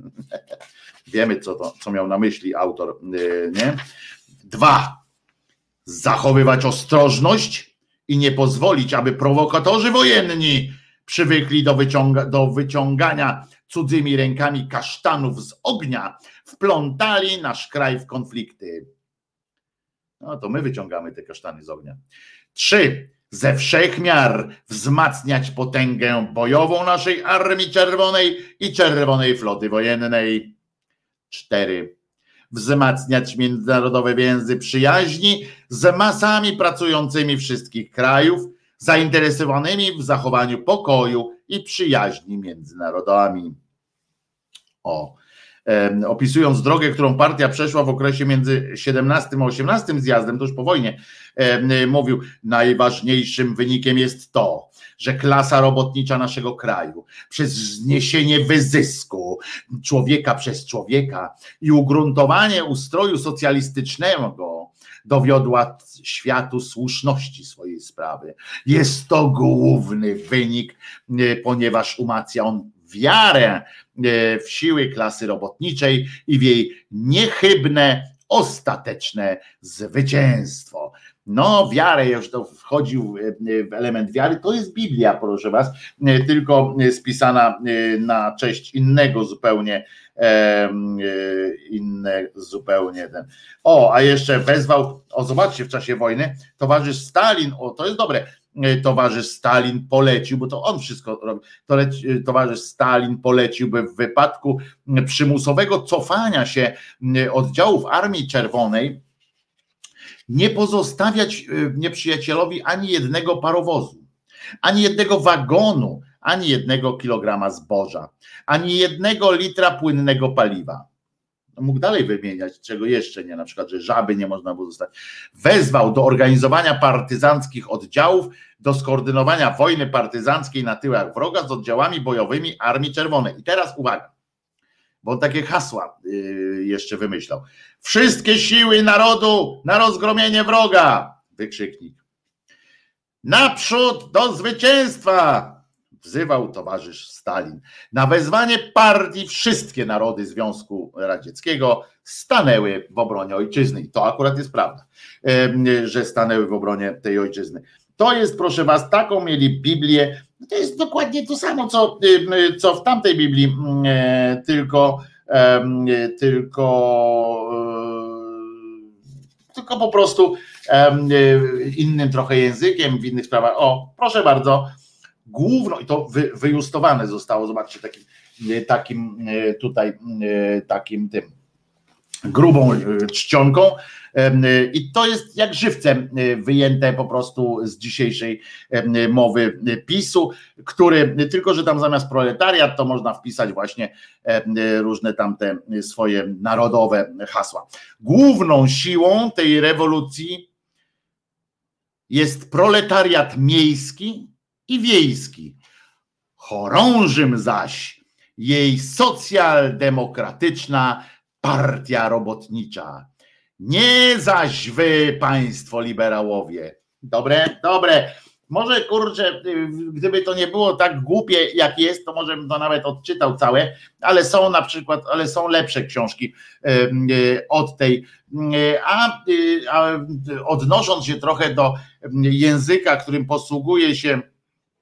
Wiemy, co, to, co miał na myśli autor, nie? Dwa. Zachowywać ostrożność i nie pozwolić, aby prowokatorzy wojenni przywykli do, wyciąga, do wyciągania cudzymi rękami kasztanów z ognia, wplątali nasz kraj w konflikty. No to my wyciągamy te kasztany z ognia. Trzy. Ze wszech miar wzmacniać potęgę bojową naszej Armii Czerwonej i Czerwonej Floty Wojennej. Cztery. Wzmacniać międzynarodowe więzy przyjaźni z masami pracującymi wszystkich krajów, zainteresowanymi w zachowaniu pokoju i przyjaźni między narodami. O. Opisując drogę, którą partia przeszła w okresie między siedemnastym a osiemnastym zjazdem, to już po wojnie, mówił, najważniejszym wynikiem jest to, że klasa robotnicza naszego kraju przez zniesienie wyzysku człowieka przez człowieka i ugruntowanie ustroju socjalistycznego dowiodła światu słuszności swojej sprawy. Jest to główny wynik, ponieważ umacnia on wiarę w siły klasy robotniczej i w jej niechybne, ostateczne zwycięstwo. No, wiarę, już to wchodził w element wiary, to jest Biblia, proszę was, tylko spisana na cześć innego zupełnie, inne zupełnie ten. O, a jeszcze wezwał, o zobaczcie, w czasie wojny towarzysz Stalin, o to jest dobre, towarzysz Stalin polecił, bo to on wszystko robi, towarzysz Stalin poleciłby w wypadku przymusowego cofania się oddziałów Armii Czerwonej nie pozostawiać nieprzyjacielowi ani jednego parowozu, ani jednego wagonu, ani jednego kilograma zboża, ani jednego litra płynnego paliwa. Mógł dalej wymieniać, czego jeszcze nie, na przykład, że żaby nie można było zostać. Wezwał do organizowania partyzanckich oddziałów, do skoordynowania wojny partyzanckiej na tyłach wroga z oddziałami bojowymi Armii Czerwonej. I teraz uwaga, bo on takie hasła jeszcze wymyślał. Wszystkie siły narodu na rozgromienie wroga! Wykrzyknik. Naprzód do zwycięstwa! Wzywał towarzysz Stalin. Na wezwanie partii wszystkie narody Związku Radzieckiego stanęły w obronie ojczyzny. I to akurat jest prawda, że stanęły w obronie tej ojczyzny. To jest, proszę was, taką mieli Biblię. To jest dokładnie to samo, co, co w tamtej Biblii, tylko, tylko, tylko po prostu innym trochę językiem, w innych sprawach. O, proszę bardzo. Główną, i to wy, wyjustowane zostało, zobaczcie, takim, takim tutaj, takim tym grubą czcionką, i to jest jak żywcem wyjęte po prostu z dzisiejszej mowy PiSu, który, tylko że tam zamiast proletariat to można wpisać właśnie różne tamte swoje narodowe hasła. Główną siłą tej rewolucji jest proletariat miejski i wiejski. Chorążym zaś jej socjaldemokratyczna partia robotnicza. Nie zaś wy, państwo liberałowie. Dobre, dobre. Może kurczę, gdyby to nie było tak głupie jak jest, to może bym to nawet odczytał całe, ale są na przykład, ale są lepsze książki od tej, a, a odnosząc się trochę do języka, którym posługuje się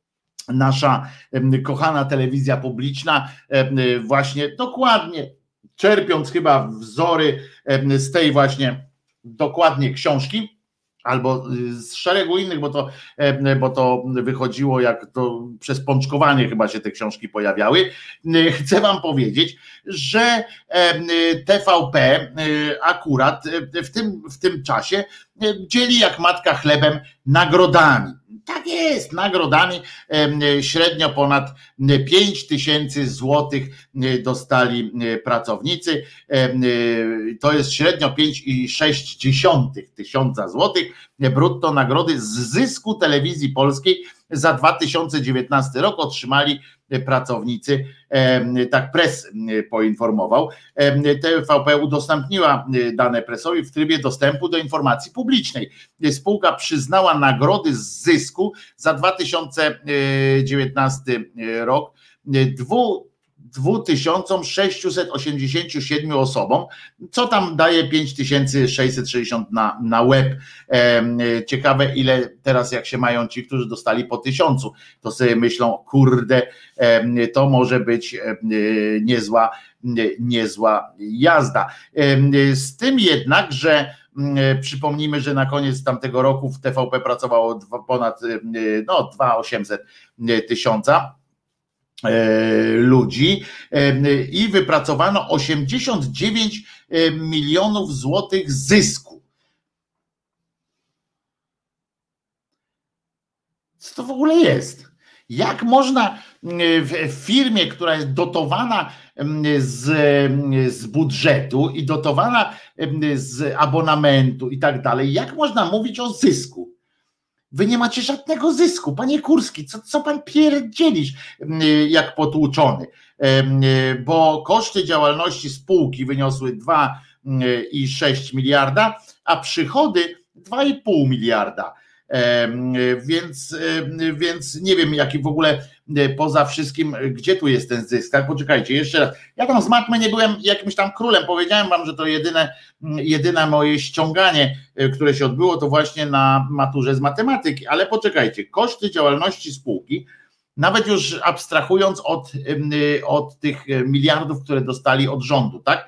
nasza kochana telewizja publiczna właśnie dokładnie czerpiąc chyba wzory z tej właśnie dokładnie książki, albo z szeregu innych, bo to, bo to wychodziło jak to przez pączkowanie chyba się te książki pojawiały. Chcę wam powiedzieć, że T V P akurat w tym, w tym czasie dzieli jak matka chlebem nagrodami. Tak jest, nagrodami średnio ponad pięć tysięcy złotych dostali pracownicy. To jest średnio pięć i sześć dziesiątych tysiąca złotych brutto nagrody z zysku telewizji polskiej za dwa tysiące dziewiętnasty rok otrzymali pracownicy, tak press poinformował. T V P udostępniła dane prasowi w trybie dostępu do informacji publicznej. Spółka przyznała nagrody z zysku za dwa tysiące dziewiętnasty rok dwu dwa tysiące sześćset osiemdziesięciu siedmiu osobom, co tam daje pięć tysięcy sześćset sześćdziesiąt na, na web. Ciekawe, ile teraz jak się mają ci, którzy dostali po tysiącu, to sobie myślą, kurde, to może być niezła, niezła jazda. Z tym jednak, że przypomnijmy, że na koniec tamtego roku w T V P pracowało ponad no, dwa tysiące osiemset tysiąca ludzi i wypracowano osiemdziesiąt dziewięć milionów złotych zysku. Co to w ogóle jest? Jak można w firmie, która jest dotowana z, z budżetu i dotowana z abonamentu i tak dalej, jak można mówić o zysku? Wy nie macie żadnego zysku, panie Kurski, co, co pan pierdzielisz jak potłuczony, bo koszty działalności spółki wyniosły dwa i sześć miliarda, a przychody dwa i pół miliarda. Więc, więc nie wiem, jaki w ogóle poza wszystkim, gdzie tu jest ten zysk. Tak, poczekajcie, jeszcze raz. Ja tam z matmy nie byłem jakimś tam królem. Powiedziałem wam, że to jedyne, jedyne moje ściąganie, które się odbyło, to właśnie na maturze z matematyki. Ale poczekajcie, koszty działalności spółki, nawet już abstrahując od, od tych miliardów, które dostali od rządu, tak?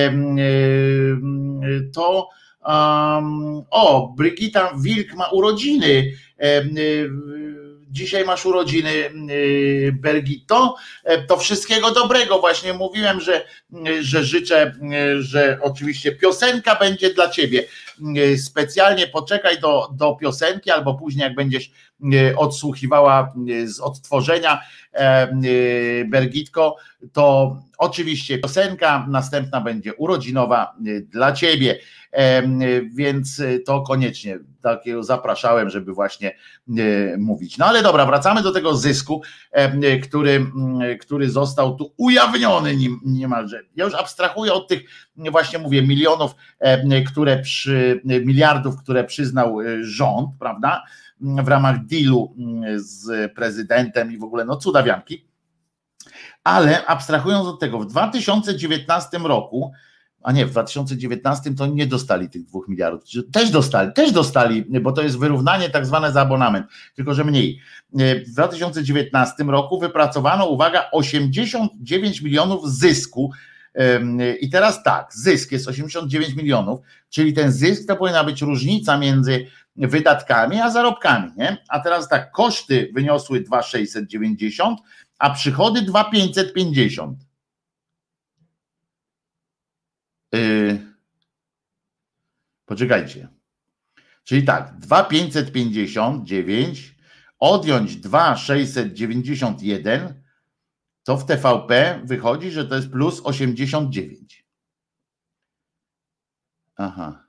To Um, o, Brygita Wilk ma urodziny. Dzisiaj masz urodziny, Bergito. To wszystkiego dobrego. Właśnie mówiłem, że, że życzę, że oczywiście piosenka będzie dla ciebie. Specjalnie poczekaj do, do piosenki, albo później, jak będziesz odsłuchiwała z odtworzenia, Bergitko, to oczywiście piosenka, następna będzie urodzinowa dla ciebie, więc to koniecznie takiego zapraszałem, żeby właśnie mówić. No ale dobra, wracamy do tego zysku, który, który został tu ujawniony nim, niemalże. Ja już abstrahuję od tych, właśnie mówię, milionów, które przy, miliardów, które przyznał rząd, prawda, w ramach dealu z prezydentem i w ogóle no cudawianki. Ale abstrahując od tego, w dwa tysiące dziewiętnastym roku, a nie, w dwa tysiące dziewiętnastym to nie dostali tych dwóch miliardów, też dostali, też dostali, bo to jest wyrównanie tak zwane za abonament, tylko że mniej. W dwa tysiące dziewiętnastym roku wypracowano, uwaga, osiemdziesiąt dziewięć milionów zysku. I teraz tak, zysk jest osiemdziesiąt dziewięć milionów, czyli ten zysk to powinna być różnica między wydatkami a zarobkami, nie? A teraz tak, koszty wyniosły dwa tysiące sześćset dziewięćdziesiąt, a przychody dwa tysiące pięćset pięćdziesiąt. Yy, poczekajcie. Czyli tak, dwa tysiące pięćset pięćdziesiąt dziewięć odjąć dwa tysiące sześćset dziewięćdziesiąt jeden, to w T V P wychodzi, że to jest plus osiemdziesiąt dziewięć. Aha.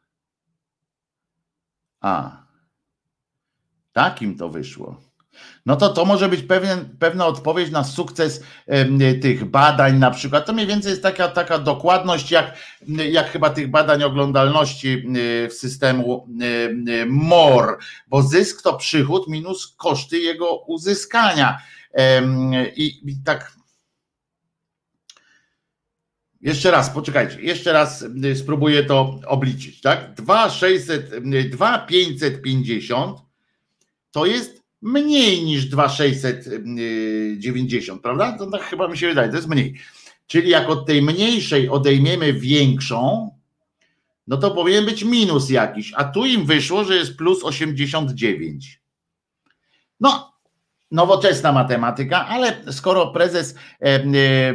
A. Takim to wyszło. No to to może być pewien, pewna odpowiedź na sukces e, tych badań na przykład. To mniej więcej jest taka, taka dokładność jak, jak chyba tych badań oglądalności e, w systemu e, M O R, bo zysk to przychód minus koszty jego uzyskania. E, i, I tak jeszcze raz, poczekajcie, jeszcze raz spróbuję to obliczyć, tak? dwa tysiące pięćset pięćdziesiąt to jest mniej niż dwa tysiące sześćset dziewięćdziesiąt, prawda? To tak chyba mi się wydaje, to jest mniej. Czyli jak od tej mniejszej odejmiemy większą, no to powinien być minus jakiś, a tu im wyszło, że jest plus osiemdziesiąt dziewięć. No, nowoczesna matematyka, ale skoro prezes e, e,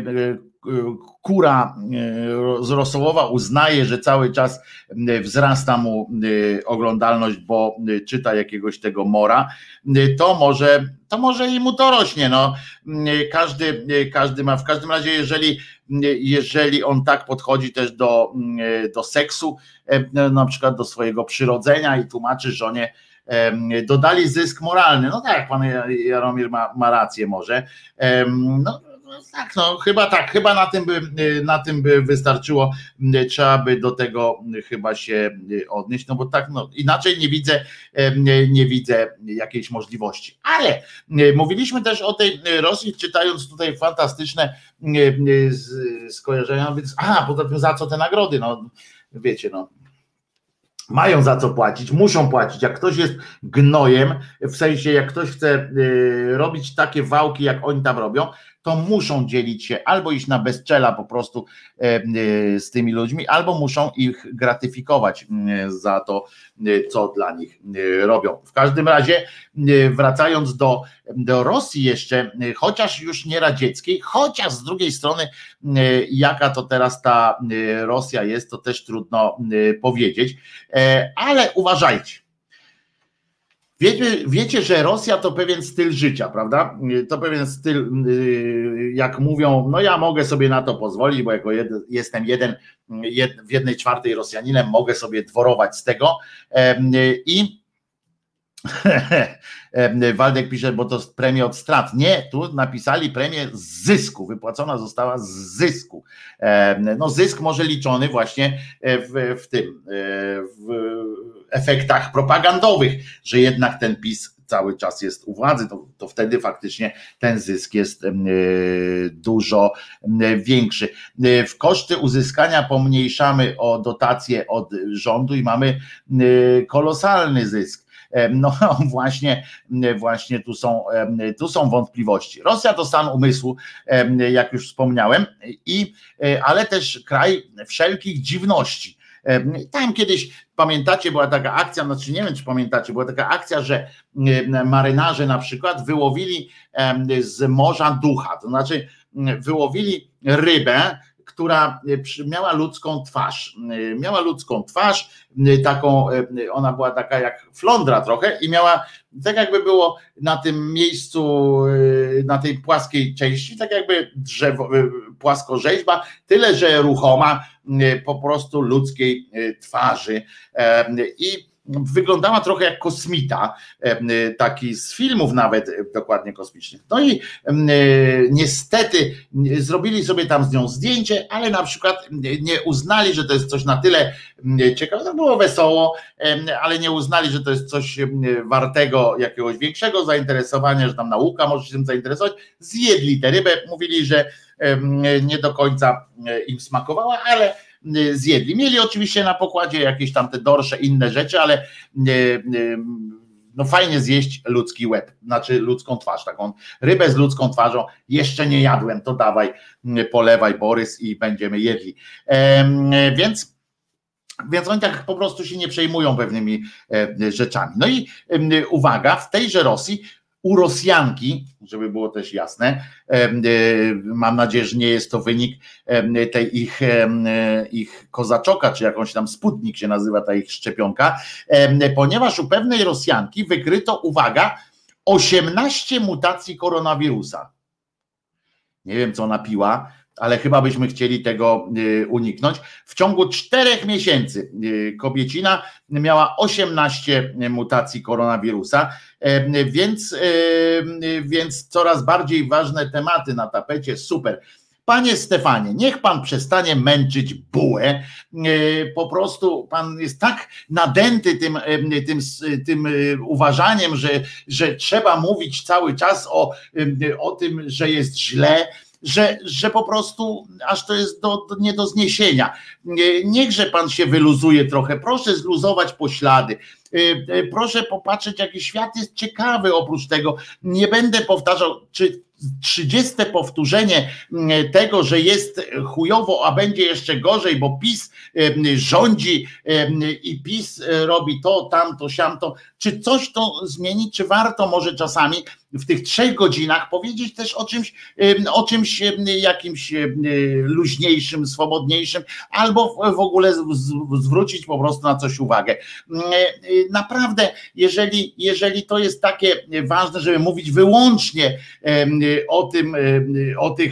Kura z Rosołowa uznaje, że cały czas wzrasta mu oglądalność, bo czyta jakiegoś tego mora, to może, to może i mu to rośnie. No. Każdy, każdy ma, w każdym razie, jeżeli, jeżeli on tak podchodzi też do, do seksu, na przykład do swojego przyrodzenia i tłumaczy żonie, dodali zysk moralny. No tak, pan Jaromir ma, ma rację może. No, tak, no chyba tak, chyba na tym by, na tym by wystarczyło, trzeba by do tego chyba się odnieść, no bo tak, no inaczej nie widzę, nie, nie widzę jakiejś możliwości. Ale mówiliśmy też o tej Rosji, czytając tutaj fantastyczne skojarzenia, więc aha, poza tym za co te nagrody, no wiecie, no. Mają za co płacić, muszą płacić. Jak ktoś jest gnojem, w sensie jak ktoś chce y, robić takie wałki, jak oni tam robią, to muszą dzielić się, albo iść na bezczela po prostu y, y, z tymi ludźmi, albo muszą ich gratyfikować y, za to, y, co dla nich y, robią. W każdym razie, y, wracając do, do Rosji jeszcze, y, chociaż już nie radzieckiej, chociaż z drugiej strony, y, jaka to teraz ta y, Rosja jest, to też trudno y, powiedzieć. Ale uważajcie, wiecie, wiecie, że Rosja to pewien styl życia, prawda? To pewien styl, jak mówią, no ja mogę sobie na to pozwolić, bo jako jed, jestem jeden, jed, w jednej czwartej Rosjaninem, mogę sobie dworować z tego i Waldek pisze, bo to premia od strat. Nie, tu napisali premię z zysku, wypłacona została z zysku. No zysk może liczony właśnie w, w tym, w efektach propagandowych, że jednak ten PiS cały czas jest u władzy, to, to wtedy faktycznie ten zysk jest dużo większy. W koszty uzyskania pomniejszamy o dotacje od rządu i mamy kolosalny zysk. No właśnie, właśnie tu są, tu są wątpliwości. Rosja to stan umysłu, jak już wspomniałem, i, ale też kraj wszelkich dziwności. Tam kiedyś, pamiętacie, była taka akcja, znaczy nie wiem, czy pamiętacie, była taka akcja, że marynarze na przykład wyłowili z morza ducha, to znaczy wyłowili rybę, która miała ludzką twarz, miała ludzką twarz, taką, ona była taka jak flądra trochę i miała, tak jakby było na tym miejscu, na tej płaskiej części, tak jakby drzewo, płaskorzeźba, tyle że ruchoma po prostu ludzkiej twarzy i wyglądała trochę jak kosmita, taki z filmów nawet dokładnie kosmicznych. No i niestety zrobili sobie tam z nią zdjęcie, ale na przykład nie uznali, że to jest coś na tyle ciekawe, to było wesoło, ale nie uznali, że to jest coś wartego jakiegoś większego zainteresowania, że tam nauka może się tym zainteresować. Zjedli tę rybę, mówili, że nie do końca im smakowała, ale zjedli. Mieli oczywiście na pokładzie jakieś tam te dorsze, inne rzeczy, ale no fajnie zjeść ludzki łeb, znaczy ludzką twarz, taką rybę z ludzką twarzą. Jeszcze nie jadłem, to dawaj, polewaj Borys i będziemy jedli. Więc Więc oni tak po prostu się nie przejmują pewnymi rzeczami. No i uwaga, w tejże Rosji u Rosjanki, żeby było też jasne, mam nadzieję, że nie jest to wynik tej ich, ich kozaczoka, czy jakąś tam Sputnik się nazywa ta ich szczepionka, ponieważ u pewnej Rosjanki wykryto, uwaga, osiemnaście mutacji koronawirusa. Nie wiem, co ona piła, ale chyba byśmy chcieli tego uniknąć. W ciągu czterech miesięcy kobiecina miała osiemnaście mutacji koronawirusa, więc, więc coraz bardziej ważne tematy na tapecie, super. Panie Stefanie, niech pan przestanie męczyć bułę, po prostu pan jest tak nadęty tym, tym, tym uważaniem, że, że trzeba mówić cały czas o, o tym, że jest źle, Że, że po prostu aż to jest do, do, nie do zniesienia. Niechże pan się wyluzuje trochę, proszę zluzować poślady. Proszę popatrzeć, jaki świat jest ciekawy oprócz tego. Nie będę powtarzał, czy trzydzieste powtórzenie tego, że jest chujowo, a będzie jeszcze gorzej, bo PiS rządzi i PiS robi to, tamto, siamto. Czy coś to zmieni, czy warto może czasami w tych trzech godzinach powiedzieć też o czymś, o czymś jakimś luźniejszym, swobodniejszym, albo w ogóle zwrócić po prostu na coś uwagę. Naprawdę, jeżeli, jeżeli to jest takie ważne, żeby mówić wyłącznie o tym, o tych,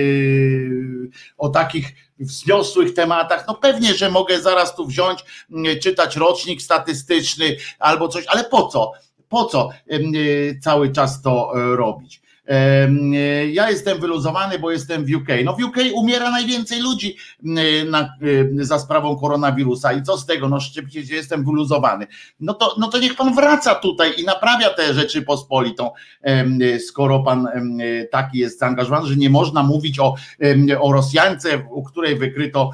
o takich wzniosłych tematach, no pewnie, że mogę zaraz tu wziąć, czytać rocznik statystyczny albo coś, ale po co? Po co cały czas to robić? Ja jestem wyluzowany, bo jestem w U K. No w U K umiera najwięcej ludzi na, za sprawą koronawirusa i co z tego? No szczypcie, jestem wyluzowany. No to, no to niech pan wraca tutaj i naprawia te Rzeczypospolitą, skoro pan taki jest zaangażowany, że nie można mówić o, o Rosjance, u której wykryto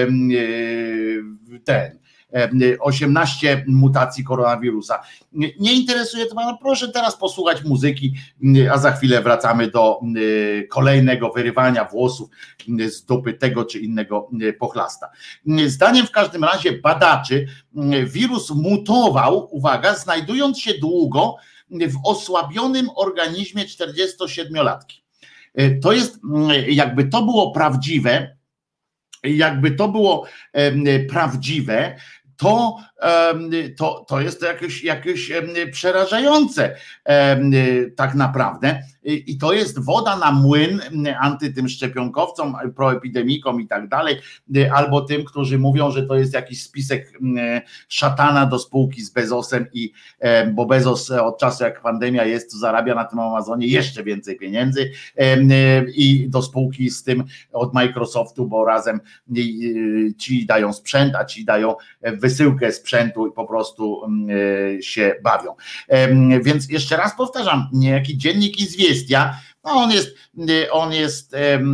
ten osiemnaście mutacji koronawirusa. Nie interesuje to pana, proszę teraz posłuchać muzyki, a za chwilę wracamy do kolejnego wyrywania włosów z dupy tego czy innego pochlasta. Zdaniem w każdym razie badaczy wirus mutował, uwaga, znajdując się długo w osłabionym organizmie czterdziestosiedmiolatki. To jest, jakby to było prawdziwe, jakby to było prawdziwe, to, to, to jest jakieś, jakieś przerażające tak naprawdę. I to jest woda na młyn anty tym szczepionkowcom, proepidemikom i tak dalej, albo tym, którzy mówią, że to jest jakiś spisek szatana do spółki z Bezosem, i bo Bezos od czasu jak pandemia jest, to zarabia na tym Amazonie jeszcze więcej pieniędzy, i do spółki z tym od Microsoftu, bo razem ci dają sprzęt, a ci dają wysyłkę sprzętu i po prostu się bawią. Więc jeszcze raz powtarzam, niejaki Dziennik Izwiestia, no on jest, on jest,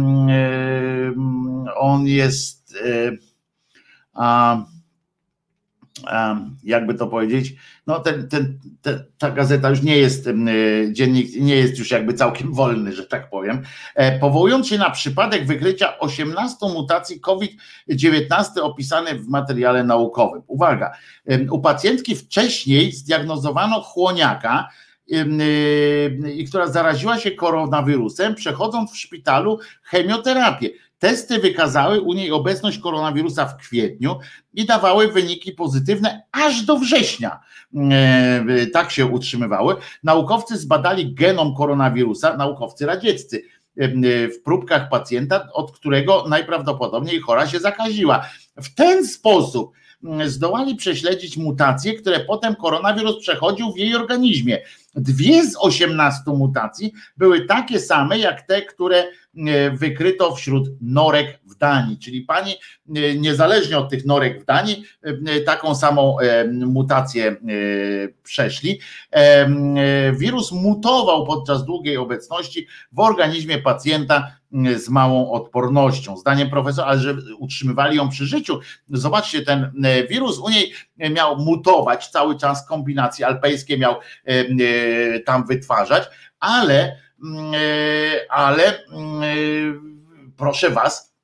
on jest, a, a, jakby to powiedzieć, no ten, ten, ten, ta gazeta już nie jest, dziennik nie jest już jakby całkiem wolny, że tak powiem. Powołując się na przypadek wykrycia osiemnastu mutacji COVID dziewiętnaście opisane w materiale naukowym. Uwaga, u pacjentki wcześniej zdiagnozowano chłoniaka, i która zaraziła się koronawirusem, przechodząc w szpitalu chemioterapię. Testy wykazały u niej obecność koronawirusa w kwietniu i dawały wyniki pozytywne aż do września. Tak się utrzymywały. Naukowcy zbadali genom koronawirusa, naukowcy radzieccy, w próbkach pacjenta, od którego najprawdopodobniej chora się zakaziła. W ten sposób zdołali prześledzić mutacje, które potem koronawirus przechodził w jej organizmie. Dwie z osiemnastu mutacji były takie same jak te, które wykryto wśród norek w Danii, czyli pani niezależnie od tych norek w Danii taką samą mutację przeszli. Wirus mutował podczas długiej obecności w organizmie pacjenta z małą odpornością. Zdaniem profesora, ale że utrzymywali ją przy życiu. Zobaczcie, ten wirus u niej miał mutować cały czas, kombinacje alpejskie miał tam wytwarzać, ale ale proszę was,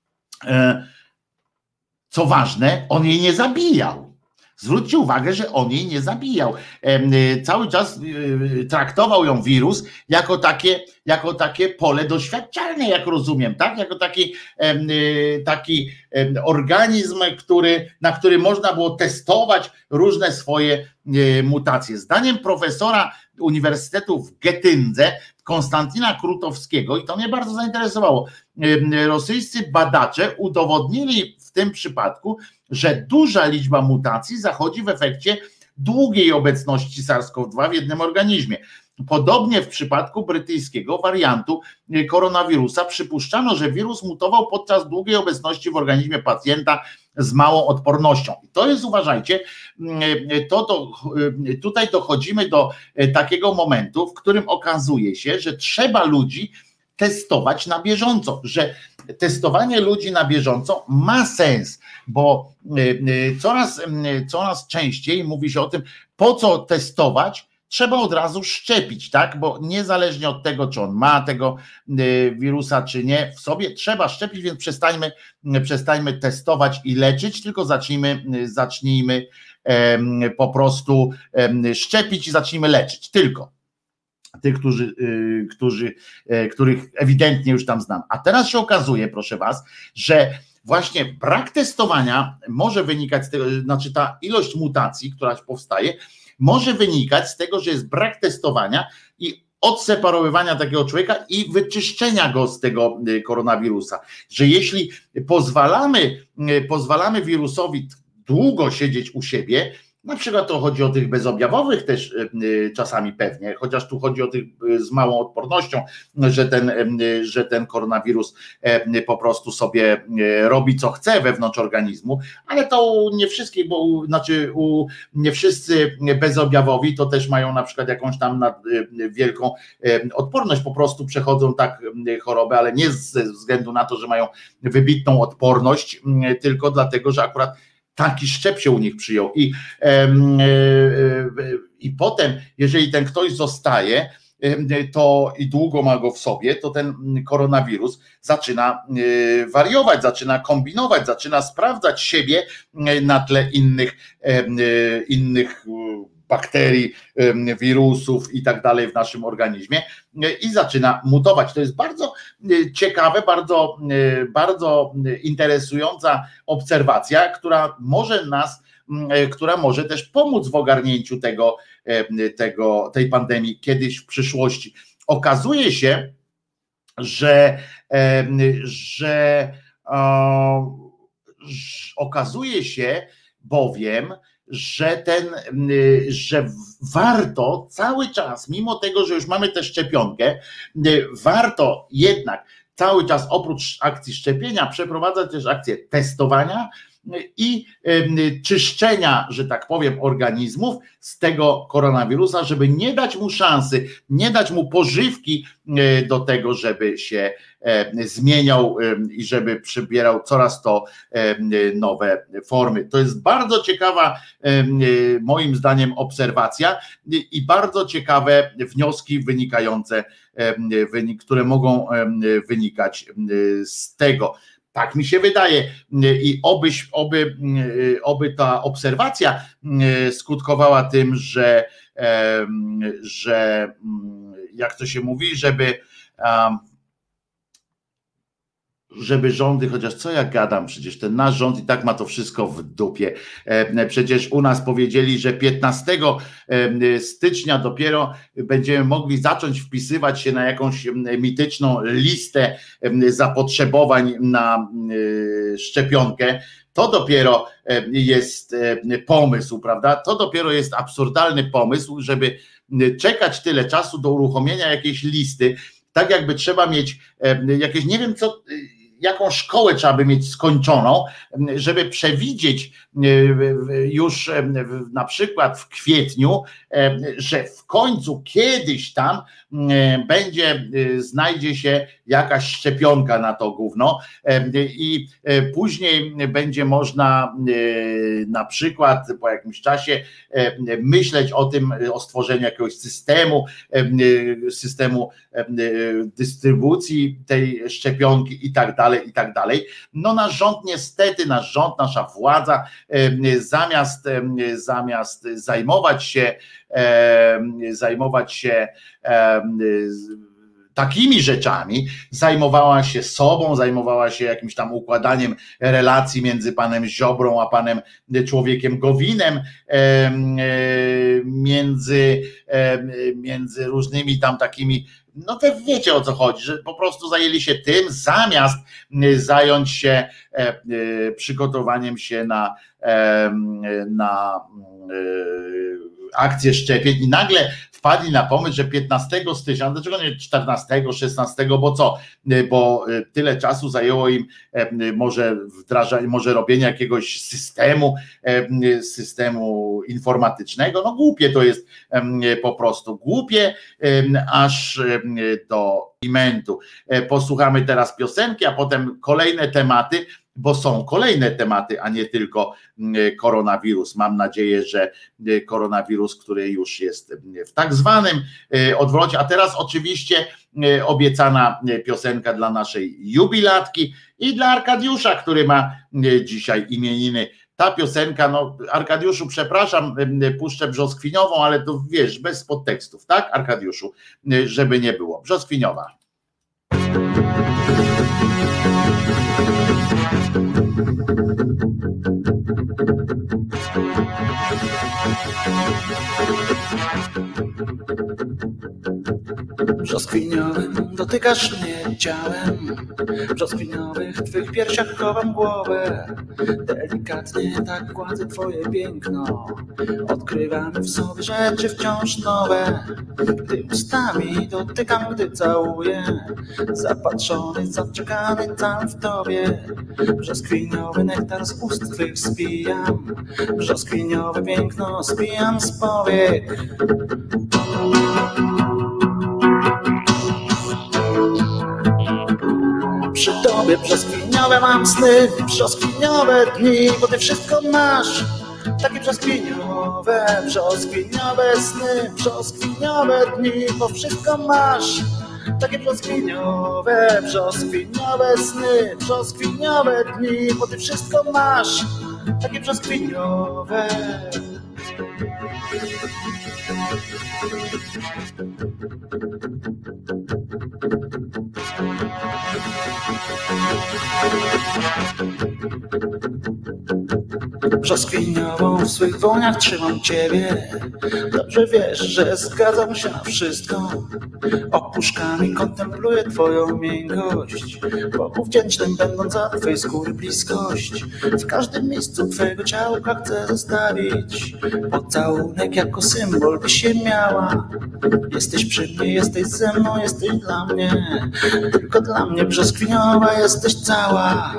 co ważne, on jej nie zabijał. Zwróćcie uwagę, że on jej nie zabijał. Cały czas traktował ją wirus jako takie, jako takie pole doświadczalne, jak rozumiem, tak? Jako taki, taki organizm, który, na który można było testować różne swoje mutacje. Zdaniem profesora Uniwersytetu w Getyndze, Konstantina Krutowskiego, i to mnie bardzo zainteresowało, rosyjscy badacze udowodnili w tym przypadku, że duża liczba mutacji zachodzi w efekcie długiej obecności SARS-CoV dwa w jednym organizmie. Podobnie w przypadku brytyjskiego wariantu koronawirusa przypuszczano, że wirus mutował podczas długiej obecności w organizmie pacjenta z małą odpornością. I to jest, uważajcie, to, to tutaj dochodzimy do takiego momentu, w którym okazuje się, że trzeba ludzi testować na bieżąco, że testowanie ludzi na bieżąco ma sens, bo coraz, coraz częściej mówi się o tym, po co testować, trzeba od razu szczepić, tak? Bo niezależnie od tego, czy on ma tego wirusa, czy nie, w sobie trzeba szczepić, więc przestańmy, przestańmy testować i leczyć, tylko zacznijmy, zacznijmy po prostu szczepić i zacznijmy leczyć, tylko tych, którzy, którzy, których ewidentnie już tam znam. A teraz się okazuje, proszę was, że właśnie brak testowania może wynikać z tego, znaczy ta ilość mutacji, która powstaje, może wynikać z tego, że jest brak testowania i odseparowywania takiego człowieka i wyczyszczenia go z tego koronawirusa. Że jeśli pozwalamy, pozwalamy wirusowi długo siedzieć u siebie, na przykład to chodzi o tych bezobjawowych też czasami pewnie, chociaż tu chodzi o tych z małą odpornością, że ten, że ten koronawirus po prostu sobie robi co chce wewnątrz organizmu, ale to nie wszystkich, bo znaczy u, nie wszyscy bezobjawowi to też mają na przykład jakąś tam wielką odporność, po prostu przechodzą tak chorobę, ale nie ze względu na to, że mają wybitną odporność, tylko dlatego, że akurat taki szczep się u nich przyjął i, e, e, i potem, jeżeli ten ktoś zostaje to i długo ma go w sobie, to ten koronawirus zaczyna e, wariować, zaczyna kombinować, zaczyna sprawdzać siebie na tle innych, e, innych bakterii, wirusów i tak dalej w naszym organizmie i zaczyna mutować. To jest bardzo ciekawe, bardzo, bardzo interesująca obserwacja, która może nas, która może też pomóc w ogarnięciu tego, tego, tej pandemii kiedyś w przyszłości. Okazuje się, że, że okazuje się bowiem, że ten, że warto cały czas, mimo tego, że już mamy tę szczepionkę, warto jednak cały czas oprócz akcji szczepienia przeprowadzać też akcję testowania i czyszczenia, że tak powiem, organizmów z tego koronawirusa, żeby nie dać mu szansy, nie dać mu pożywki do tego, żeby się zmieniał i żeby przybierał coraz to nowe formy. To jest bardzo ciekawa, moim zdaniem, obserwacja i bardzo ciekawe wnioski wynikające, które mogą wynikać z tego. Tak mi się wydaje i obyś, oby, oby ta obserwacja skutkowała tym, że, że jak to się mówi, żeby żeby rządy, chociaż co ja gadam, przecież ten nasz rząd i tak ma to wszystko w dupie. Przecież u nas powiedzieli, że piętnastego stycznia dopiero będziemy mogli zacząć wpisywać się na jakąś mityczną listę zapotrzebowań na szczepionkę. To dopiero jest pomysł, prawda? To dopiero jest absurdalny pomysł, żeby czekać tyle czasu do uruchomienia jakiejś listy, tak jakby trzeba mieć jakieś, nie wiem co, jaką szkołę trzeba by mieć skończoną, żeby przewidzieć już na przykład w kwietniu, że w końcu kiedyś tam będzie, znajdzie się jakaś szczepionka na to gówno i później będzie można na przykład po jakimś czasie myśleć o tym, o stworzeniu jakiegoś systemu, systemu dystrybucji tej szczepionki i tak dalej, i tak dalej. No nasz rząd niestety, nasz rząd, nasza władza zamiast, zamiast zajmować się zajmować się takimi rzeczami, zajmowała się sobą, zajmowała się jakimś tam układaniem relacji między panem Ziobrą a panem człowiekiem Gowinem, między, między różnymi tam takimi, no to wiecie o co chodzi, że po prostu zajęli się tym, zamiast zająć się przygotowaniem się na, na akcję szczepień i nagle wpadli na pomysł, że piętnastego stycznia, dlaczego nie czternastego, szesnastego, bo co, bo tyle czasu zajęło im może wdrażanie, może robienie jakiegoś systemu, systemu informatycznego, no głupie to jest po prostu, głupie, aż do imentu. Posłuchamy teraz piosenki, a potem kolejne tematy, bo są kolejne tematy, a nie tylko koronawirus. Mam nadzieję, że koronawirus, który już jest w tak zwanym odwrocie, a teraz oczywiście obiecana piosenka dla naszej jubilatki i dla Arkadiusza, który ma dzisiaj imieniny. Ta piosenka, no Arkadiuszu, przepraszam, puszczę brzoskwiniową, ale to wiesz, bez podtekstów, tak Arkadiuszu, żeby nie było. Brzoskwiniowa. Brzoskwiniowym dotykasz mnie ciałem, w brzoskwiniowych twych piersiach chowam głowę. Delikatnie tak gładzę twoje piękno, odkrywamy w sobie rzeczy wciąż nowe. Gdy ustami dotykam, gdy całuję, zapatrzony, zaczekany tam w tobie. Brzoskwiniowy nektar z ust twych spijam, brzoskwiniowe piękno spijam z powiek. Przy tobie brzoskwiniowe mam sny, brzoskwiniowe dni, bo ty wszystko masz. Takie brzoskwiniowe, brzoskwiniowe sny, brzoskwiniowe dni, bo wszystko masz. Takie brzoskwiniowe, brzoskwiniowe sny, brzoskwiniowe dni, bo ty wszystko masz. Takie brzoskwiniowe. Brzoskwiniową w swych dłoniach trzymam ciebie. Dobrze wiesz, że zgadzam się na wszystko. Opuszkami kontempluję twoją miękkość, Bogu wdzięcznym będąc za twej skóry bliskość. W każdym miejscu twojego ciałka chcę zostawić pocałunek jako symbol, by się miała. Jesteś przy mnie, jesteś ze mną, jesteś dla mnie, tylko dla mnie brzoskwiniowa jesteś cała.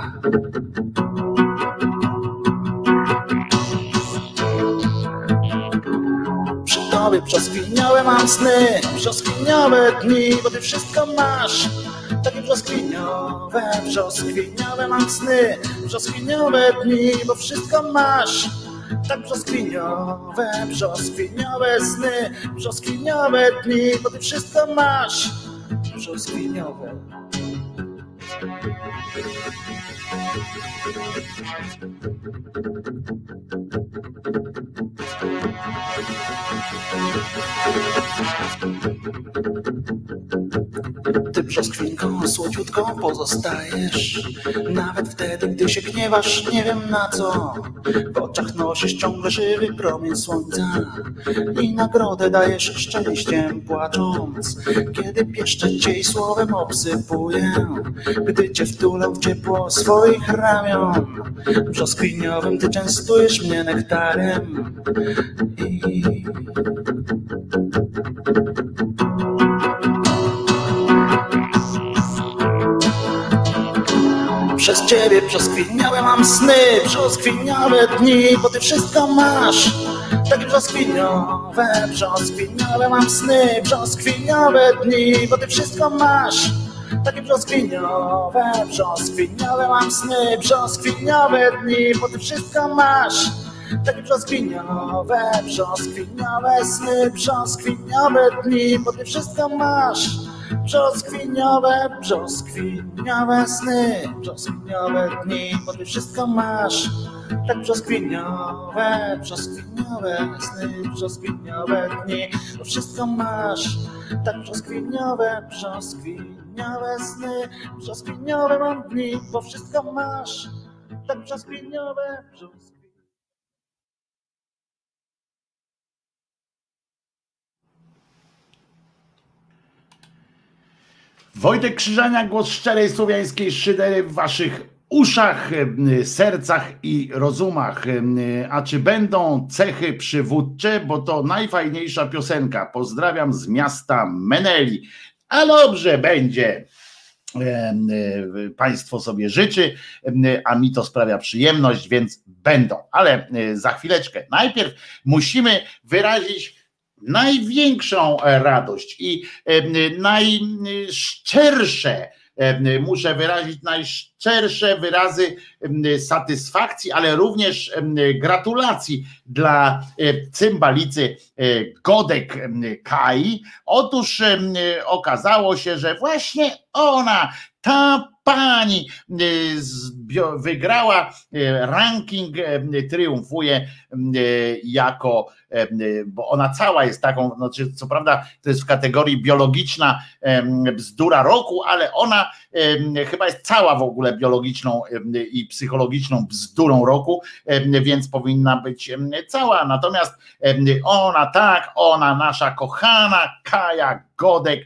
Przy tobie brzoskwiniowe mam sny, brzoskwiniowe dni, bo ty wszystko masz. Takie brzoskwiniowe, brzoskwiniowe mam sny, brzoskwiniowe dni, bo wszystko masz. Tak brzoskwiniowe, brzoskwiniowe sny, brzoskwiniowe dni, bo ty wszystko masz. Brzoskwiniowe. Ty brzoskwinką słodziutką pozostajesz, nawet wtedy, gdy się gniewasz, nie wiem na co. W oczach nosisz ciągle żywy promień słońca i nagrodę dajesz szczęściem płacząc, kiedy pieszczę cię i słowem obsypuję, gdy cię wtulę w ciepło swoich ramion. Brzoskwiniowym ty częstujesz mnie nektarem i... Przez ciebie brzoskwiniowe mam sny, brzoskwiniowe dni, bo ty wszystko masz. Takie brzoskwiniowe, brzoskwiniowe mam sny, brzoskwiniowe dni, bo ty wszystko masz. Takie brzoskwiniowe, brzoskwiniowe mam sny, brzoskwiniowe dni, bo ty wszystko masz. Takie brzoskwiniowe, brzoskwiniowe sny, brzoskwiniowe dni, bo ty wszystko masz. Brzoskwiniowe, brzoskwiniowe sny, brzoskwiniowe dni, bo ty wszystko masz. Tak brzoskwiniowe, brzoskwiniowe sny, brzoskwiniowe dni, bo wszystko masz. Tak brzoskwiniowe, brzoskwiniowe sny, brzoskwiniowe mam dni, bo wszystko masz. Tak brzoskwiniowe, brzoskwiniowe. Wojtek Krzyżania, głos szczerej słowiańskiej szydery w waszych uszach, sercach i rozumach. A czy będą cechy przywódcze? Bo to najfajniejsza piosenka. Pozdrawiam z miasta Meneli. A dobrze będzie. Państwo sobie życzy, a mi to sprawia przyjemność, więc będą. Ale za chwileczkę. Najpierw musimy wyrazić największą radość i najszczersze, muszę wyrazić najszczersze wyrazy satysfakcji, ale również gratulacji dla cymbalicy Godek Kai. Otóż okazało się, że właśnie ona, ta pani wygrała ranking, triumfuje jako, bo ona cała jest taką, znaczy co prawda to jest w kategorii biologiczna bzdura roku, ale ona chyba jest cała w ogóle biologiczną i psychologiczną bzdurą roku, więc powinna być cała. Natomiast ona tak, ona nasza kochana Kaja Godek,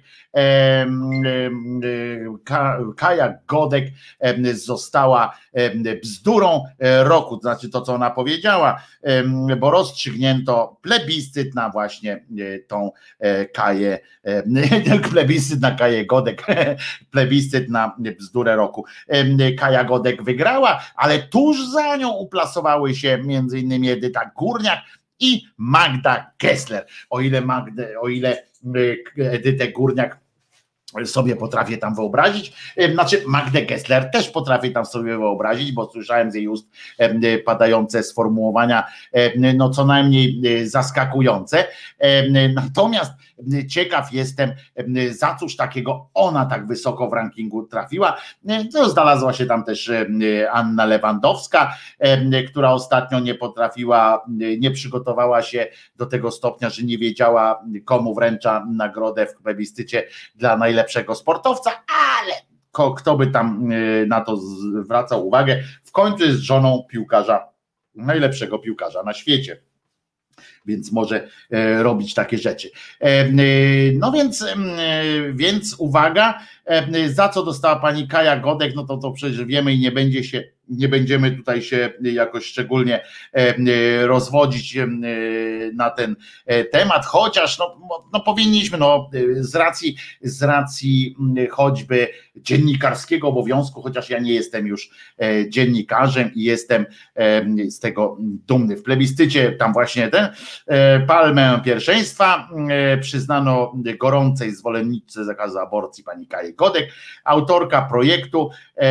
Kaja Godek została bzdurą roku, to znaczy to, co ona powiedziała, bo rozstrzygnięto plebiscyt na właśnie tą Kaję, plebiscyt na Kaję Godek, plebiscyt na bzdurę roku. Kaja Godek wygrała, ale tuż za nią uplasowały się między innymi Edyta Górniak i Magda Gessler. O ile Magdę, o ile Edytę Górniak sobie potrafię tam wyobrazić, znaczy Magdę Gessler też potrafię tam sobie wyobrazić, bo słyszałem z jej ust padające sformułowania no co najmniej zaskakujące, natomiast ciekaw jestem, za cóż takiego ona tak wysoko w rankingu trafiła. To znalazła się tam też Anna Lewandowska, która ostatnio nie potrafiła, nie przygotowała się do tego stopnia, że nie wiedziała, komu wręcza nagrodę w plebiscycie dla najlepszego sportowca, ale kto by tam na to zwracał uwagę, w końcu jest żoną piłkarza, najlepszego piłkarza na świecie, więc może robić takie rzeczy. No więc, więc uwaga, za co dostała pani Kaja Godek, no to to przecież wiemy i nie będzie się, nie będziemy tutaj się jakoś szczególnie rozwodzić na ten temat, chociaż no, no powinniśmy, no z racji, z racji choćby dziennikarskiego obowiązku, chociaż ja nie jestem już dziennikarzem i jestem z tego dumny. W plebiscycie tam właśnie ten palmę pierwszeństwa przyznano gorącej zwolenniczce zakazu aborcji pani Kai Godek, autorka projektu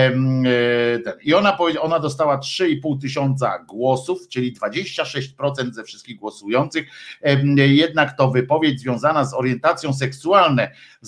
i ona, ona dostała trzy i pół tysiąca głosów, czyli dwadzieścia sześć procent ze wszystkich głosujących, jednak to wypowiedź związana z orientacją seksualną,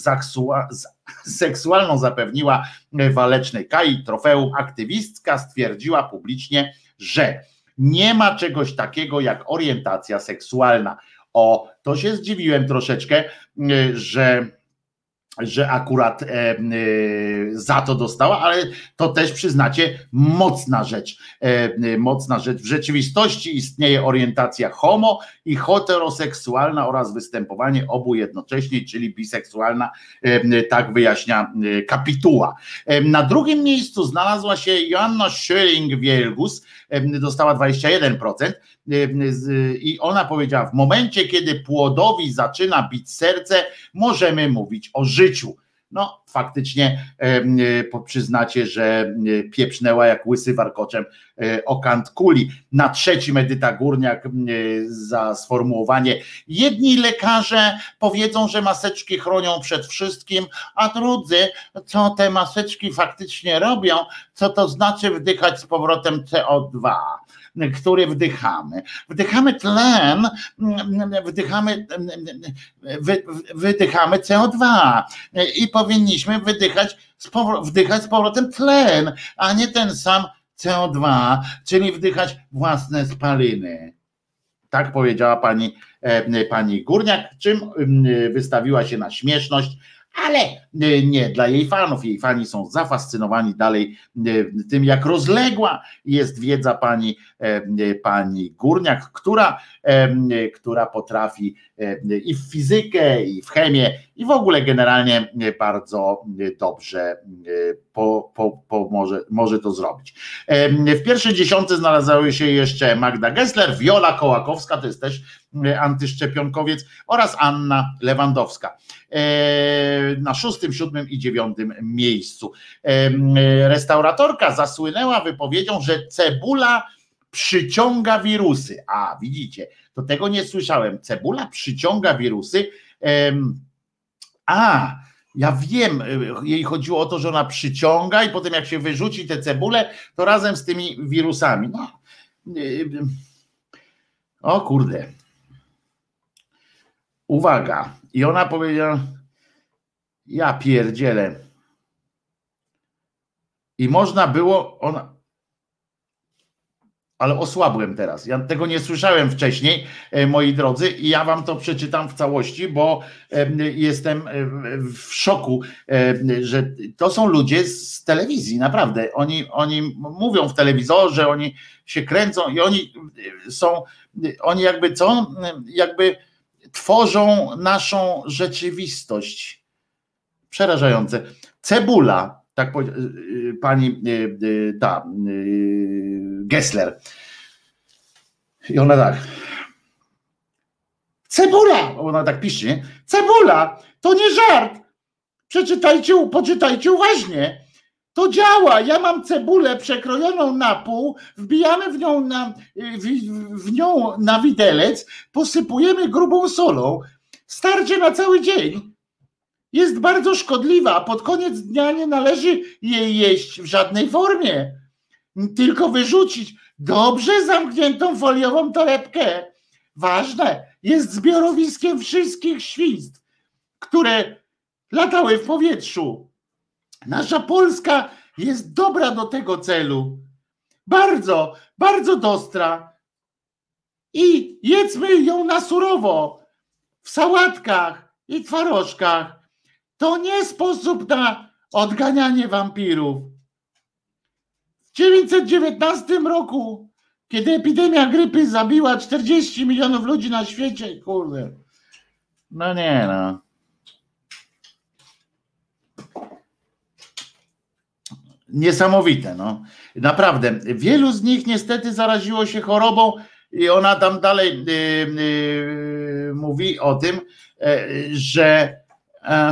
seksualną zapewniła walecznej Kai trofeum. Aktywistka stwierdziła publicznie, że nie ma czegoś takiego jak orientacja seksualna. O, to się zdziwiłem troszeczkę, że że akurat e, e, za to dostała, ale to też przyznacie mocna rzecz. E, mocna rzecz. W rzeczywistości istnieje orientacja homo i heteroseksualna oraz występowanie obu jednocześnie, czyli biseksualna, e, tak wyjaśnia e, kapituła. E, na drugim miejscu znalazła się Joanna Schöling-Wielgus, e, dostała dwadzieścia jeden procent e, z, i ona powiedziała, w momencie, kiedy płodowi zaczyna bić serce, możemy mówić o życiu. No faktycznie e, przyznacie, że pieprznęła jak łysy warkoczem e, o kant kuli. Na trzecim Edyta Górniak e, za sformułowanie: jedni lekarze powiedzą, że maseczki chronią przed wszystkim, a drudzy, co te maseczki faktycznie robią, co to znaczy wdychać z powrotem C O dwa, który wdychamy. Wdychamy tlen, wdychamy, wy, wydychamy C O dwa i powinniśmy wydychać z powro- wdychać z powrotem tlen, a nie ten sam C O dwa, czyli wdychać własne spaliny. Tak powiedziała pani, pani Górniak, czym wystawiła się na śmieszność, ale nie dla jej fanów. Jej fani są zafascynowani dalej tym, jak rozległa jest wiedza pani, pani Górniak, która, która potrafi i w fizykę, i w chemię, i w ogóle generalnie bardzo dobrze po, po, po może, może to zrobić. W pierwszej dziesiątce znalazły się jeszcze Magda Gessler, Wiola Kołakowska, to jest też antyszczepionkowiec, oraz Anna Lewandowska. Na szóstym, siódmym i dziewiątym miejscu. Restauratorka zasłynęła wypowiedzią, że cebula przyciąga wirusy. A, widzicie, to tego nie słyszałem. Cebula przyciąga wirusy. A, ja wiem, jej chodziło o to, że ona przyciąga i potem jak się wyrzuci tę cebulę, to razem z tymi wirusami. No. O kurde. Uwaga. I ona powiedziała, ja pierdzielę. I można było, ona, ale osłabłem teraz. Ja tego nie słyszałem wcześniej, moi drodzy, i ja wam to przeczytam w całości, bo jestem w szoku, że to są ludzie z telewizji, naprawdę. Oni, oni mówią w telewizorze, oni się kręcą i oni są, oni jakby co? Jakby tworzą naszą rzeczywistość. Przerażające. Cebula, tak pani ta Gessler. I ona tak. Cebula! Ona tak pisze, nie? Cebula! To nie żart! Przeczytajcie, poczytajcie uważnie. To działa. Ja mam cebulę przekrojoną na pół, wbijamy w nią na, w, w nią na widelec, posypujemy grubą solą. Starcie na cały dzień. Jest bardzo szkodliwa, a pod koniec dnia nie należy jej jeść w żadnej formie. Tylko wyrzucić dobrze zamkniętą foliową torebkę. Ważne, jest zbiorowiskiem wszystkich świństw, które latały w powietrzu. Nasza Polska jest dobra do tego celu. Bardzo, bardzo dostra. I jedzmy ją na surowo, w sałatkach i twarożkach. To nie sposób na odganianie wampirów. W dziewięćset dziewiętnastym roku, kiedy epidemia grypy zabiła czterdzieści milionów ludzi na świecie, kurde. No nie no. Niesamowite, no. Naprawdę. Wielu z nich niestety zaraziło się chorobą i ona tam dalej yy, yy, mówi o tym, yy, że yy,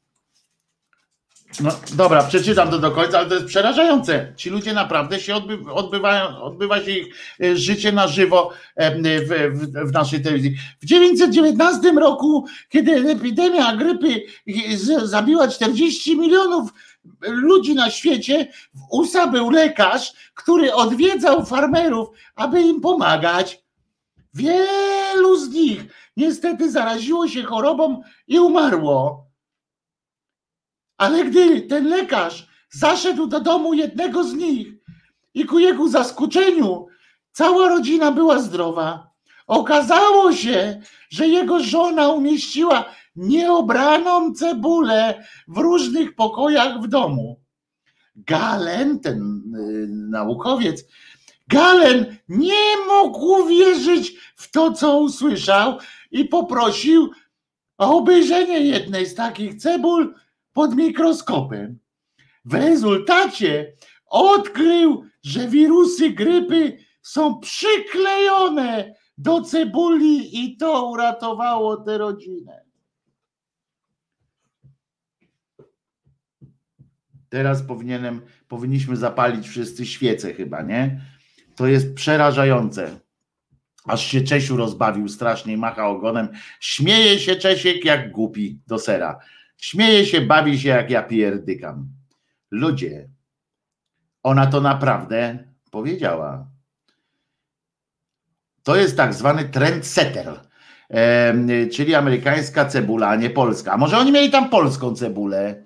no dobra, przeczytam to do końca, ale to jest przerażające. Ci ludzie naprawdę się odby, odbywają, odbywa się ich życie na żywo w, w, w naszej telewizji. W dziewięćset dziewiętnastym roku, kiedy epidemia grypy zabiła czterdzieści milionów ludzi na świecie, w U S A był lekarz, który odwiedzał farmerów, aby im pomagać. Wielu z nich niestety zaraziło się chorobą i umarło. Ale gdy ten lekarz zaszedł do domu jednego z nich i ku jego zaskoczeniu cała rodzina była zdrowa, okazało się, że jego żona umieściła nieobraną cebulę w różnych pokojach w domu. Galen, ten yy, naukowiec, Galen nie mógł wierzyć w to, co usłyszał i poprosił o obejrzenie jednej z takich cebul pod mikroskopem. W rezultacie odkrył, że wirusy grypy są przyklejone do cebuli i to uratowało tę rodzinę. Teraz powinienem, powinniśmy zapalić wszyscy świece chyba, nie? To jest przerażające. Aż się Czesiu rozbawił strasznie i macha ogonem. Śmieje się Czesiek jak głupi do sera. Śmieje się, bawi się jak ja pierdykam. Ludzie, ona to naprawdę powiedziała. To jest tak zwany trendsetter, e, czyli amerykańska cebula, a nie polska. A może oni mieli tam polską cebulę?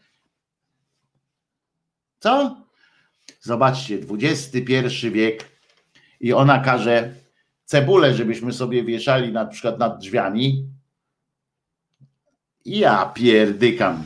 Co? Zobaczcie, dwudziesty pierwszy wiek i ona każe cebulę, żebyśmy sobie wieszali na przykład nad drzwiami. Ja pierdykam.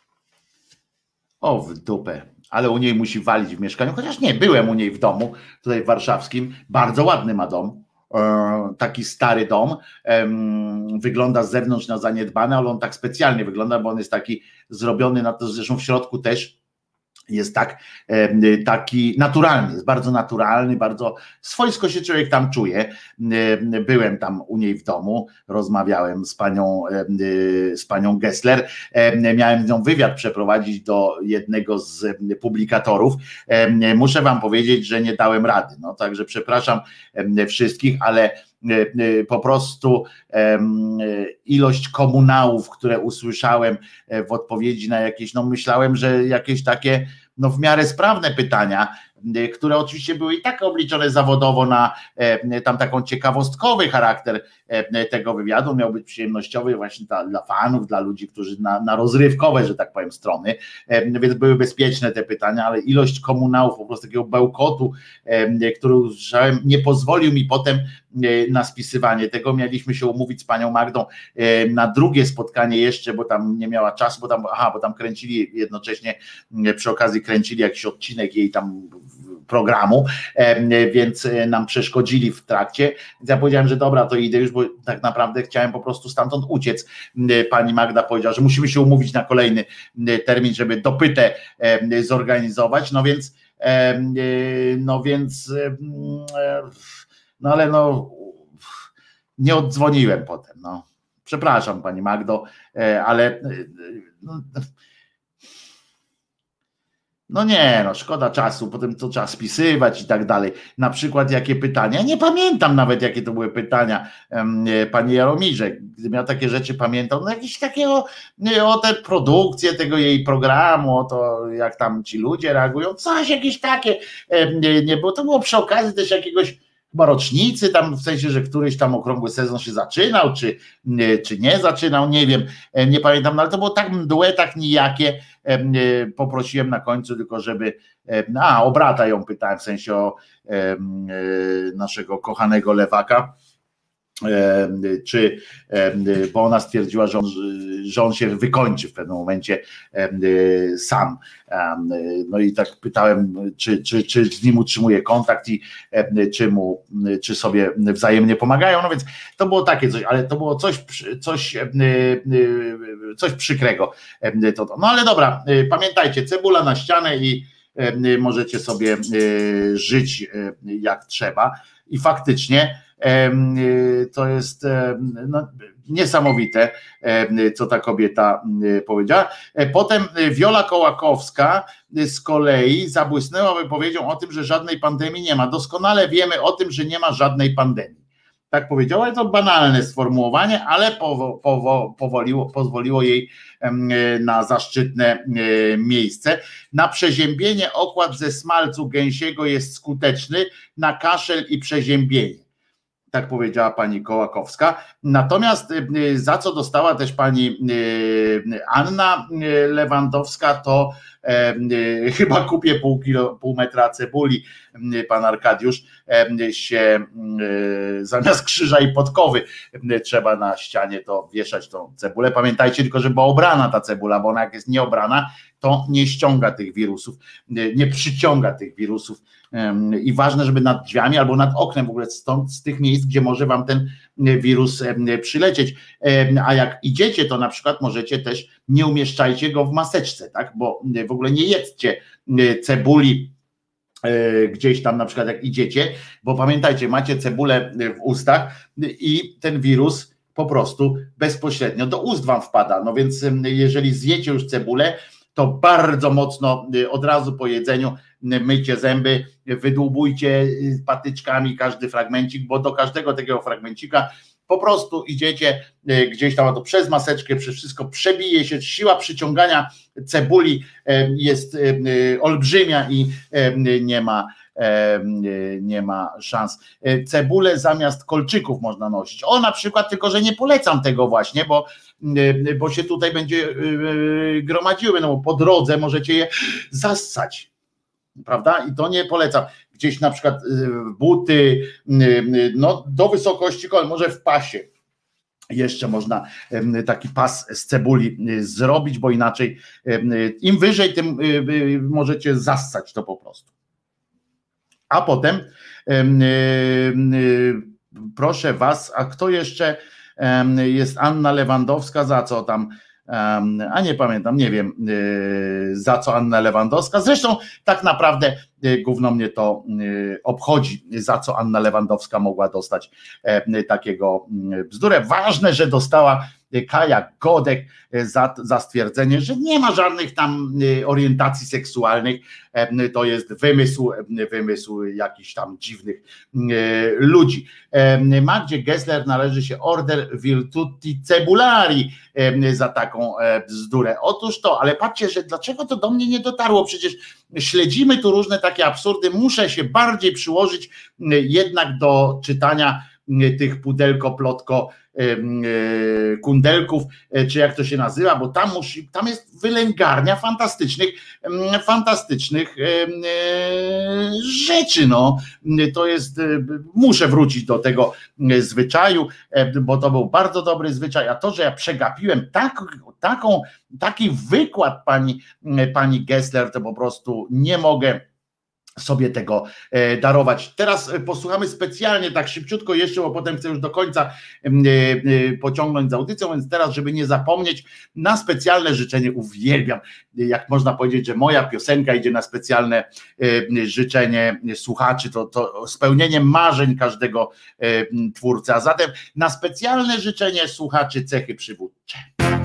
O w dupę. Ale u niej musi walić w mieszkaniu, chociaż nie, byłem u niej w domu, tutaj w warszawskim, bardzo ładny ma dom, e, taki stary dom, e, wygląda z zewnątrz na zaniedbany, ale on tak specjalnie wygląda, bo on jest taki zrobiony na to, zresztą w środku też jest tak, taki naturalny, jest bardzo naturalny, bardzo swojsko się człowiek tam czuje. Byłem tam u niej w domu, rozmawiałem z panią, z panią Gessler, miałem z nią wywiad przeprowadzić do jednego z publikatorów. Muszę wam powiedzieć, że nie dałem rady, no także przepraszam wszystkich, ale po prostu ilość komunałów, które usłyszałem w odpowiedzi na jakieś, no myślałem, że jakieś takie no w miarę sprawne pytania, które oczywiście były i tak obliczone zawodowo na tam taką ciekawostkowy charakter tego wywiadu, miał być przyjemnościowy właśnie dla, dla fanów, dla ludzi, którzy na, na rozrywkowe, że tak powiem, strony, więc były bezpieczne te pytania, ale ilość komunałów, po prostu takiego bełkotu, który usłyszałem, nie pozwolił mi potem na spisywanie tego. Mieliśmy się umówić z panią Magdą na drugie spotkanie jeszcze, bo tam nie miała czasu, bo tam, aha, bo tam kręcili jednocześnie, przy okazji kręcili jakiś odcinek jej tam programu, więc nam przeszkodzili w trakcie, więc ja powiedziałem, że dobra, to idę już, bo tak naprawdę chciałem po prostu stamtąd uciec. Pani Magda powiedziała, że musimy się umówić na kolejny termin, żeby dopytę zorganizować, no więc no więc no ale no nie oddzwoniłem potem, no przepraszam pani Magdo, ale no, no nie, no szkoda czasu, potem to trzeba spisywać i tak dalej. Na przykład jakie pytania, nie pamiętam nawet jakie to były pytania, panie Jaromirze, gdybym ja takie rzeczy pamiętał, no jakieś takie o, o te produkcje tego jej programu, o to jak tam ci ludzie reagują, coś jakieś takie, nie, nie było, to było przy okazji też jakiegoś chyba rocznicy tam, w sensie, że któryś tam okrągły sezon się zaczynał, czy, czy nie zaczynał, nie wiem, nie pamiętam, no ale to było tak mdłe, tak nijakie, poprosiłem na końcu tylko, żeby, a o brata ją pytałem, w sensie o naszego kochanego lewaka, czy, bo ona stwierdziła, że on, że on się wykończy w pewnym momencie sam. No i tak pytałem, czy, czy, czy z nim utrzymuje kontakt i czy, mu, czy sobie wzajemnie pomagają. No więc to było takie coś, ale to było coś, coś, coś przykrego. No ale dobra, pamiętajcie, cebula na ścianę i możecie sobie żyć jak trzeba. I faktycznie to jest no, niesamowite, co ta kobieta powiedziała. Potem Wiola Kołakowska z kolei zabłysnęła wypowiedzią o tym, że żadnej pandemii nie ma. Doskonale wiemy o tym, że nie ma żadnej pandemii. Tak powiedziała, to banalne sformułowanie, ale powo, powo, powoliło, pozwoliło jej na zaszczytne miejsce. Na przeziębienie okład ze smalcu gęsiego jest skuteczny, na kaszel i przeziębienie. Tak powiedziała pani Kołakowska. Natomiast za co dostała też pani Anna Lewandowska, to chyba kupię pół kilo, pół metra cebuli. Pan Arkadiusz się zamiast krzyża i podkowy trzeba na ścianie to wieszać tą cebulę. Pamiętajcie tylko, że była obrana ta cebula, bo ona jak jest nieobrana, to nie ściąga tych wirusów, nie przyciąga tych wirusów. I ważne, żeby nad drzwiami albo nad oknem, w ogóle stąd, z tych miejsc, gdzie może wam ten wirus przylecieć. A jak idziecie, to na przykład możecie też, nie umieszczajcie go w maseczce, tak? Bo w ogóle nie jedzcie cebuli gdzieś tam na przykład jak idziecie, bo pamiętajcie, macie cebulę w ustach i ten wirus po prostu bezpośrednio do ust wam wpada. No więc jeżeli zjecie już cebulę, to bardzo mocno od razu po jedzeniu myjcie zęby, wydłubujcie patyczkami każdy fragmencik, bo do każdego takiego fragmencika po prostu idziecie gdzieś tam, a to przez maseczkę, przez wszystko przebije się, siła przyciągania cebuli jest olbrzymia i nie ma nie ma szans. Cebulę zamiast kolczyków można nosić. O, na przykład, tylko że nie polecam tego właśnie, bo, bo się tutaj będzie gromadziły, no bo po drodze możecie je zassać, prawda? I to nie polecam. Gdzieś na przykład buty, no do wysokości kolana, może w pasie jeszcze można taki pas z cebuli zrobić, bo inaczej im wyżej, tym możecie zassać to po prostu. A potem proszę was, a kto jeszcze jest? Anna Lewandowska, za co tam a nie pamiętam, nie wiem za co Anna Lewandowska. Zresztą tak naprawdę gówno mnie to obchodzi, za co Anna Lewandowska mogła dostać takiego bzdurę. Ważne, że dostała Kaja Godek za, za stwierdzenie, że nie ma żadnych tam orientacji seksualnych, to jest wymysł, wymysł jakichś tam dziwnych ludzi. Magdzie Gessler należy się order Virtuti Cebulari za taką bzdurę. Otóż to, ale patrzcie, że dlaczego to do mnie nie dotarło, przecież śledzimy tu różne takie absurdy, muszę się bardziej przyłożyć jednak do czytania tych pudelko, plotko, kundelków, czy jak to się nazywa, bo tam, musi, tam jest wylęgarnia fantastycznych, fantastycznych rzeczy, no. To jest, muszę wrócić do tego zwyczaju, bo to był bardzo dobry zwyczaj, a to, że ja przegapiłem tak, taką, taki wykład pani, pani Gessler, to po prostu nie mogę sobie tego darować. Teraz posłuchamy specjalnie tak szybciutko jeszcze, bo potem chcę już do końca pociągnąć z audycją, więc teraz, żeby nie zapomnieć, na specjalne życzenie uwielbiam, jak można powiedzieć, że moja piosenka idzie na specjalne życzenie słuchaczy, to, to spełnienie marzeń każdego twórcy, a zatem na specjalne życzenie słuchaczy cechy przywódcze.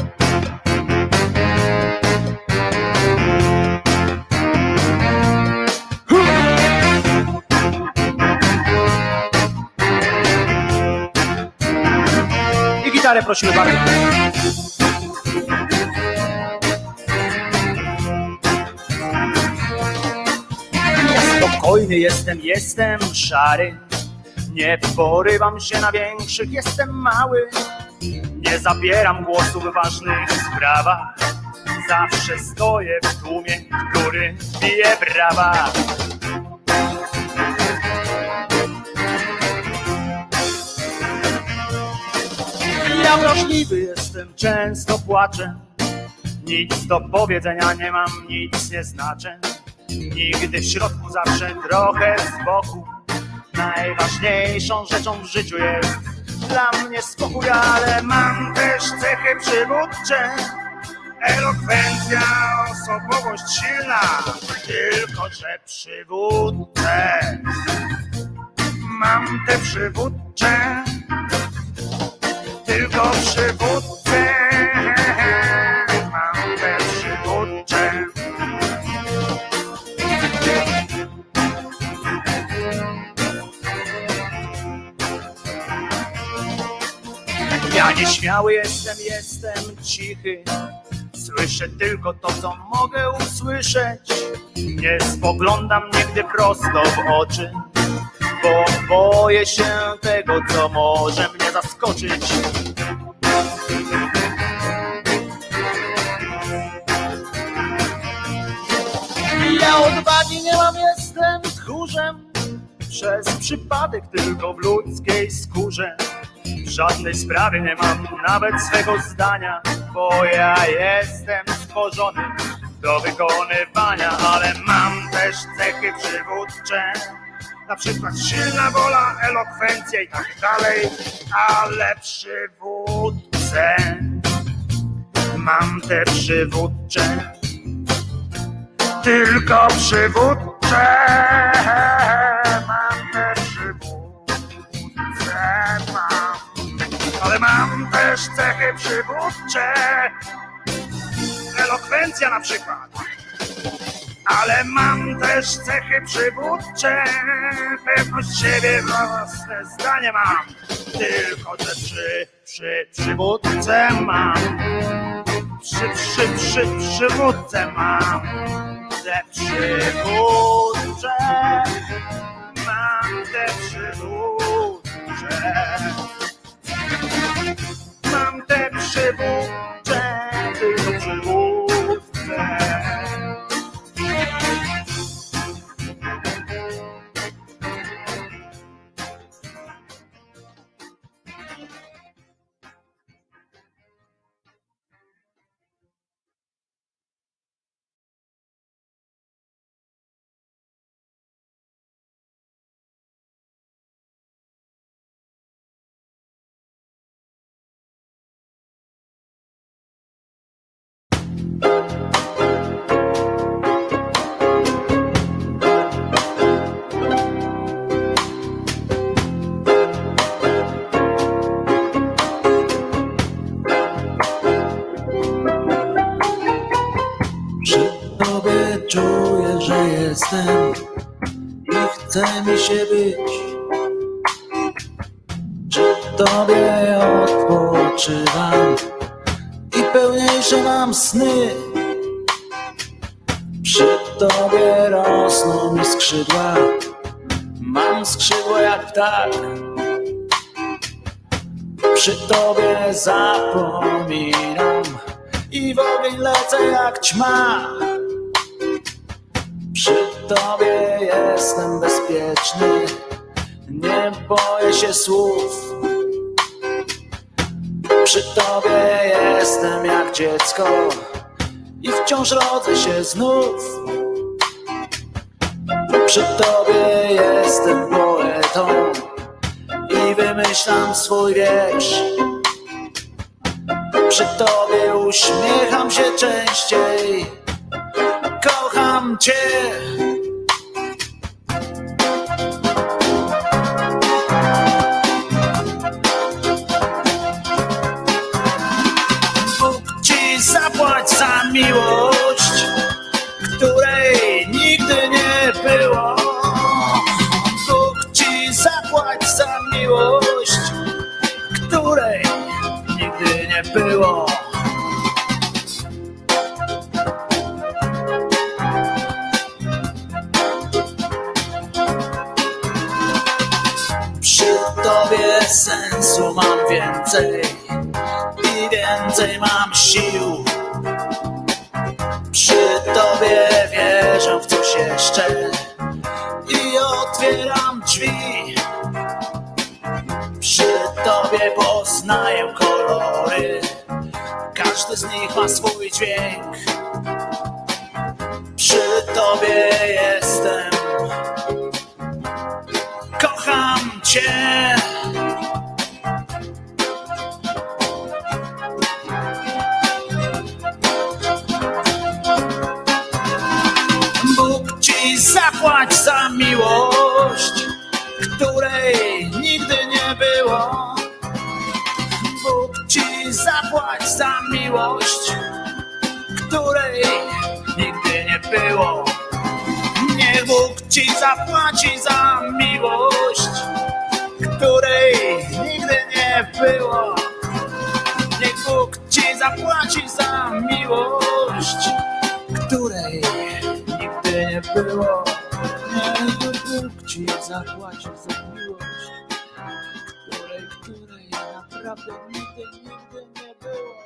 Gitarę prosimy bardzo. Ja spokojny jestem, jestem szary. Nie porywam się na większych, jestem mały. Nie zabieram głosu w ważnych sprawach. Zawsze stoję w tłumie, który bije brawa. Ja wrażliwy jestem, często płaczę. Nic do powiedzenia nie mam, nic nie znaczę. Nigdy w środku, zawsze trochę z boku. Najważniejszą rzeczą w życiu jest dla mnie spokój, ale mam też cechy przywódcze. Elokwencja, osobowość silna, tylko że przywódcę. Mam te przywódcze, tylko przywódcę. Mam te przywódcze. Ja nieśmiały jestem, jestem cichy. Słyszę tylko to, co mogę usłyszeć. Nie spoglądam nigdy prosto w oczy, bo boję się tego, co może mnie zaskoczyć. Ja odwagi nie mam, jestem tchórzem. Przez przypadek tylko w ludzkiej skórze. W żadnej sprawie nie mam nawet swego zdania, bo ja jestem stworzony do wykonywania, ale mam też cechy przywódcze. Na przykład silna wola, elokwencja i tak dalej, ale przywódcę. Mam te przywódcze, tylko przywódcze. Mam te przywódcze, mam. Ale mam też cechy przywódcze. Elokwencja na przykład. Ale mam też cechy przywódcze. Pewność siebie, własne zdanie mam. Tylko że przy, przy przywódce mam. Przy, przy, przy przywódce mam. Te przywódcze. Mam te przywódcze. Mam te przywódcze. Tylko przywódce. Czuję, że jestem i chce mi się być. Przy Tobie odpoczywam i pełniejsze mam sny. Przy Tobie rosną mi skrzydła, mam skrzydła jak ptak. Przy Tobie zapominam i w ogień lecę jak ćma. Przy Tobie jestem bezpieczny, nie boję się słów. Przy Tobie jestem jak dziecko i wciąż rodzę się znów. Przy Tobie jestem poetą i wymyślam swój wiersz. Przy Tobie uśmiecham się częściej, kocham Cię. Bóg Ci zapłać za miłość, której nigdy nie było. Bóg Ci zapłać za miłość, której nigdy nie było. Przy Tobie sensu mam więcej i więcej mam sił. Przy Tobie wierzę w coś jeszcze i otwieram drzwi. Przy Tobie poznaję kolory, każdy z nich ma swój dźwięk. Przy Tobie jestem, kocham Cię. Bóg Ci zapłać za miłość, której nigdy nie było. Bóg Ci zapłać za miłość, której nigdy nie było. Niech Bóg Ci zapłaci za miłość, której nigdy nie było. Niech Bóg Ci zapłaci za miłość, której nigdy nie było. Niech Bóg Ci zapłaci za miłość, której, której naprawdę nigdy, nigdy nie było.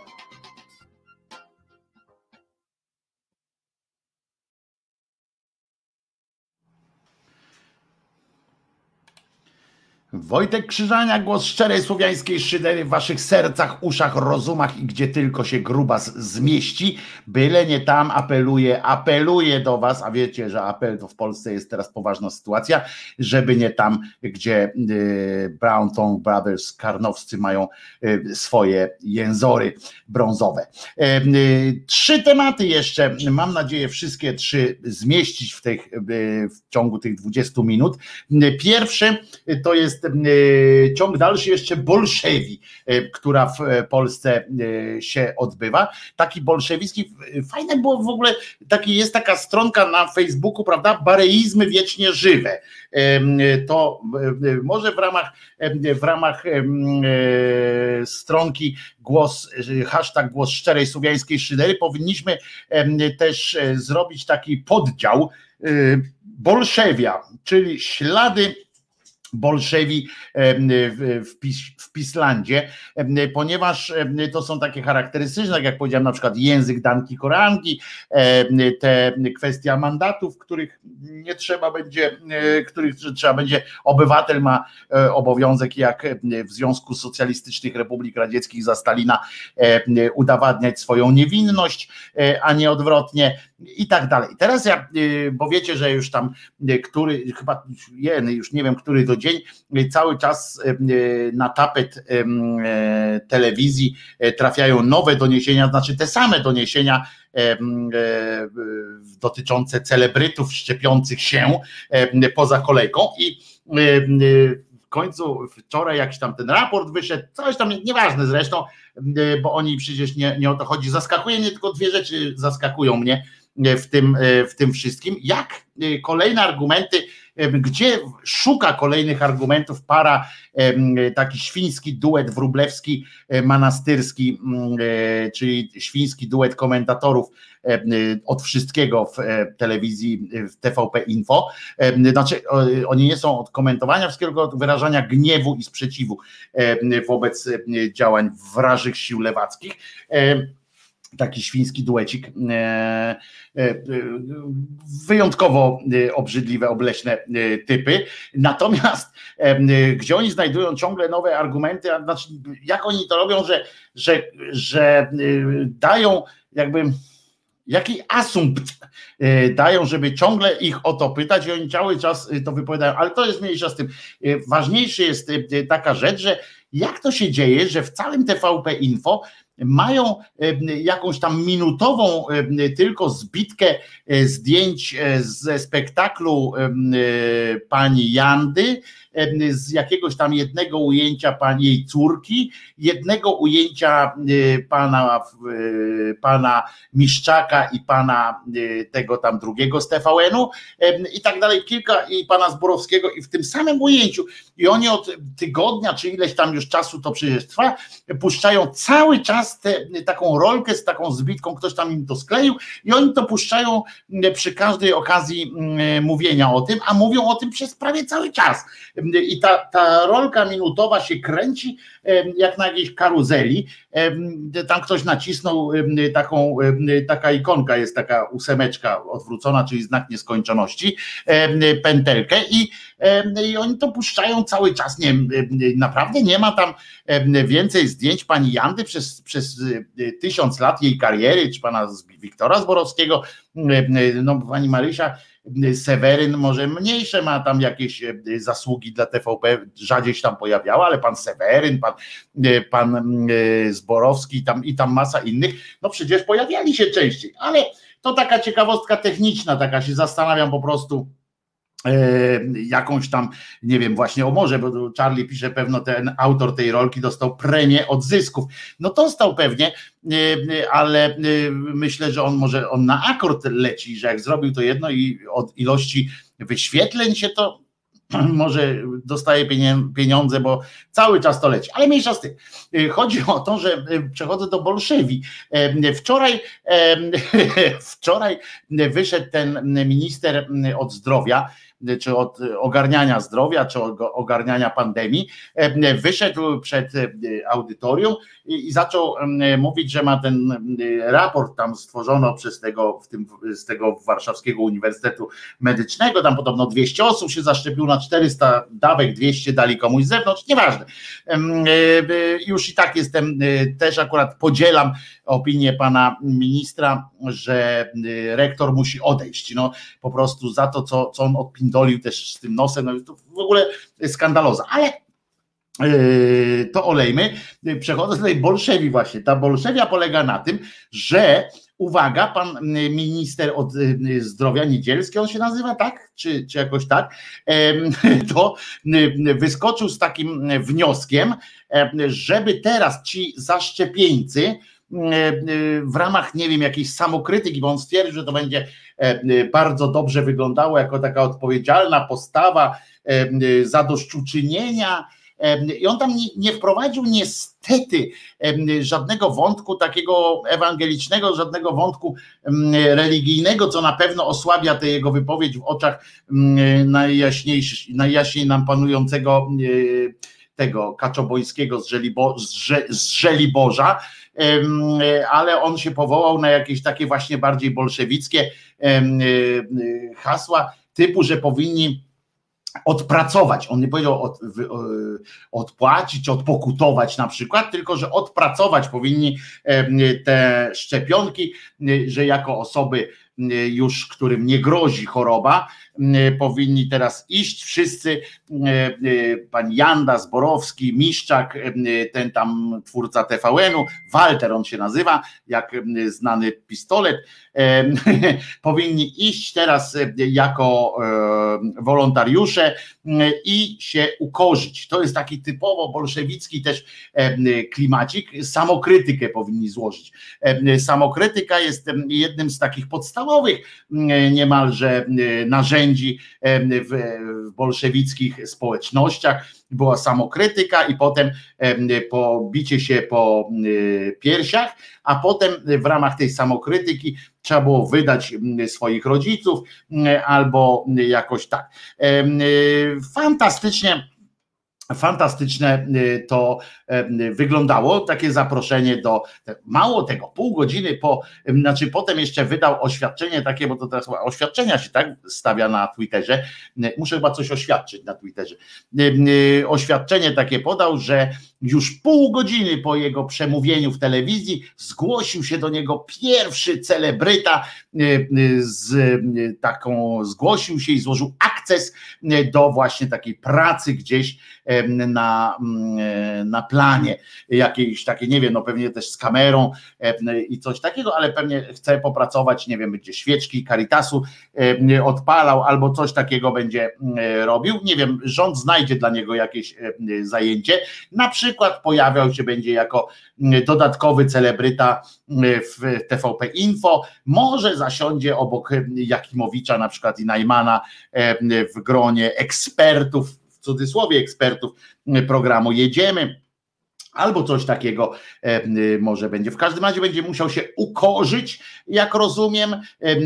Wojtek Krzyżania, głos szczerej słowiańskiej szydery w waszych sercach, uszach, rozumach i gdzie tylko się grubas zmieści. Byle nie tam, apeluję, apeluję do was, a wiecie, że apel to w Polsce jest teraz poważna sytuacja, żeby nie tam, gdzie y, Brown Tongue Brothers Karnowscy mają y, swoje jęzory brązowe. Y, y, trzy tematy jeszcze, mam nadzieję wszystkie trzy zmieścić w, tych, y, w ciągu tych dwudziestu minut. Y, pierwszy to jest ciąg dalszy jeszcze bolszewi, która w Polsce się odbywa. Taki bolszewicki, fajne było w ogóle, taki, jest taka stronka na Facebooku, prawda, Bareizmy wiecznie żywe. To może w ramach, w ramach stronki głos, hashtag głos szczerej słowiańskiej szydery powinniśmy też zrobić taki poddział bolszewia, czyli ślady bolszewi w, Pis, w Pislandzie, ponieważ to są takie charakterystyczne, tak jak powiedziałem, na przykład język danki korangi, te kwestia mandatów, których nie trzeba będzie, których trzeba będzie, obywatel ma obowiązek, jak w Związku Socjalistycznych Republik Radzieckich za Stalina, udowadniać swoją niewinność, a nie odwrotnie i tak dalej. Teraz ja, bo wiecie, że już tam który, chyba już nie wiem, który to dzień cały czas na tapet telewizji trafiają nowe doniesienia, znaczy te same doniesienia dotyczące celebrytów szczepiących się poza kolejką i w końcu wczoraj jakiś tam ten raport wyszedł, coś tam, nieważne zresztą, bo oni przecież nie, nie o to chodzi, zaskakuje mnie, tylko dwie rzeczy zaskakują mnie w tym, w tym wszystkim, jak kolejne argumenty, gdzie szuka kolejnych argumentów para, taki świński duet wróblewski, manastyrski, czyli świński duet komentatorów od wszystkiego w telewizji, w T V P Info, znaczy oni nie są od komentowania wszystkiego, od wyrażania gniewu i sprzeciwu wobec działań wrażych sił lewackich. Taki świński duecik, wyjątkowo obrzydliwe, obleśne typy, natomiast gdzie oni znajdują ciągle nowe argumenty, znaczy jak oni to robią, że, że, że dają jakby jaki asumpt dają, żeby ciągle ich o to pytać i oni cały czas to wypowiadają, ale to jest mniejsza z tym. Ważniejsza jest taka rzecz, że jak to się dzieje, że w całym T V P Info mają jakąś tam minutową tylko zbitkę zdjęć ze spektaklu pani Jandy, z jakiegoś tam jednego ujęcia pani jej córki, jednego ujęcia pana, pana Miszczaka i pana tego tam drugiego z T V N-u i tak dalej, kilka i pana Zborowskiego i w tym samym ujęciu i oni od tygodnia, czy ileś tam już czasu to przecież trwa, puszczają cały czas te, taką rolkę z taką zbitką, ktoś tam im to skleił i oni to puszczają przy każdej okazji mówienia o tym, a mówią o tym przez prawie cały czas. I ta, ta rolka minutowa się kręci jak na jakiejś karuzeli. Tam ktoś nacisnął taką, taka ikonka jest, taka ósemeczka odwrócona, czyli znak nieskończoności, pętelkę i, i oni to puszczają cały czas. Nie, naprawdę nie ma tam więcej zdjęć pani Jandy przez, przez tysiąc lat jej kariery, czy pana Wiktora Zborowskiego, no pani Marysia Seweryn może mniejsze ma tam jakieś zasługi dla T V P, rzadziej się tam pojawiała, ale pan Seweryn, pan, pan Zborowski tam, i tam masa innych, no przecież pojawiali się częściej, ale to taka ciekawostka techniczna, taka się zastanawiam po prostu, jakąś tam, nie wiem, właśnie o może, bo Charlie pisze, pewno ten autor tej rolki dostał premię od zysków. No dostał pewnie, ale myślę, że on może on na akord leci, że jak zrobił to jedno i od ilości wyświetleń się to może dostaje pieniądze, bo cały czas to leci. Ale mniejsza z tym. Chodzi o to, że przechodzę do Bolszewi. Wczoraj, wczoraj wyszedł ten minister od zdrowia, czy od ogarniania zdrowia, czy od ogarniania pandemii, wyszedł przed audytorium i, i zaczął mówić, że ma ten raport tam stworzono przez tego, w tym, z tego Warszawskiego Uniwersytetu Medycznego, tam podobno dwieście osób się zaszczepiło na czterysta dawek, dwieście dali komuś z zewnątrz, nieważne. Już i tak jestem, też akurat podzielam opinię pana ministra, że rektor musi odejść, no po prostu za to, co, co on odpindolił też z tym nosem, no to w ogóle skandaloza, ale yy, to olejmy. Przechodzę do tej Bolszewi właśnie. Ta Bolszewia polega na tym, że uwaga, pan minister od zdrowia Niedzielski, on się nazywa tak, czy, czy jakoś tak, to wyskoczył z takim wnioskiem, żeby teraz ci zaszczepieńcy w ramach, nie wiem, jakiejś samokrytyki, bo on stwierdził, że to będzie bardzo dobrze wyglądało jako taka odpowiedzialna postawa zadośćuczynienia i on tam nie, nie wprowadził niestety żadnego wątku takiego ewangelicznego, żadnego wątku religijnego, co na pewno osłabia tę jego wypowiedź w oczach najjaśniejszych, najjaśniej nam panującego tego Kaczobońskiego z, Żelibo, z, Że, z Żeliborza, ale on się powołał na jakieś takie właśnie bardziej bolszewickie hasła typu, że powinni odpracować, on nie powiedział od, odpłacić, odpokutować na przykład, tylko że odpracować powinni te szczepionki, że jako osoby już którym nie grozi choroba, powinni teraz iść wszyscy, pan Janda, Zborowski, Miszczak, ten tam twórca T V N-u, Walter on się nazywa, jak znany pistolet, powinni iść teraz jako wolontariusze i się ukorzyć. To jest taki typowo bolszewicki też klimacik, samokrytykę powinni złożyć. Samokrytyka jest jednym z takich podstawowych niemalże narzędzi w bolszewickich społecznościach. Była samokrytyka i potem pobicie się po piersiach, a potem w ramach tej samokrytyki trzeba było wydać swoich rodziców albo jakoś tak. Fantastycznie Fantastyczne to wyglądało, takie zaproszenie do, mało tego, pół godziny po, znaczy potem jeszcze wydał oświadczenie takie, bo to teraz oświadczenia się tak stawia na Twitterze, muszę chyba coś oświadczyć na Twitterze, oświadczenie takie podał, że już pół godziny po jego przemówieniu w telewizji zgłosił się do niego pierwszy celebryta z taką, zgłosił się i złożył akces do właśnie takiej pracy gdzieś na, na planie jakiejś takiej, nie wiem, no pewnie też z kamerą i coś takiego, ale pewnie chce popracować, nie wiem, będzie świeczki Caritasu odpalał albo coś takiego będzie robił, nie wiem, rząd znajdzie dla niego jakieś zajęcie, na przykład pojawiał się będzie jako dodatkowy celebryta w T V P Info, może zasiądzie obok Jakimowicza na przykład i Najmana w gronie ekspertów, w cudzysłowie ekspertów programu Jedziemy, albo coś takiego może będzie. W każdym razie będzie musiał się ukorzyć, jak rozumiem,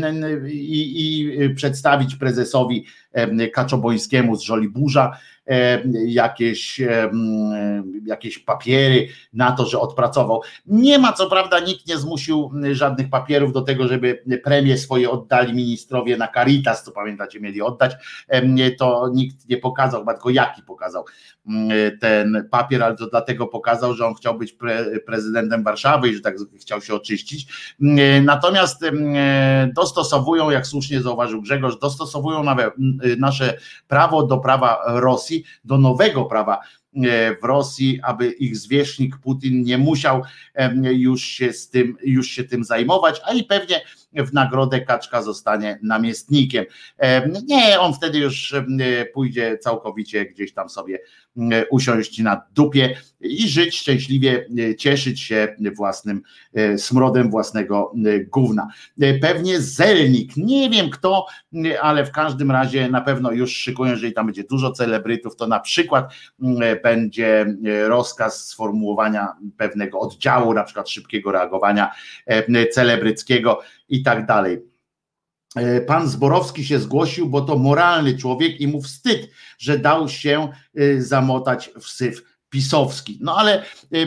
i, i przedstawić prezesowi Kaczobońskiemu z Żoliborza jakieś, jakieś papiery na to, że odpracował. Nie ma, co prawda, nikt nie zmusił żadnych papierów do tego, żeby premie swoje oddali ministrowie na Caritas, co pamiętacie, mieli oddać. To nikt nie pokazał, chyba tylko Jaki pokazał ten papier, ale to dlatego pokazał, że on chciał być pre, prezydentem Warszawy i że tak chciał się oczyścić. Natomiast dostosowują, jak słusznie zauważył Grzegorz, dostosowują nawet nasze prawo do prawa Rosji, do nowego prawa w Rosji, aby ich zwierzchnik Putin nie musiał już się z tym, już się tym zajmować, a i pewnie w nagrodę Kaczka zostanie namiestnikiem. Nie, on wtedy już pójdzie całkowicie gdzieś tam sobie usiąść na dupie i żyć szczęśliwie, cieszyć się własnym smrodem własnego gówna. Pewnie Zelnik, nie wiem kto, ale w każdym razie na pewno już szykują, jeżeli tam będzie dużo celebrytów, to na przykład będzie rozkaz sformułowania pewnego oddziału, na przykład szybkiego reagowania celebryckiego i tak dalej. Pan Zborowski się zgłosił, bo to moralny człowiek i mu wstyd, że dał się zamotać w syf pisowski. No ale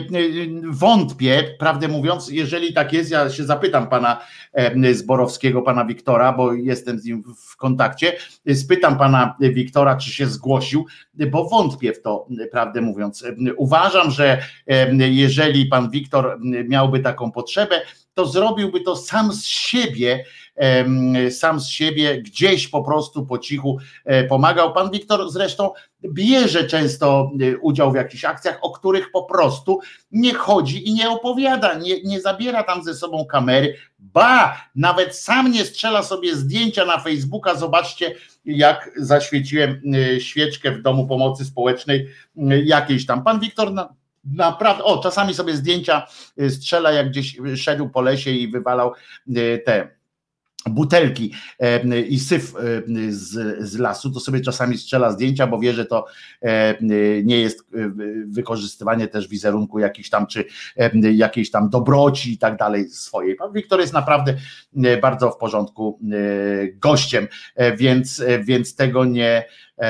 wątpię, prawdę mówiąc, jeżeli tak jest, ja się zapytam pana Zborowskiego, pana Wiktora, bo jestem z nim w kontakcie, spytam pana Wiktora, czy się zgłosił, bo wątpię w to, prawdę mówiąc. Uważam, że jeżeli pan Wiktor miałby taką potrzebę, to zrobiłby to sam z siebie, sam z siebie gdzieś po prostu po cichu pomagał. Pan Wiktor zresztą bierze często udział w jakichś akcjach, o których po prostu nie chodzi i nie opowiada, nie, nie zabiera tam ze sobą kamery, ba, nawet sam nie strzela sobie zdjęcia na Facebooka. Zobaczcie, jak zaświeciłem świeczkę w Domu Pomocy Społecznej jakiejś tam. Pan Wiktor na Naprawdę, o, czasami sobie zdjęcia strzela, jak gdzieś szedł po lesie i wywalał te butelki i syf z, z lasu, to sobie czasami strzela zdjęcia, bo wie, że to nie jest wykorzystywanie też wizerunku jakiejś tam, czy jakiejś tam dobroci i tak dalej swojej. Pan Wiktor jest naprawdę bardzo w porządku gościem, więc, więc tego nie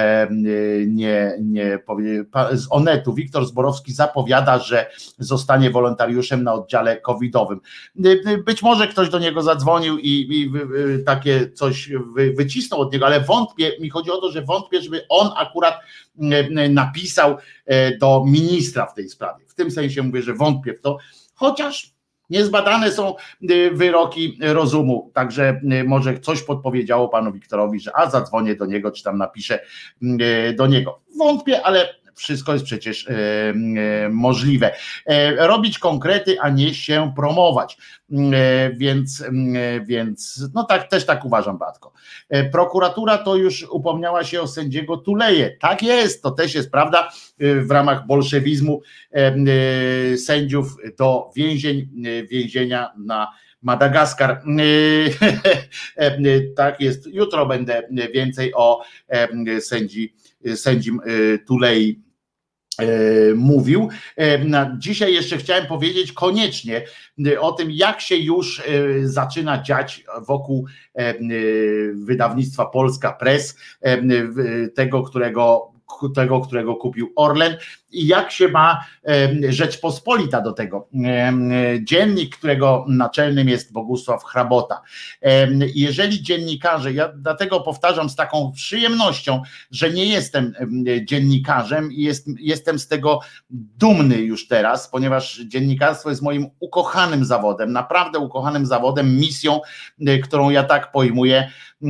nie, nie powie. Z Onetu Wiktor Zborowski zapowiada, że zostanie wolontariuszem na oddziale covidowym. Być może ktoś do niego zadzwonił i, i takie coś wy, wycisnął od niego, ale wątpię, mi chodzi o to, że wątpię, żeby on akurat napisał do ministra w tej sprawie. W tym sensie mówię, że wątpię w to, chociaż Niezbadane są wyroki rozumu, także może coś podpowiedziało panu Wiktorowi, że a zadzwonię do niego, czy tam napiszę do niego. Wątpię, ale wszystko jest przecież e, e, możliwe. E, robić konkrety, a nie się promować. E, więc, e, więc no tak, też tak uważam, Batko. E, prokuratura to już upomniała się o sędziego Tuleję. Tak jest, to też jest prawda. E, w ramach bolszewizmu e, e, sędziów do więzień, e, więzienia na Madagaskar. Tak jest. Jutro będę więcej o sędzi, sędzim Tulei mówił. Dzisiaj jeszcze chciałem powiedzieć koniecznie o tym, jak się już zaczyna dziać wokół wydawnictwa Polska Press, tego, którego tego, którego kupił Orlen i jak się ma Rzeczpospolita do tego. Dziennik, którego naczelnym jest Bogusław Hrabota. Jeżeli dziennikarze, ja dlatego powtarzam z taką przyjemnością, że nie jestem dziennikarzem i jest, jestem z tego dumny już teraz, ponieważ dziennikarstwo jest moim ukochanym zawodem, naprawdę ukochanym zawodem, misją, którą ja tak pojmuję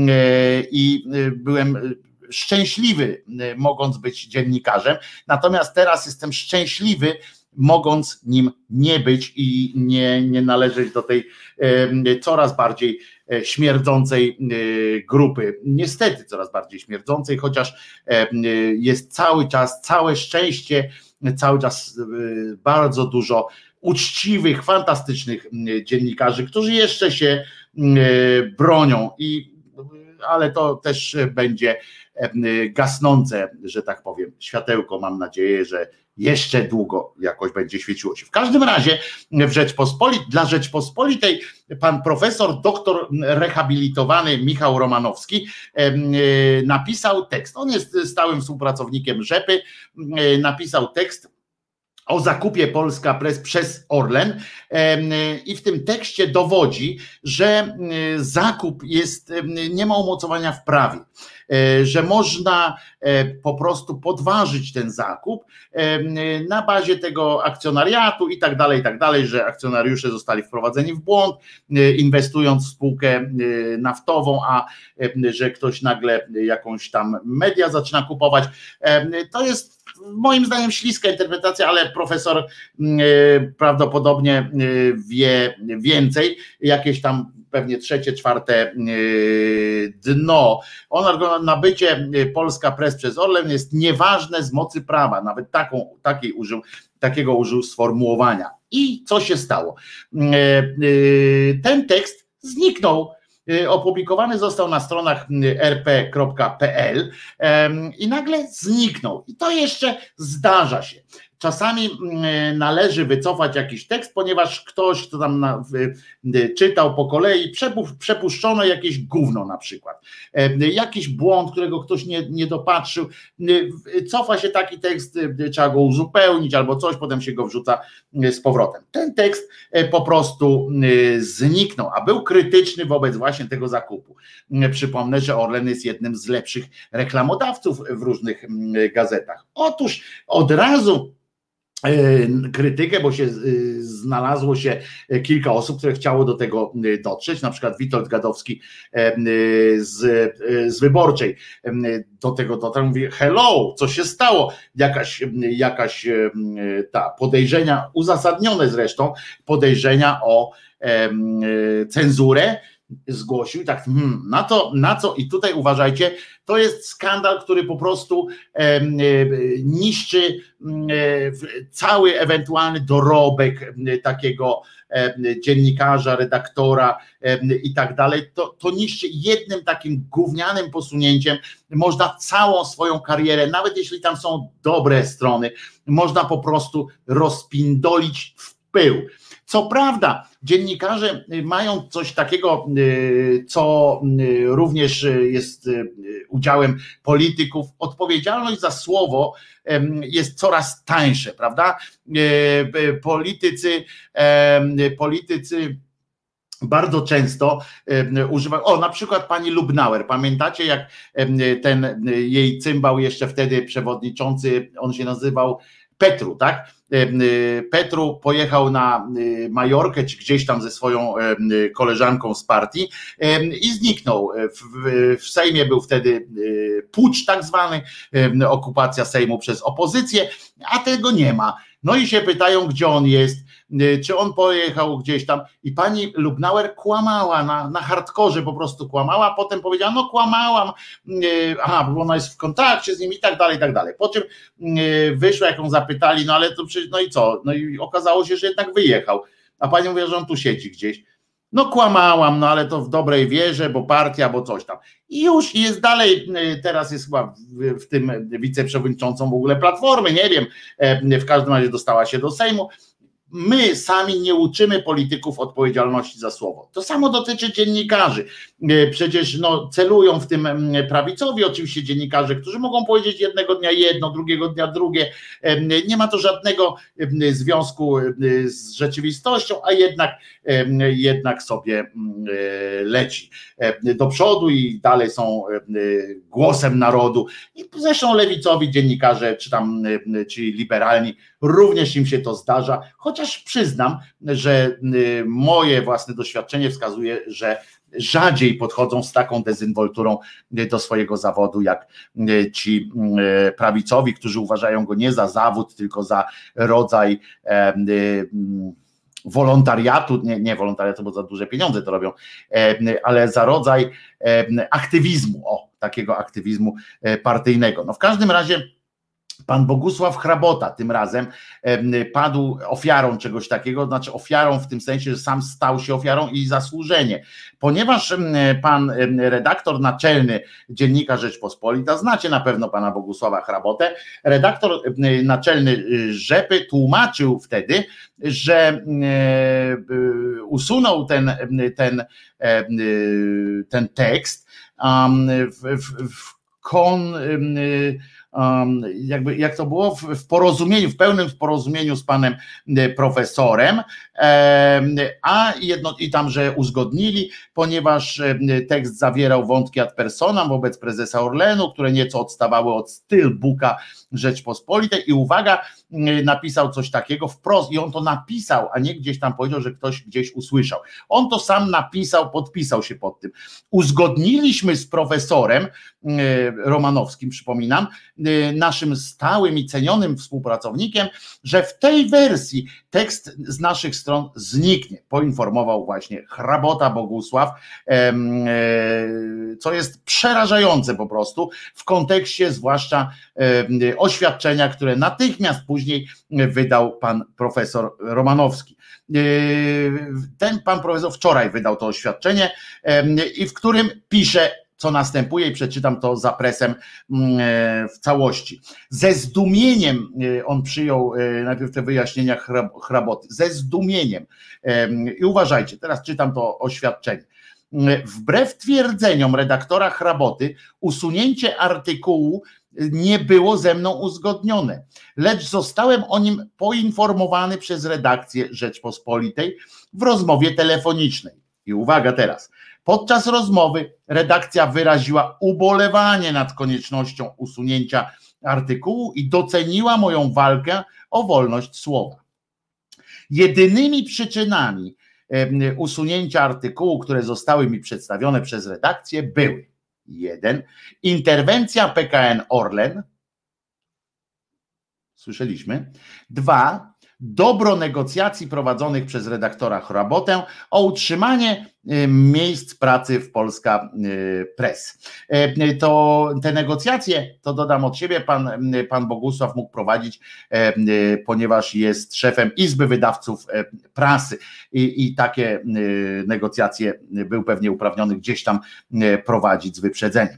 i byłem szczęśliwy, mogąc być dziennikarzem, natomiast teraz jestem szczęśliwy, mogąc nim nie być i nie, nie należeć do tej e, coraz bardziej śmierdzącej e, grupy. Niestety coraz bardziej śmierdzącej, chociaż e, jest cały czas, całe szczęście, cały czas e, bardzo dużo uczciwych, fantastycznych dziennikarzy, którzy jeszcze się e, bronią, i, ale to też będzie gasnące, że tak powiem, światełko, mam nadzieję, że jeszcze długo jakoś będzie świeciło się. W każdym razie w Rzeczpospolit, dla Rzeczpospolitej pan profesor, doktor rehabilitowany Michał Romanowski napisał tekst. On jest stałym współpracownikiem Rzepy, napisał tekst o zakupie Polska Press przez Orlen i w tym tekście dowodzi, że zakup jest, nie ma umocowania w prawie, że można po prostu podważyć ten zakup na bazie tego akcjonariatu i tak dalej, i tak dalej, że akcjonariusze zostali wprowadzeni w błąd, inwestując w spółkę naftową, a że ktoś nagle jakąś tam media zaczyna kupować. To jest moim zdaniem śliska interpretacja, ale profesor prawdopodobnie wie więcej, jakieś tam pewnie trzecie, czwarte dno. On, nabycie Polska Press przez Orlen jest nieważne z mocy prawa, nawet taką, takiej użył, takiego użył sformułowania. I co się stało? Ten tekst zniknął. Opublikowany został na stronach er pe kropka pe el i nagle zniknął. I to jeszcze zdarza się. Czasami należy wycofać jakiś tekst, ponieważ ktoś, kto tam na, czytał po kolei, przepuszczono jakieś gówno na przykład. Jakiś błąd, którego ktoś nie, nie dopatrzył. Cofa się taki tekst, trzeba go uzupełnić albo coś, potem się go wrzuca z powrotem. Ten tekst po prostu zniknął, a był krytyczny wobec właśnie tego zakupu. Przypomnę, że Orlen jest jednym z lepszych reklamodawców w różnych gazetach. Otóż od razu krytykę, bo się znalazło się kilka osób, które chciało do tego dotrzeć, na przykład Witold Gadowski z, z Wyborczej do tego dotarł, mówi hello, co się stało? Jakaś, jakaś ta podejrzenia, uzasadnione zresztą, podejrzenia o cenzurę zgłosił, tak, hmm, na to, na co, i tutaj uważajcie, to jest skandal, który po prostu e, e, niszczy e, cały ewentualny dorobek e, takiego e, dziennikarza, redaktora e, i tak dalej, to, to niszczy jednym takim gównianym posunięciem, można całą swoją karierę, nawet jeśli tam są dobre strony, można po prostu rozpindolić w pył. Co prawda, dziennikarze mają coś takiego, co również jest udziałem polityków. Odpowiedzialność za słowo jest coraz tańsze, prawda? Politycy, politycy bardzo często używa, o na przykład pani Lubnauer, pamiętacie jak ten jej cymbał jeszcze wtedy przewodniczący, on się nazywał Petru, tak? Petru pojechał na Majorkę, czy gdzieś tam ze swoją koleżanką z partii i zniknął. W, w Sejmie był wtedy pucz tak zwany, okupacja Sejmu przez opozycję, a tego nie ma. No i się pytają, gdzie on jest, czy on pojechał gdzieś tam i pani Lubnauer kłamała, na, na hardkorze po prostu kłamała, a potem powiedziała, no kłamałam, aha, bo ona jest w kontakcie z nim i tak dalej, i tak dalej. Po czym wyszła, jak ją zapytali, no ale to przecież, no i co? No i okazało się, że jednak wyjechał, a pani mówi, że on tu siedzi gdzieś. No kłamałam, no ale to w dobrej wierze, bo partia, bo coś tam. I już jest dalej, teraz jest chyba w, w tym wiceprzewodniczącą w ogóle Platformy, nie wiem, w każdym razie dostała się do Sejmu. My sami nie uczymy polityków odpowiedzialności za słowo. To samo dotyczy dziennikarzy. Przecież no, celują w tym prawicowi oczywiście dziennikarze, którzy mogą powiedzieć jednego dnia jedno, drugiego dnia drugie. Nie ma to żadnego związku z rzeczywistością, a jednak, jednak sobie leci do przodu i dalej są głosem narodu. I zresztą lewicowi dziennikarze, czy tam czy liberalni, również im się to zdarza, chociaż przyznam, że moje własne doświadczenie wskazuje, że rzadziej podchodzą z taką dezynwolturą do swojego zawodu, jak ci prawicowi, którzy uważają go nie za zawód, tylko za rodzaj wolontariatu, nie, nie wolontariatu, bo za duże pieniądze to robią, ale za rodzaj aktywizmu, o, takiego aktywizmu partyjnego. No w każdym razie pan Bogusław Hrabota tym razem padł ofiarą czegoś takiego, znaczy ofiarą w tym sensie, że sam stał się ofiarą i zasłużenie, ponieważ pan redaktor naczelny Dziennika Rzeczpospolita, znacie na pewno pana Bogusława Hrabotę, redaktor naczelny Rzepy tłumaczył wtedy, że usunął ten, ten, ten tekst w, w, w kon Um, jakby, jak to było, w, w porozumieniu, w pełnym porozumieniu z panem profesorem, um, a jedno i tam, że uzgodnili, ponieważ tekst zawierał wątki ad personam wobec prezesa Orlenu, które nieco odstawały od stylebooka Rzeczpospolitej i uwaga, napisał coś takiego wprost i on to napisał, a nie gdzieś tam powiedział, że ktoś gdzieś usłyszał. On to sam napisał, podpisał się pod tym. Uzgodniliśmy z profesorem Romanowskim, przypominam, naszym stałym i cenionym współpracownikiem, że w tej wersji tekst z naszych stron zniknie. Poinformował właśnie Hrabota Bogusław, co jest przerażające po prostu w kontekście zwłaszcza oświadczenia, które natychmiast później wydał pan profesor Romanowski. Ten pan profesor wczoraj wydał to oświadczenie i w którym pisze, co następuje, i przeczytam to za presem w całości. Ze zdumieniem on przyjął najpierw te wyjaśnienia Hraboty, ze zdumieniem. I uważajcie, teraz czytam to oświadczenie. Wbrew twierdzeniom redaktora Hraboty, usunięcie artykułu nie było ze mną uzgodnione, lecz zostałem o nim poinformowany przez redakcję Rzeczpospolitej w rozmowie telefonicznej. I uwaga teraz. Podczas rozmowy redakcja wyraziła ubolewanie nad koniecznością usunięcia artykułu i doceniła moją walkę o wolność słowa. Jedynymi przyczynami usunięcia artykułu, które zostały mi przedstawione przez redakcję, były: jeden. Interwencja P K N Orlen. Słyszeliśmy. Dwa. Dobro negocjacji prowadzonych przez redaktora Hrabotę o utrzymanie miejsc pracy w Polska Press. To te negocjacje, to dodam od siebie, pan, pan Bogusław mógł prowadzić, ponieważ jest szefem Izby Wydawców Prasy i, i takie negocjacje był pewnie uprawniony gdzieś tam prowadzić z wyprzedzeniem.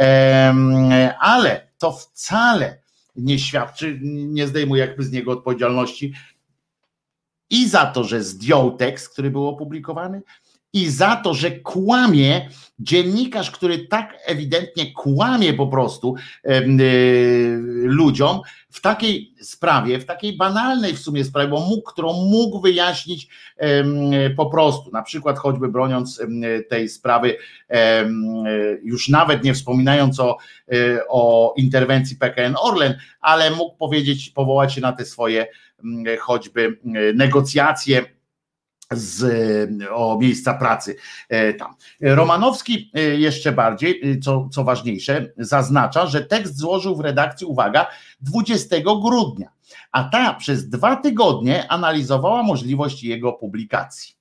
Ale to wcale nie świadczy, nie zdejmuje jakby z niego odpowiedzialności i za to, że zdjął tekst, który był opublikowany, i za to, że kłamie, dziennikarz, który tak ewidentnie kłamie po prostu yy, ludziom w takiej sprawie, w takiej banalnej w sumie sprawie, bo mógł, którą mógł wyjaśnić yy, po prostu, na przykład choćby broniąc yy, tej sprawy, yy, już nawet nie wspominając o, yy, o interwencji P K N Orlen, ale mógł powiedzieć, powołać się na te swoje yy, choćby yy, negocjacje z, o miejsca pracy tam. Romanowski jeszcze bardziej, co, co ważniejsze, zaznacza, że tekst złożył w redakcji, uwaga, dwudziestego grudnia, a ta przez dwa tygodnie analizowała możliwość jego publikacji.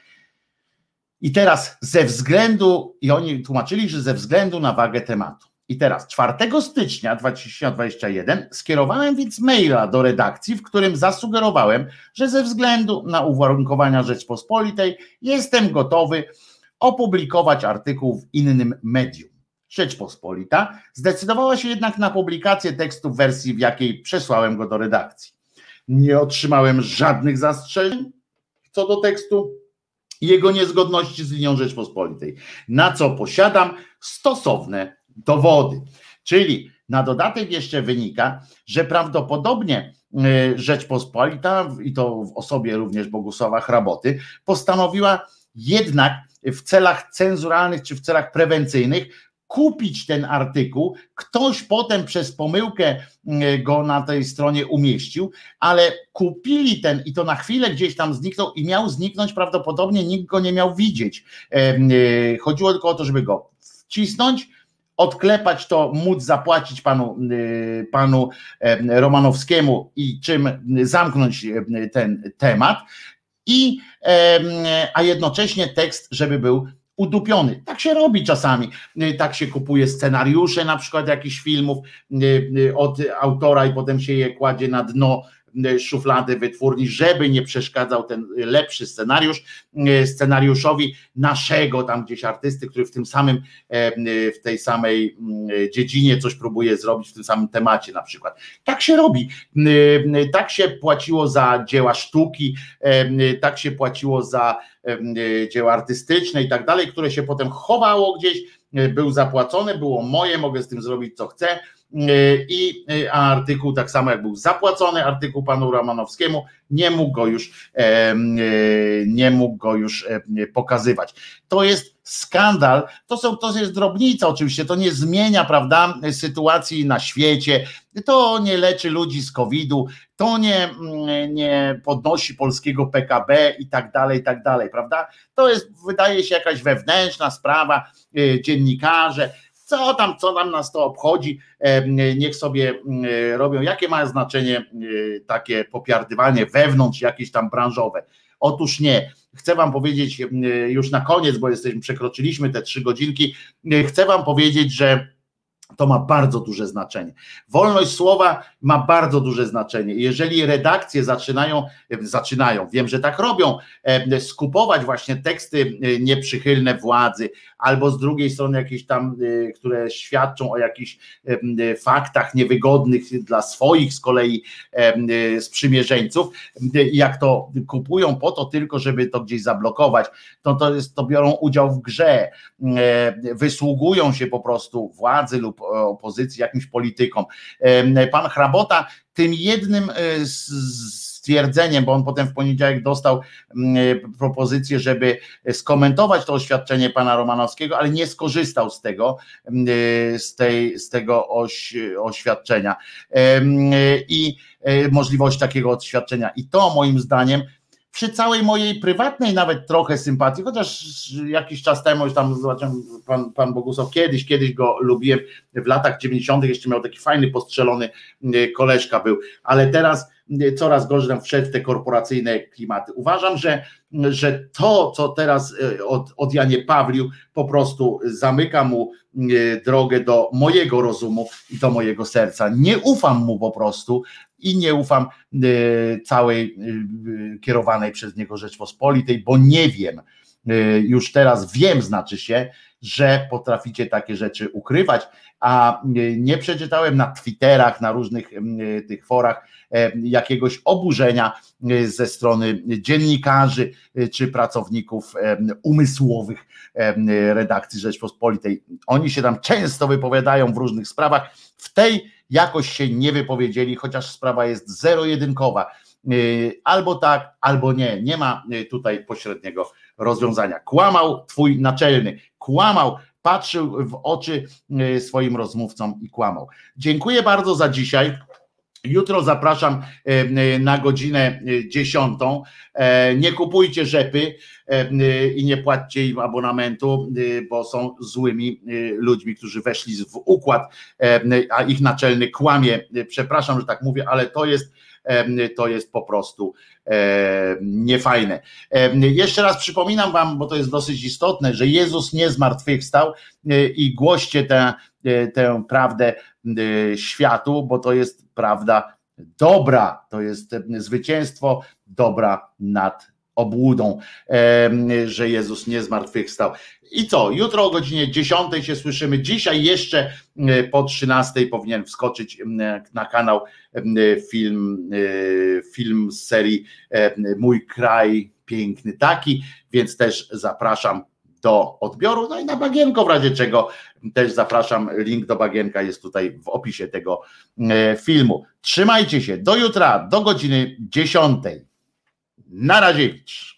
I teraz ze względu, i oni tłumaczyli, że ze względu na wagę tematu. I teraz czwartego stycznia dwa tysiące dwudziestego pierwszego skierowałem więc maila do redakcji, w którym zasugerowałem, że ze względu na uwarunkowania Rzeczpospolitej jestem gotowy opublikować artykuł w innym medium. Rzeczpospolita zdecydowała się jednak na publikację tekstu w wersji, w jakiej przesłałem go do redakcji. Nie otrzymałem żadnych zastrzeżeń co do tekstu i jego niezgodności z linią Rzeczpospolitej, na co posiadam stosowne dowody. Czyli na dodatek jeszcze wynika, że prawdopodobnie Rzeczpospolita, i to w osobie również Bogusława Hraboty, postanowiła jednak w celach cenzuralnych czy w celach prewencyjnych kupić ten artykuł. Ktoś potem przez pomyłkę go na tej stronie umieścił, ale kupili ten i to na chwilę gdzieś tam zniknął i miał zniknąć, prawdopodobnie nikt go nie miał widzieć. Chodziło tylko o to, żeby go wcisnąć, odklepać to, móc zapłacić panu, panu Romanowskiemu i czym zamknąć ten temat, i, a jednocześnie tekst, żeby był udupiony. Tak się robi czasami. Tak się kupuje scenariusze na przykład jakichś filmów od autora i potem się je kładzie na dno szuflady wytwórni, żeby nie przeszkadzał ten lepszy scenariusz scenariuszowi naszego tam gdzieś artysty, który w tym samym, w tej samej dziedzinie coś próbuje zrobić, w tym samym temacie na przykład. Tak się robi. Tak się płaciło za dzieła sztuki, tak się płaciło za dzieła artystyczne i tak dalej, które się potem chowało gdzieś, był zapłacony, było moje, mogę z tym zrobić co chcę. I a artykuł, tak samo jak był zapłacony artykuł panu Romanowskiemu, nie mógł go już nie mógł go już pokazywać. To jest skandal, to są, to jest drobnica oczywiście, to nie zmienia, prawda, sytuacji na świecie, to nie leczy ludzi z kowida, to nie, nie podnosi polskiego P K B i tak dalej, i tak dalej, prawda? To jest, wydaje się, jakaś wewnętrzna sprawa, dziennikarze, co tam, co tam nas to obchodzi, niech sobie robią, jakie ma znaczenie takie popiardywanie wewnątrz, jakieś tam branżowe. Otóż nie. Chcę wam powiedzieć już na koniec, bo jesteśmy, przekroczyliśmy te trzy godzinki, chcę wam powiedzieć, że to ma bardzo duże znaczenie. Wolność słowa ma bardzo duże znaczenie. Jeżeli redakcje zaczynają, zaczynają, wiem, że tak robią, skupować właśnie teksty nieprzychylne władzy, albo z drugiej strony jakieś tam, które świadczą o jakichś faktach niewygodnych dla swoich z kolei sprzymierzeńców, jak to kupują po to tylko, żeby to gdzieś zablokować, to, to, jest, to biorą udział w grze, wysługują się po prostu władzy lub opozycji, jakimś politykom. Pan Hrabota tym jednym stwierdzeniem, bo on potem w poniedziałek dostał propozycję, żeby skomentować to oświadczenie pana Romanowskiego, ale nie skorzystał z tego, z, tej, z tego oś, oświadczenia i możliwości takiego oświadczenia. I to moim zdaniem przy całej mojej prywatnej nawet trochę sympatii, chociaż jakiś czas temu już tam zobaczyłem, pan, pan Bogusław kiedyś, kiedyś go lubiłem, w latach dziewięćdziesiątych jeszcze miał taki fajny, postrzelony koleżka był, ale teraz coraz gorzej tam wszedł w te korporacyjne klimaty. Uważam, że, że to, co teraz od, od Janie Pawlił po prostu zamyka mu drogę do mojego rozumu i do mojego serca. Nie ufam mu po prostu i nie ufam całej kierowanej przez niego Rzeczpospolitej, bo nie wiem, już teraz wiem, znaczy się, że potraficie takie rzeczy ukrywać, a nie przeczytałem na Twitterach, na różnych tych forach jakiegoś oburzenia ze strony dziennikarzy czy pracowników umysłowych redakcji Rzeczpospolitej. Oni się tam często wypowiadają w różnych sprawach, w tej jakoś się nie wypowiedzieli, chociaż sprawa jest zero-jedynkowa. Albo tak, albo nie. Nie ma tutaj pośredniego rozwiązania. Kłamał twój naczelny, kłamał, patrzył w oczy swoim rozmówcom i kłamał. Dziękuję bardzo za dzisiaj. Jutro zapraszam na godzinę dziesiątą. Nie kupujcie rzepy i nie płaccie im abonamentu, bo są złymi ludźmi, którzy weszli w układ, a ich naczelny kłamie. Przepraszam, że tak mówię, ale to jest to jest po prostu niefajne. Jeszcze raz przypominam wam, bo to jest dosyć istotne, że Jezus nie zmartwychwstał i głoście tę, tę prawdę światu, bo to jest prawda dobra, to jest zwycięstwo dobra nad obłudą, że Jezus nie zmartwychwstał. I co? Jutro o godzinie dziesiątej się słyszymy. Dzisiaj jeszcze po trzynastej powinien wskoczyć na kanał film, film z serii Mój kraj piękny taki, więc też zapraszam do odbioru. No i na Bagienko w razie czego też zapraszam. Link do Bagienka jest tutaj w opisie tego filmu. Trzymajcie się. Do jutra, do godziny dziesiątej. Na raziewicz.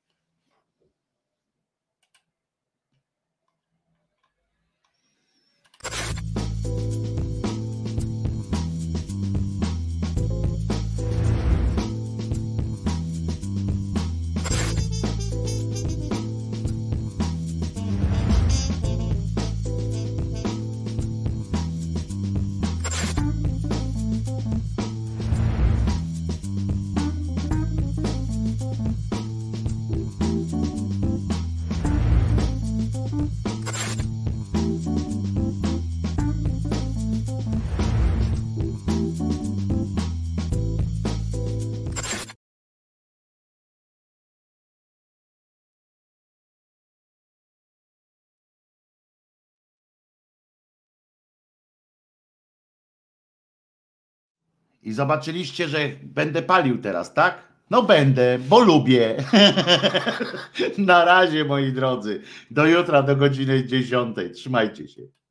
I zobaczyliście, że będę palił teraz, tak? No będę, bo lubię. Na razie, moi drodzy. Do jutra, do godziny dziesiątej. Trzymajcie się.